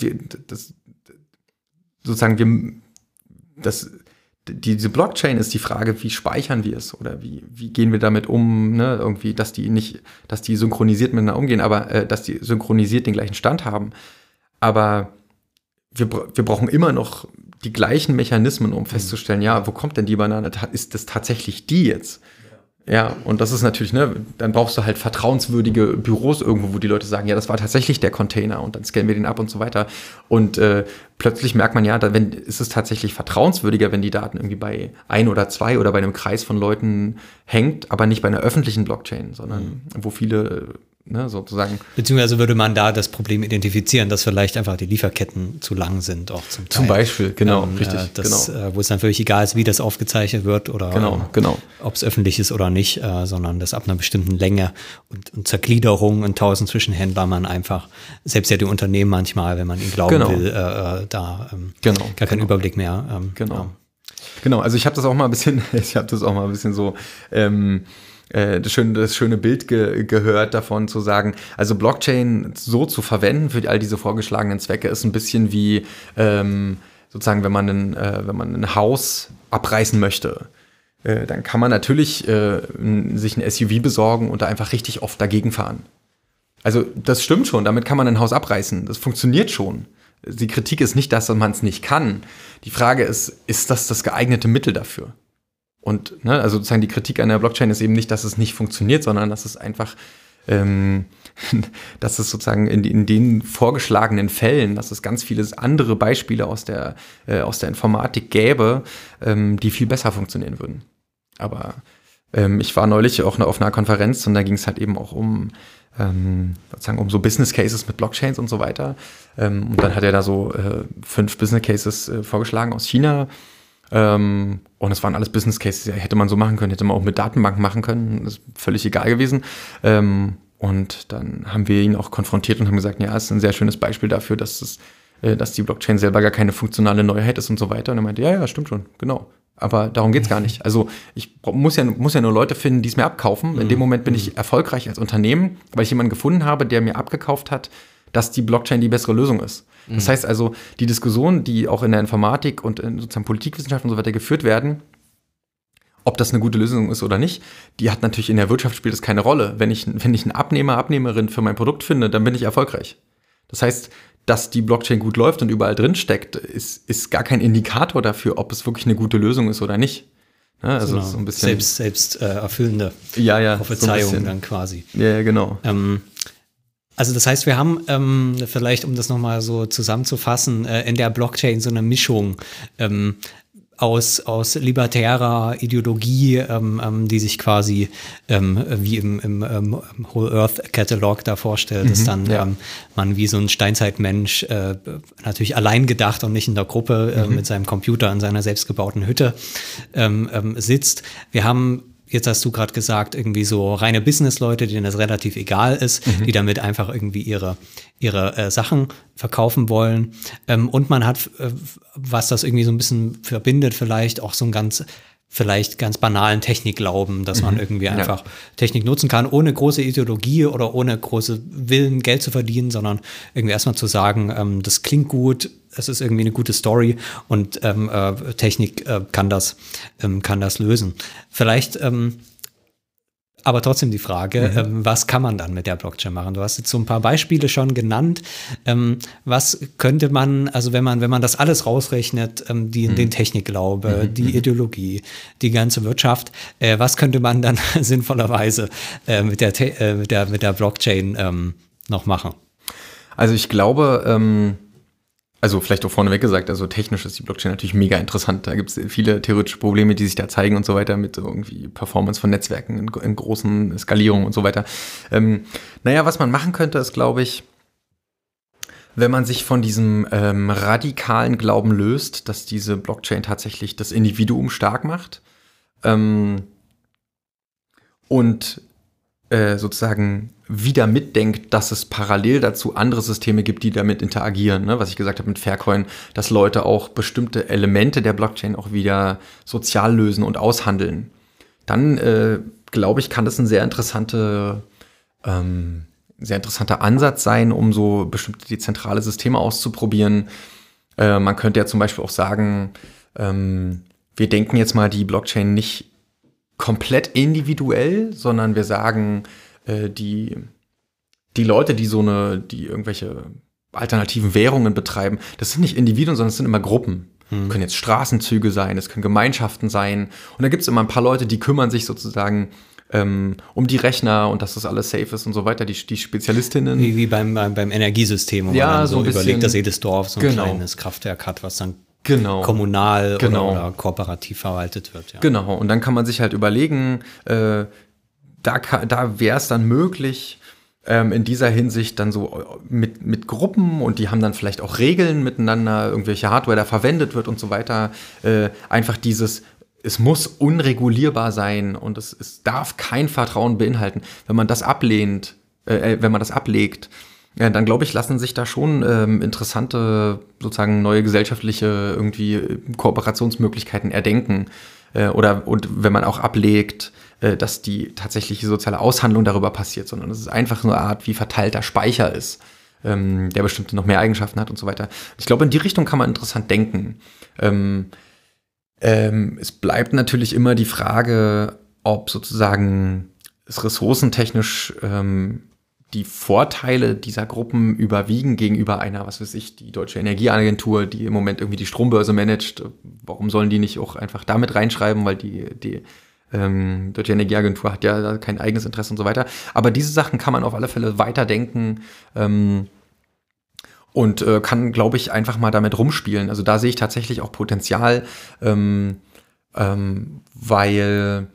diese Blockchain ist die Frage, wie speichern wir es oder wie gehen wir damit um, ne? Irgendwie, dass die synchronisiert miteinander umgehen, aber dass die synchronisiert den gleichen Stand haben. Aber wir brauchen immer noch die gleichen Mechanismen, um festzustellen, ja, wo kommt denn die Banane? Ist das tatsächlich die jetzt? Ja, und das ist natürlich, dann brauchst du halt vertrauenswürdige Büros irgendwo, wo die Leute sagen, ja, das war tatsächlich der Container und dann scannen wir den ab und so weiter. Und plötzlich merkt man ja, ist es tatsächlich vertrauenswürdiger, wenn die Daten irgendwie bei 1 oder 2 oder bei einem Kreis von Leuten hängt, aber nicht bei einer öffentlichen Blockchain, sondern wo viele sozusagen. Beziehungsweise würde man da das Problem identifizieren, dass vielleicht einfach die Lieferketten zu lang sind, auch zum Teil. Zum Beispiel, genau, richtig. Wo es dann völlig egal ist, wie das aufgezeichnet wird oder ob es öffentlich ist oder nicht, sondern dass ab einer bestimmten Länge und Zergliederung in 1000 Zwischenhändler man einfach, selbst ja die Unternehmen manchmal, wenn man ihnen glauben will, gar keinen Überblick mehr. Genau, also ich habe das auch mal ein bisschen so das schöne Bild gehört davon zu sagen, also Blockchain so zu verwenden für all diese vorgeschlagenen Zwecke ist ein bisschen wie sozusagen, wenn man ein Haus abreißen möchte. dann kann man natürlich sich ein SUV besorgen und da einfach richtig oft dagegen fahren. Also das stimmt schon, damit kann man ein Haus abreißen. Das funktioniert schon. Die Kritik ist nicht, dass man es nicht kann. Die Frage ist das geeignete Mittel dafür? Und also sozusagen die Kritik an der Blockchain ist eben nicht, dass es nicht funktioniert, sondern dass es einfach, dass es sozusagen in den vorgeschlagenen Fällen, dass es ganz viele andere Beispiele aus der Informatik gäbe, die viel besser funktionieren würden. Aber ich war neulich auch auf einer Konferenz und da ging es halt eben auch um so Business Cases mit Blockchains und so weiter. Und dann hat er da so 5 Business Cases vorgeschlagen aus China. Und es waren alles Business Cases, hätte man so machen können, hätte man auch mit Datenbanken machen können. Das ist völlig egal gewesen. Und dann haben wir ihn auch konfrontiert und haben gesagt, ja, es ist ein sehr schönes Beispiel dafür, dass die Blockchain selber gar keine funktionale Neuheit ist und so weiter. Und er meinte, ja, stimmt schon, genau. Aber darum geht's gar nicht. Also ich muss ja nur Leute finden, die es mir abkaufen. In dem Moment bin ich erfolgreich als Unternehmen, weil ich jemanden gefunden habe, der mir abgekauft hat, dass die Blockchain die bessere Lösung ist. Das heißt also, die Diskussionen, die auch in der Informatik und in sozusagen Politikwissenschaft und so weiter geführt werden, ob das eine gute Lösung ist oder nicht, die hat natürlich in der Wirtschaft spielt das keine Rolle. Wenn ich einen Abnehmerin für mein Produkt finde, dann bin ich erfolgreich. Das heißt, dass die Blockchain gut läuft und überall drin steckt, ist gar kein Indikator dafür, ob es wirklich eine gute Lösung ist oder nicht. Ja, also genau. So ein bisschen selbst erfüllende Prophezeiung so dann quasi. Ja, genau. Also das heißt, wir haben vielleicht, um das nochmal so zusammenzufassen, in der Blockchain so eine Mischung aus libertärer Ideologie, die sich quasi wie im Whole Earth Catalog da vorstellt, dass dann man wie so ein Steinzeitmensch natürlich allein gedacht und nicht in der Gruppe mit seinem Computer in seiner selbstgebauten Hütte sitzt. Wir haben, jetzt hast du gerade gesagt, irgendwie so reine Business-Leute, denen das relativ egal ist, die damit einfach irgendwie ihre Sachen verkaufen wollen. Und man hat, was das irgendwie so ein bisschen verbindet, vielleicht auch so einen ganz banalen Technikglauben, dass man irgendwie einfach Technik nutzen kann, ohne große Ideologie oder ohne große Willen, Geld zu verdienen, sondern irgendwie erstmal zu sagen, das klingt gut, es ist irgendwie eine gute Story und Technik kann das lösen. Vielleicht aber trotzdem die Frage, was kann man dann mit der Blockchain machen? Du hast jetzt so ein paar Beispiele schon genannt. Was könnte man, also wenn man das alles rausrechnet, den Technikglaube, die Ideologie, die ganze Wirtschaft, was könnte man dann sinnvollerweise mit der Blockchain noch machen? Also ich glaube, also vielleicht auch vorneweg gesagt, also technisch ist die Blockchain natürlich mega interessant. Da gibt es viele theoretische Probleme, die sich da zeigen und so weiter mit irgendwie Performance von Netzwerken in großen Skalierungen und so weiter. Was man machen könnte, ist, glaube ich, wenn man sich von diesem radikalen Glauben löst, dass diese Blockchain tatsächlich das Individuum stark macht und sozusagen wieder mitdenkt, dass es parallel dazu andere Systeme gibt, die damit interagieren, ne? Was ich gesagt habe mit Faircoin, dass Leute auch bestimmte Elemente der Blockchain auch wieder sozial lösen und aushandeln. Dann, glaube ich, kann das ein sehr interessanter Ansatz sein, um so bestimmte dezentrale Systeme auszuprobieren. Man könnte ja zum Beispiel auch sagen, wir denken jetzt mal die Blockchain nicht komplett individuell, sondern wir sagen, die Leute, die irgendwelche alternativen Währungen betreiben, das sind nicht Individuen, sondern es sind immer Gruppen. Können jetzt Straßenzüge sein, es können Gemeinschaften sein. Und da gibt es immer ein paar Leute, die kümmern sich sozusagen um die Rechner und dass das alles safe ist und so weiter, die Spezialistinnen. Wie beim Energiesystem, wo man dann so überlegt, dass jedes Dorf so ein kleines Kraftwerk hat, was dann kommunal oder kooperativ verwaltet wird. Ja. Genau, und dann kann man sich halt überlegen, da wäre es dann möglich, in dieser Hinsicht dann so mit Gruppen, und die haben dann vielleicht auch Regeln miteinander, irgendwelche Hardware da verwendet wird und so weiter, einfach es muss unregulierbar sein und es darf kein Vertrauen beinhalten. Wenn man das ablegt, dann glaube ich, lassen sich da schon interessante, sozusagen neue gesellschaftliche irgendwie Kooperationsmöglichkeiten erdenken. Und wenn man auch ablegt, dass die tatsächliche soziale Aushandlung darüber passiert, sondern es ist einfach so eine Art wie verteilter Speicher ist, der bestimmte noch mehr Eigenschaften hat und so weiter. Ich glaube, in die Richtung kann man interessant denken. Es bleibt natürlich immer die Frage, ob sozusagen es ressourcentechnisch die Vorteile dieser Gruppen überwiegen gegenüber einer, was weiß ich, die Deutsche Energieagentur, die im Moment irgendwie die Strombörse managt. Warum sollen die nicht auch einfach damit reinschreiben, weil die Deutsche Energieagentur hat ja kein eigenes Interesse und so weiter. Aber diese Sachen kann man auf alle Fälle weiterdenken und kann, glaube ich, einfach mal damit rumspielen. Also da sehe ich tatsächlich auch Potenzial, weil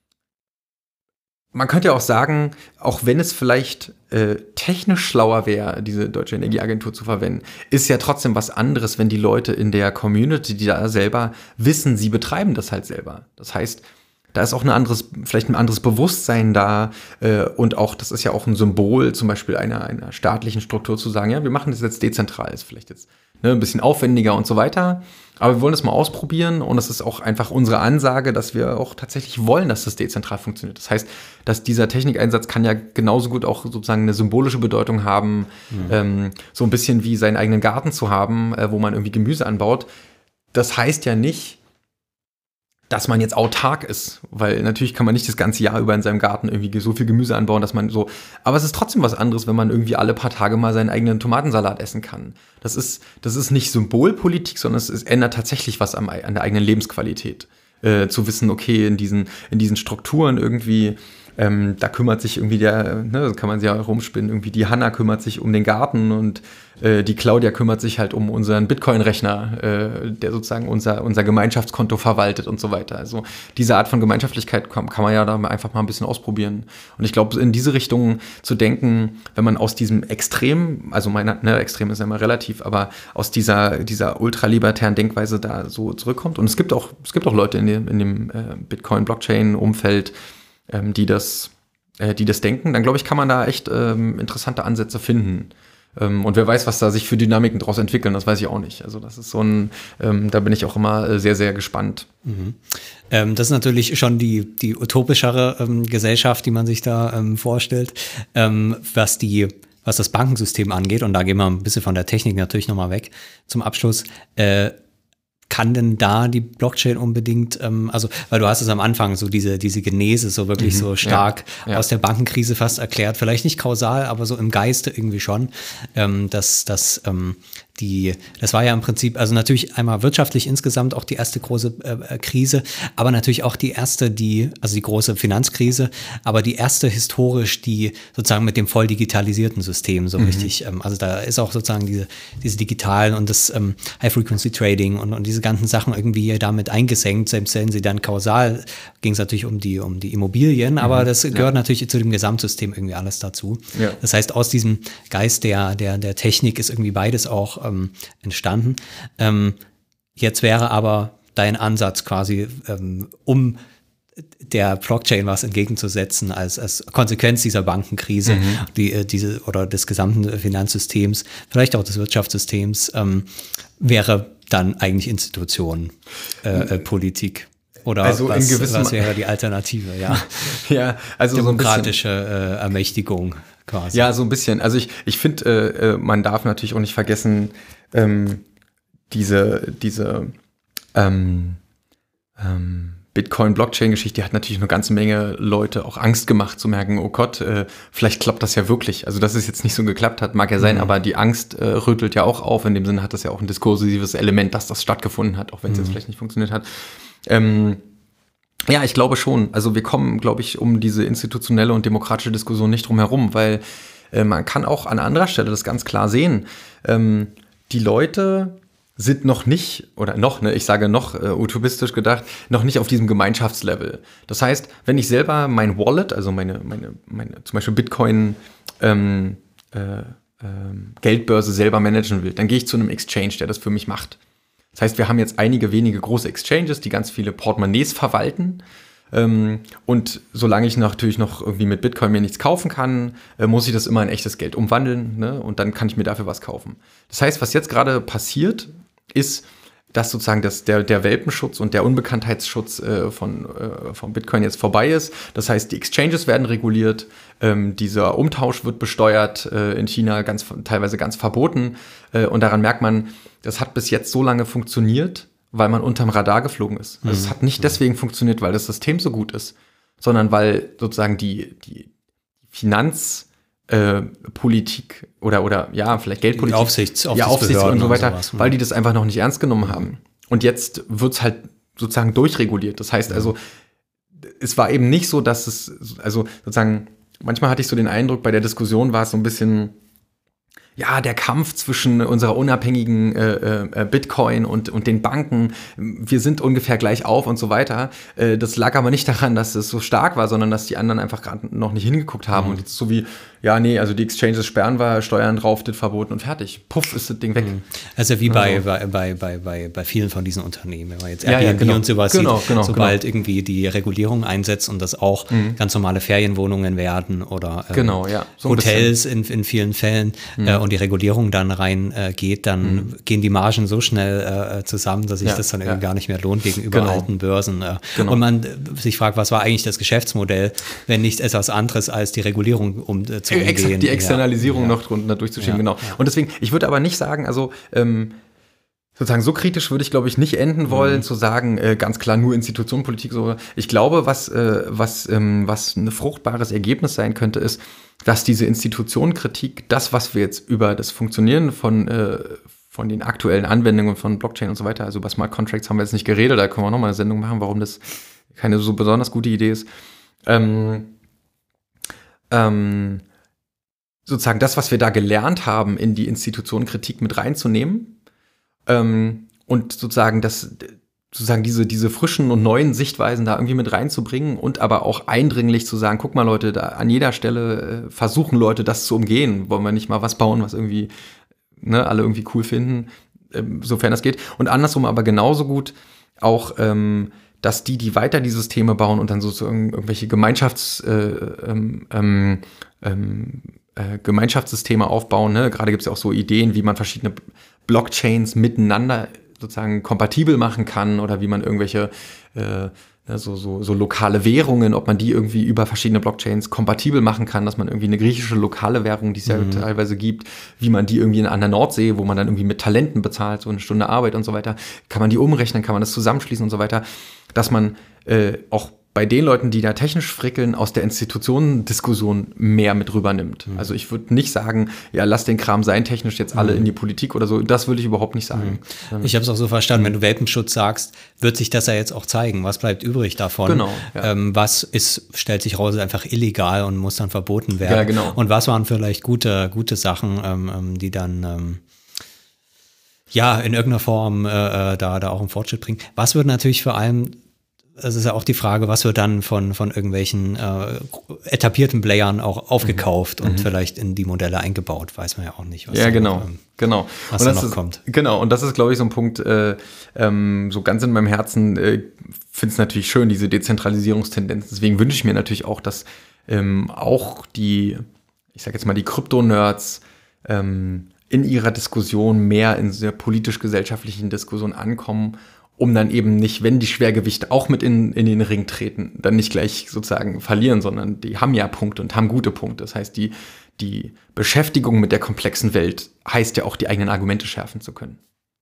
man könnte ja auch sagen, auch wenn es vielleicht technisch schlauer wäre, diese Deutsche Energieagentur zu verwenden, ist ja trotzdem was anderes, wenn die Leute in der Community, die da selber wissen, sie betreiben das halt selber. Das heißt, da ist auch vielleicht ein anderes Bewusstsein da und auch, das ist ja auch ein Symbol zum Beispiel einer staatlichen Struktur zu sagen, ja, wir machen das jetzt dezentral, ist vielleicht jetzt ein bisschen aufwendiger und so weiter, aber wir wollen das mal ausprobieren und das ist auch einfach unsere Ansage, dass wir auch tatsächlich wollen, dass das dezentral funktioniert. Das heißt, dass dieser Technikeinsatz kann ja genauso gut auch sozusagen eine symbolische Bedeutung haben, so ein bisschen wie seinen eigenen Garten zu haben, wo man irgendwie Gemüse anbaut. Das heißt ja nicht, dass man jetzt autark ist, weil natürlich kann man nicht das ganze Jahr über in seinem Garten irgendwie so viel Gemüse anbauen, dass man so, aber es ist trotzdem was anderes, wenn man irgendwie alle paar Tage mal seinen eigenen Tomatensalat essen kann. Das ist nicht Symbolpolitik, sondern es ändert tatsächlich was an der eigenen Lebensqualität. Zu wissen, okay, in diesen Strukturen irgendwie, da kümmert sich irgendwie das kann man sich ja rumspinnen, irgendwie die Hanna kümmert sich um den Garten und die Claudia kümmert sich halt um unseren Bitcoin-Rechner, der sozusagen unser Gemeinschaftskonto verwaltet und so weiter. Also diese Art von Gemeinschaftlichkeit kann man ja da einfach mal ein bisschen ausprobieren. Und ich glaube, in diese Richtung zu denken, wenn man aus diesem Extrem, also Extrem ist ja immer relativ, aber aus dieser ultralibertären Denkweise da so zurückkommt. Und es gibt auch Leute in dem Bitcoin-Blockchain-Umfeld, die das denken, dann glaube ich, kann man da echt interessante Ansätze finden. Und wer weiß, was da sich für Dynamiken daraus entwickeln, das weiß ich auch nicht. Also das ist da bin ich auch immer sehr, sehr gespannt. Mhm. Das ist natürlich schon die utopischere Gesellschaft, die man sich da vorstellt, was das Bankensystem angeht. Und da gehen wir ein bisschen von der Technik natürlich nochmal weg zum Abschluss. Kann denn da die Blockchain unbedingt, weil du hast es am Anfang so diese Genese so wirklich so stark aus der Bankenkrise fast erklärt, vielleicht nicht kausal, aber so im Geiste irgendwie schon, das war ja im Prinzip, also natürlich einmal wirtschaftlich insgesamt auch die erste große Krise, aber natürlich auch die große Finanzkrise, aber die erste historisch, die sozusagen mit dem voll digitalisierten System so richtig, also da ist auch sozusagen diese digitalen und das High-Frequency-Trading und diese ganzen Sachen irgendwie damit eingesenkt, selbst wenn sie dann kausal, ging es natürlich um die Immobilien, aber das gehört natürlich zu dem Gesamtsystem irgendwie alles dazu. Ja. Das heißt, aus diesem Geist der Technik ist irgendwie beides auch entstanden. Jetzt wäre aber dein Ansatz quasi, um der Blockchain was entgegenzusetzen als Konsequenz dieser Bankenkrise, oder des gesamten Finanzsystems, vielleicht auch des Wirtschaftssystems, wäre dann eigentlich Institutionen, Politik. Oder also was wäre die Alternative, ja? Ja, also demokratische Ermächtigung quasi. Ja, so ein bisschen. Also ich finde, man darf natürlich auch nicht vergessen, diese Bitcoin-Blockchain-Geschichte, die hat natürlich eine ganze Menge Leute auch Angst gemacht, zu merken, oh Gott, vielleicht klappt das ja wirklich. Also, dass es jetzt nicht so geklappt hat, mag ja sein, aber die Angst rüttelt ja auch auf. In dem Sinne hat das ja auch ein diskursives Element, dass das stattgefunden hat, auch wenn es jetzt vielleicht nicht funktioniert hat. Ja, ich glaube schon. Also wir kommen, glaube ich, um diese institutionelle und demokratische Diskussion nicht drum herum, weil man kann auch an anderer Stelle das ganz klar sehen. Die Leute sind noch nicht, ich sage noch utopistisch gedacht, noch nicht auf diesem Gemeinschaftslevel. Das heißt, wenn ich selber mein Wallet, also meine zum Beispiel Bitcoin Geldbörse selber managen will, dann gehe ich zu einem Exchange, der das für mich macht. Das heißt, wir haben jetzt einige wenige große Exchanges, die ganz viele Portemonnaies verwalten. Und solange ich natürlich noch irgendwie mit Bitcoin mir nichts kaufen kann, muss ich das immer in echtes Geld umwandeln, ne? Und dann kann ich mir dafür was kaufen. Das heißt, was jetzt gerade passiert, ist, dass sozusagen der Welpenschutz und der Unbekanntheitsschutz von Bitcoin jetzt vorbei ist. Das heißt, die Exchanges werden reguliert, dieser Umtausch wird besteuert, in China teilweise ganz verboten. Und daran merkt man, das hat bis jetzt so lange funktioniert weil man unterm Radar geflogen ist. Also es hat nicht deswegen funktioniert, weil das System so gut ist, sondern weil sozusagen die Finanzpolitik oder ja, vielleicht Geldpolitik, Aufsicht und so weiter, weil die das einfach noch nicht ernst genommen haben. Und jetzt wird's halt sozusagen durchreguliert. Das heißt also, es war eben nicht so, dass es, also sozusagen, manchmal hatte ich so den Eindruck, bei der Diskussion war es so ein bisschen, ja, der Kampf zwischen unserer unabhängigen Bitcoin und den Banken, wir sind ungefähr gleich auf und so weiter. Das lag aber nicht daran, dass es so stark war, sondern dass die anderen einfach gerade noch nicht hingeguckt haben. Und jetzt so wie, ja, nee, also die Exchanges sperren wir, Steuern drauf, das verboten und fertig. Puff, ist das Ding weg. Also wie bei vielen von diesen Unternehmen, wenn man jetzt Airbnb und sowas sieht, sobald irgendwie die Regulierung einsetzt und das auch ganz normale Ferienwohnungen werden oder so Hotels in vielen Fällen und die Regulierung dann reingeht, dann gehen die Margen so schnell zusammen, dass sich das dann irgendwie gar nicht mehr lohnt gegenüber alten Börsen. Und man sich fragt, was war eigentlich das Geschäftsmodell, wenn nicht etwas anderes als die Regulierung zu umgehen. Exakt, die Externalisierung noch drunter durchzuschieben, genau. Und deswegen, ich würde aber nicht sagen, also sozusagen so kritisch würde ich, glaube ich, nicht enden wollen, zu sagen, ganz klar nur Institutionenpolitik. So. Ich glaube, was ein fruchtbares Ergebnis sein könnte, ist, dass diese Institutionenkritik, das, was wir jetzt über das Funktionieren von den aktuellen Anwendungen von Blockchain und so weiter, also über Smart Contracts haben wir jetzt nicht geredet, da können wir nochmal eine Sendung machen, warum das keine so besonders gute Idee ist. Sozusagen das, was wir da gelernt haben, in die Institutionenkritik mit reinzunehmen und sozusagen diese frischen und neuen Sichtweisen da irgendwie mit reinzubringen und aber auch eindringlich zu sagen, guck mal Leute, da an jeder Stelle versuchen Leute das zu umgehen, wollen wir nicht mal was bauen, was irgendwie alle irgendwie cool finden, sofern das geht. Und andersrum aber genauso gut auch dass die weiter die Systeme bauen und dann sozusagen irgendwelche Gemeinschaftssysteme aufbauen. Ne? Gerade gibt es ja auch so Ideen, wie man verschiedene Blockchains miteinander sozusagen kompatibel machen kann oder wie man irgendwelche so lokale Währungen, ob man die irgendwie über verschiedene Blockchains kompatibel machen kann, dass man irgendwie eine griechische lokale Währung, die es ja teilweise gibt, wie man die irgendwie an der Nordsee, wo man dann irgendwie mit Talenten bezahlt, so eine Stunde Arbeit und so weiter, kann man die umrechnen, kann man das zusammenschließen und so weiter, dass man auch bei den Leuten, die da technisch frickeln, aus der Institutionendiskussion mehr mit rübernimmt. Also ich würde nicht sagen, ja, lass den Kram sein, technisch jetzt alle in die Politik oder so. Das würde ich überhaupt nicht sagen. Ich habe es auch so verstanden, wenn du Welpenschutz sagst, wird sich das ja jetzt auch zeigen. Was bleibt übrig davon? Genau. Ja. Was stellt sich raus, ist einfach illegal und muss dann verboten werden. Ja, genau. Und was waren vielleicht gute Sachen, die dann in irgendeiner Form da auch einen Fortschritt bringen. Was wird natürlich vor allem, es ist ja auch die Frage, was wird dann von irgendwelchen etablierten Playern auch aufgekauft und vielleicht in die Modelle eingebaut, weiß man ja auch nicht. Was Was da noch kommt. Genau, und das ist, glaube ich, so ein Punkt, so ganz in meinem Herzen, finde es natürlich schön, diese Dezentralisierungstendenz. Deswegen wünsche ich mir natürlich auch, dass auch die Krypto-Nerds in ihrer Diskussion mehr in der politisch-gesellschaftlichen Diskussion ankommen, um dann eben nicht, wenn die Schwergewichte auch mit in den Ring treten, dann nicht gleich sozusagen verlieren, sondern die haben ja Punkte und haben gute Punkte. Das heißt, die Beschäftigung mit der komplexen Welt heißt ja auch, die eigenen Argumente schärfen zu können.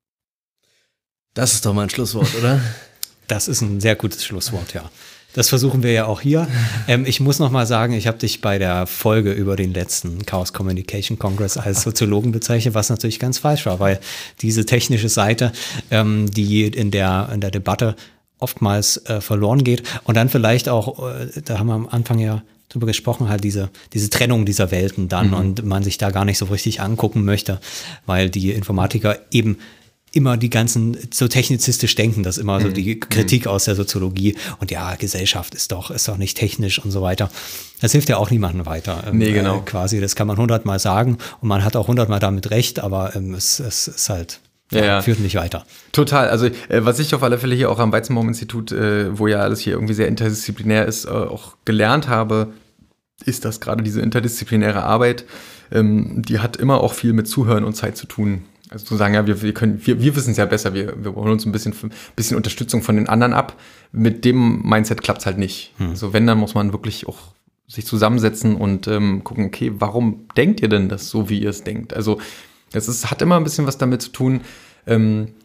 Das ist doch mal ein Schlusswort, oder? Das ist ein sehr gutes Schlusswort, ja. Das versuchen wir ja auch hier. Ich muss noch mal sagen, ich habe dich bei der Folge über den letzten Chaos Communication Congress als Soziologen bezeichnet, was natürlich ganz falsch war, weil diese technische Seite, die in der Debatte oftmals verloren geht und dann vielleicht auch, da haben wir am Anfang ja drüber gesprochen, halt diese Trennung dieser Welten dann und man sich da gar nicht so richtig angucken möchte, weil die Informatiker eben immer die ganzen so technizistisch denken, das ist immer so die Kritik aus der Soziologie und ja, Gesellschaft ist doch nicht technisch und so weiter. Das hilft ja auch niemandem weiter. Nee, genau. Quasi, das kann man 100-mal sagen und man hat auch 100-mal damit recht, aber es ist halt führt nicht weiter. Total. Also was ich auf alle Fälle hier auch am Weizenbaum-Institut, wo ja alles hier irgendwie sehr interdisziplinär ist, auch gelernt habe, ist, dass gerade diese interdisziplinäre Arbeit, die hat immer auch viel mit Zuhören und Zeit zu tun. Also zu sagen, ja, wir wissen es ja besser, wir holen uns ein bisschen Unterstützung von den anderen ab. Mit dem Mindset klappt es halt nicht. Also wenn, dann muss man wirklich auch sich zusammensetzen und gucken, okay, warum denkt ihr denn das so, wie ihr es denkt? Also hat immer ein bisschen was damit zu tun,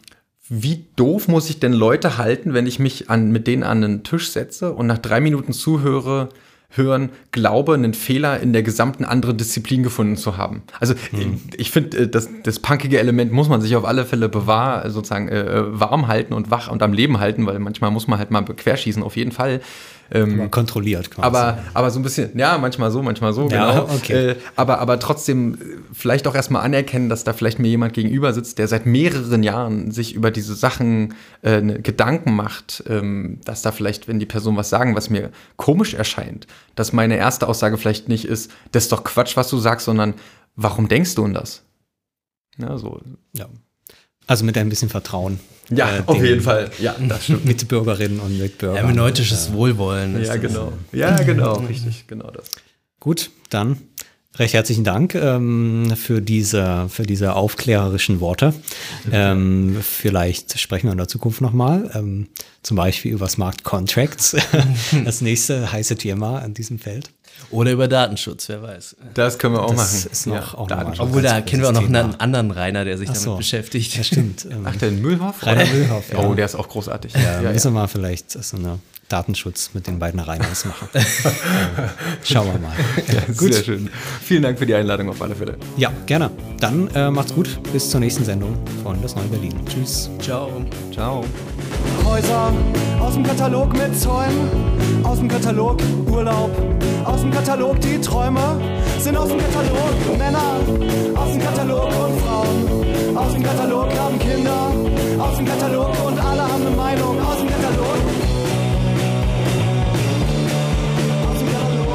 wie doof muss ich denn Leute halten, wenn ich mich mit denen an einen Tisch setze und nach 3 Minuten hören, glaube, einen Fehler in der gesamten anderen Disziplin gefunden zu haben. Also ich finde, das punkige Element muss man sich auf alle Fälle warm halten und wach und am Leben halten, weil manchmal muss man halt mal querschießen, auf jeden Fall. Kontrolliert quasi. Aber so ein bisschen, ja, manchmal so, ja, genau. Okay. Aber trotzdem vielleicht auch erstmal anerkennen, dass da vielleicht mir jemand gegenüber sitzt, der seit mehreren Jahren sich über diese Sachen Gedanken macht, dass da vielleicht, wenn die Person was sagen, was mir komisch erscheint, dass meine erste Aussage vielleicht nicht ist, das ist doch Quatsch, was du sagst, sondern warum denkst du an das? Ja, so. Ja. Also mit ein bisschen Vertrauen. Ja, auf jeden Fall. Ja, das stimmt. Mitbürgerinnen und Mitbürger. Hermeneutisches Wohlwollen. Ja, genau. Ja, genau. Richtig, genau das. Gut, dann recht herzlichen Dank für diese aufklärerischen Worte. Vielleicht sprechen wir in der Zukunft nochmal, zum Beispiel über Smart Contracts, das nächste heiße Thema an diesem Feld. Oder über Datenschutz, wer weiß. Das können wir auch Das machen. ist noch auch nochmal. Obwohl, da kennen wir auch noch Thema. einen anderen Rainer, der sich damit beschäftigt. Ja, stimmt. Ach, der Mühlhoff? Rainer Mühlhoff, ja. Oh, der ist auch großartig. Ja, müssen wir mal vielleicht so eine Datenschutz mit den beiden Rainers machen. Schauen wir mal. Ja, Gut. sehr schön. Vielen Dank für die Einladung auf alle Fälle. Ja, gerne. Dann macht's gut. Bis zur nächsten Sendung von Das Neue Berlin. Tschüss. Ciao. Ciao. Häuser aus dem Katalog mit Zäumen, aus dem Katalog Urlaub, aus dem Katalog die Träume, sind aus dem Katalog Männer, aus dem Katalog und Frauen, aus dem Katalog haben Kinder, aus dem Katalog und alle haben eine Meinung, aus dem Katalog. Aus dem Katalog.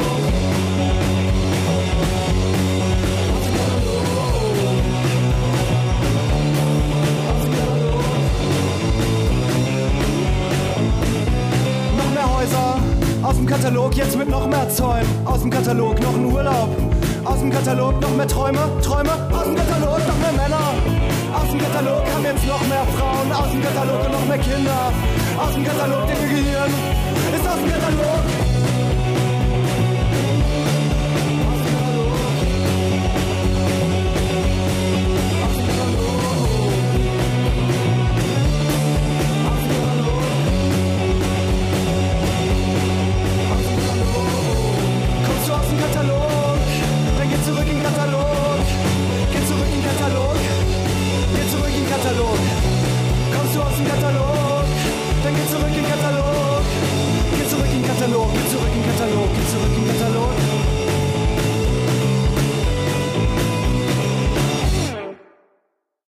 Noch mehr Häuser aus dem Katalog, jetzt mit noch mehr Zäumen. Aus dem Katalog noch ein Urlaub. Aus dem Katalog noch mehr Träume. Aus dem Katalog noch mehr Männer. Aus dem Katalog haben jetzt noch mehr Frauen. Aus dem Katalog und noch mehr Kinder. Aus dem Katalog der Gehirn ist aus dem Katalog. Kommst du aus dem Katalog, dann geh zurück in den Katalog. Geh zurück in den Katalog. Geh zurück in den Katalog. Kommst du aus dem Katalog, dann geh zurück in den Katalog.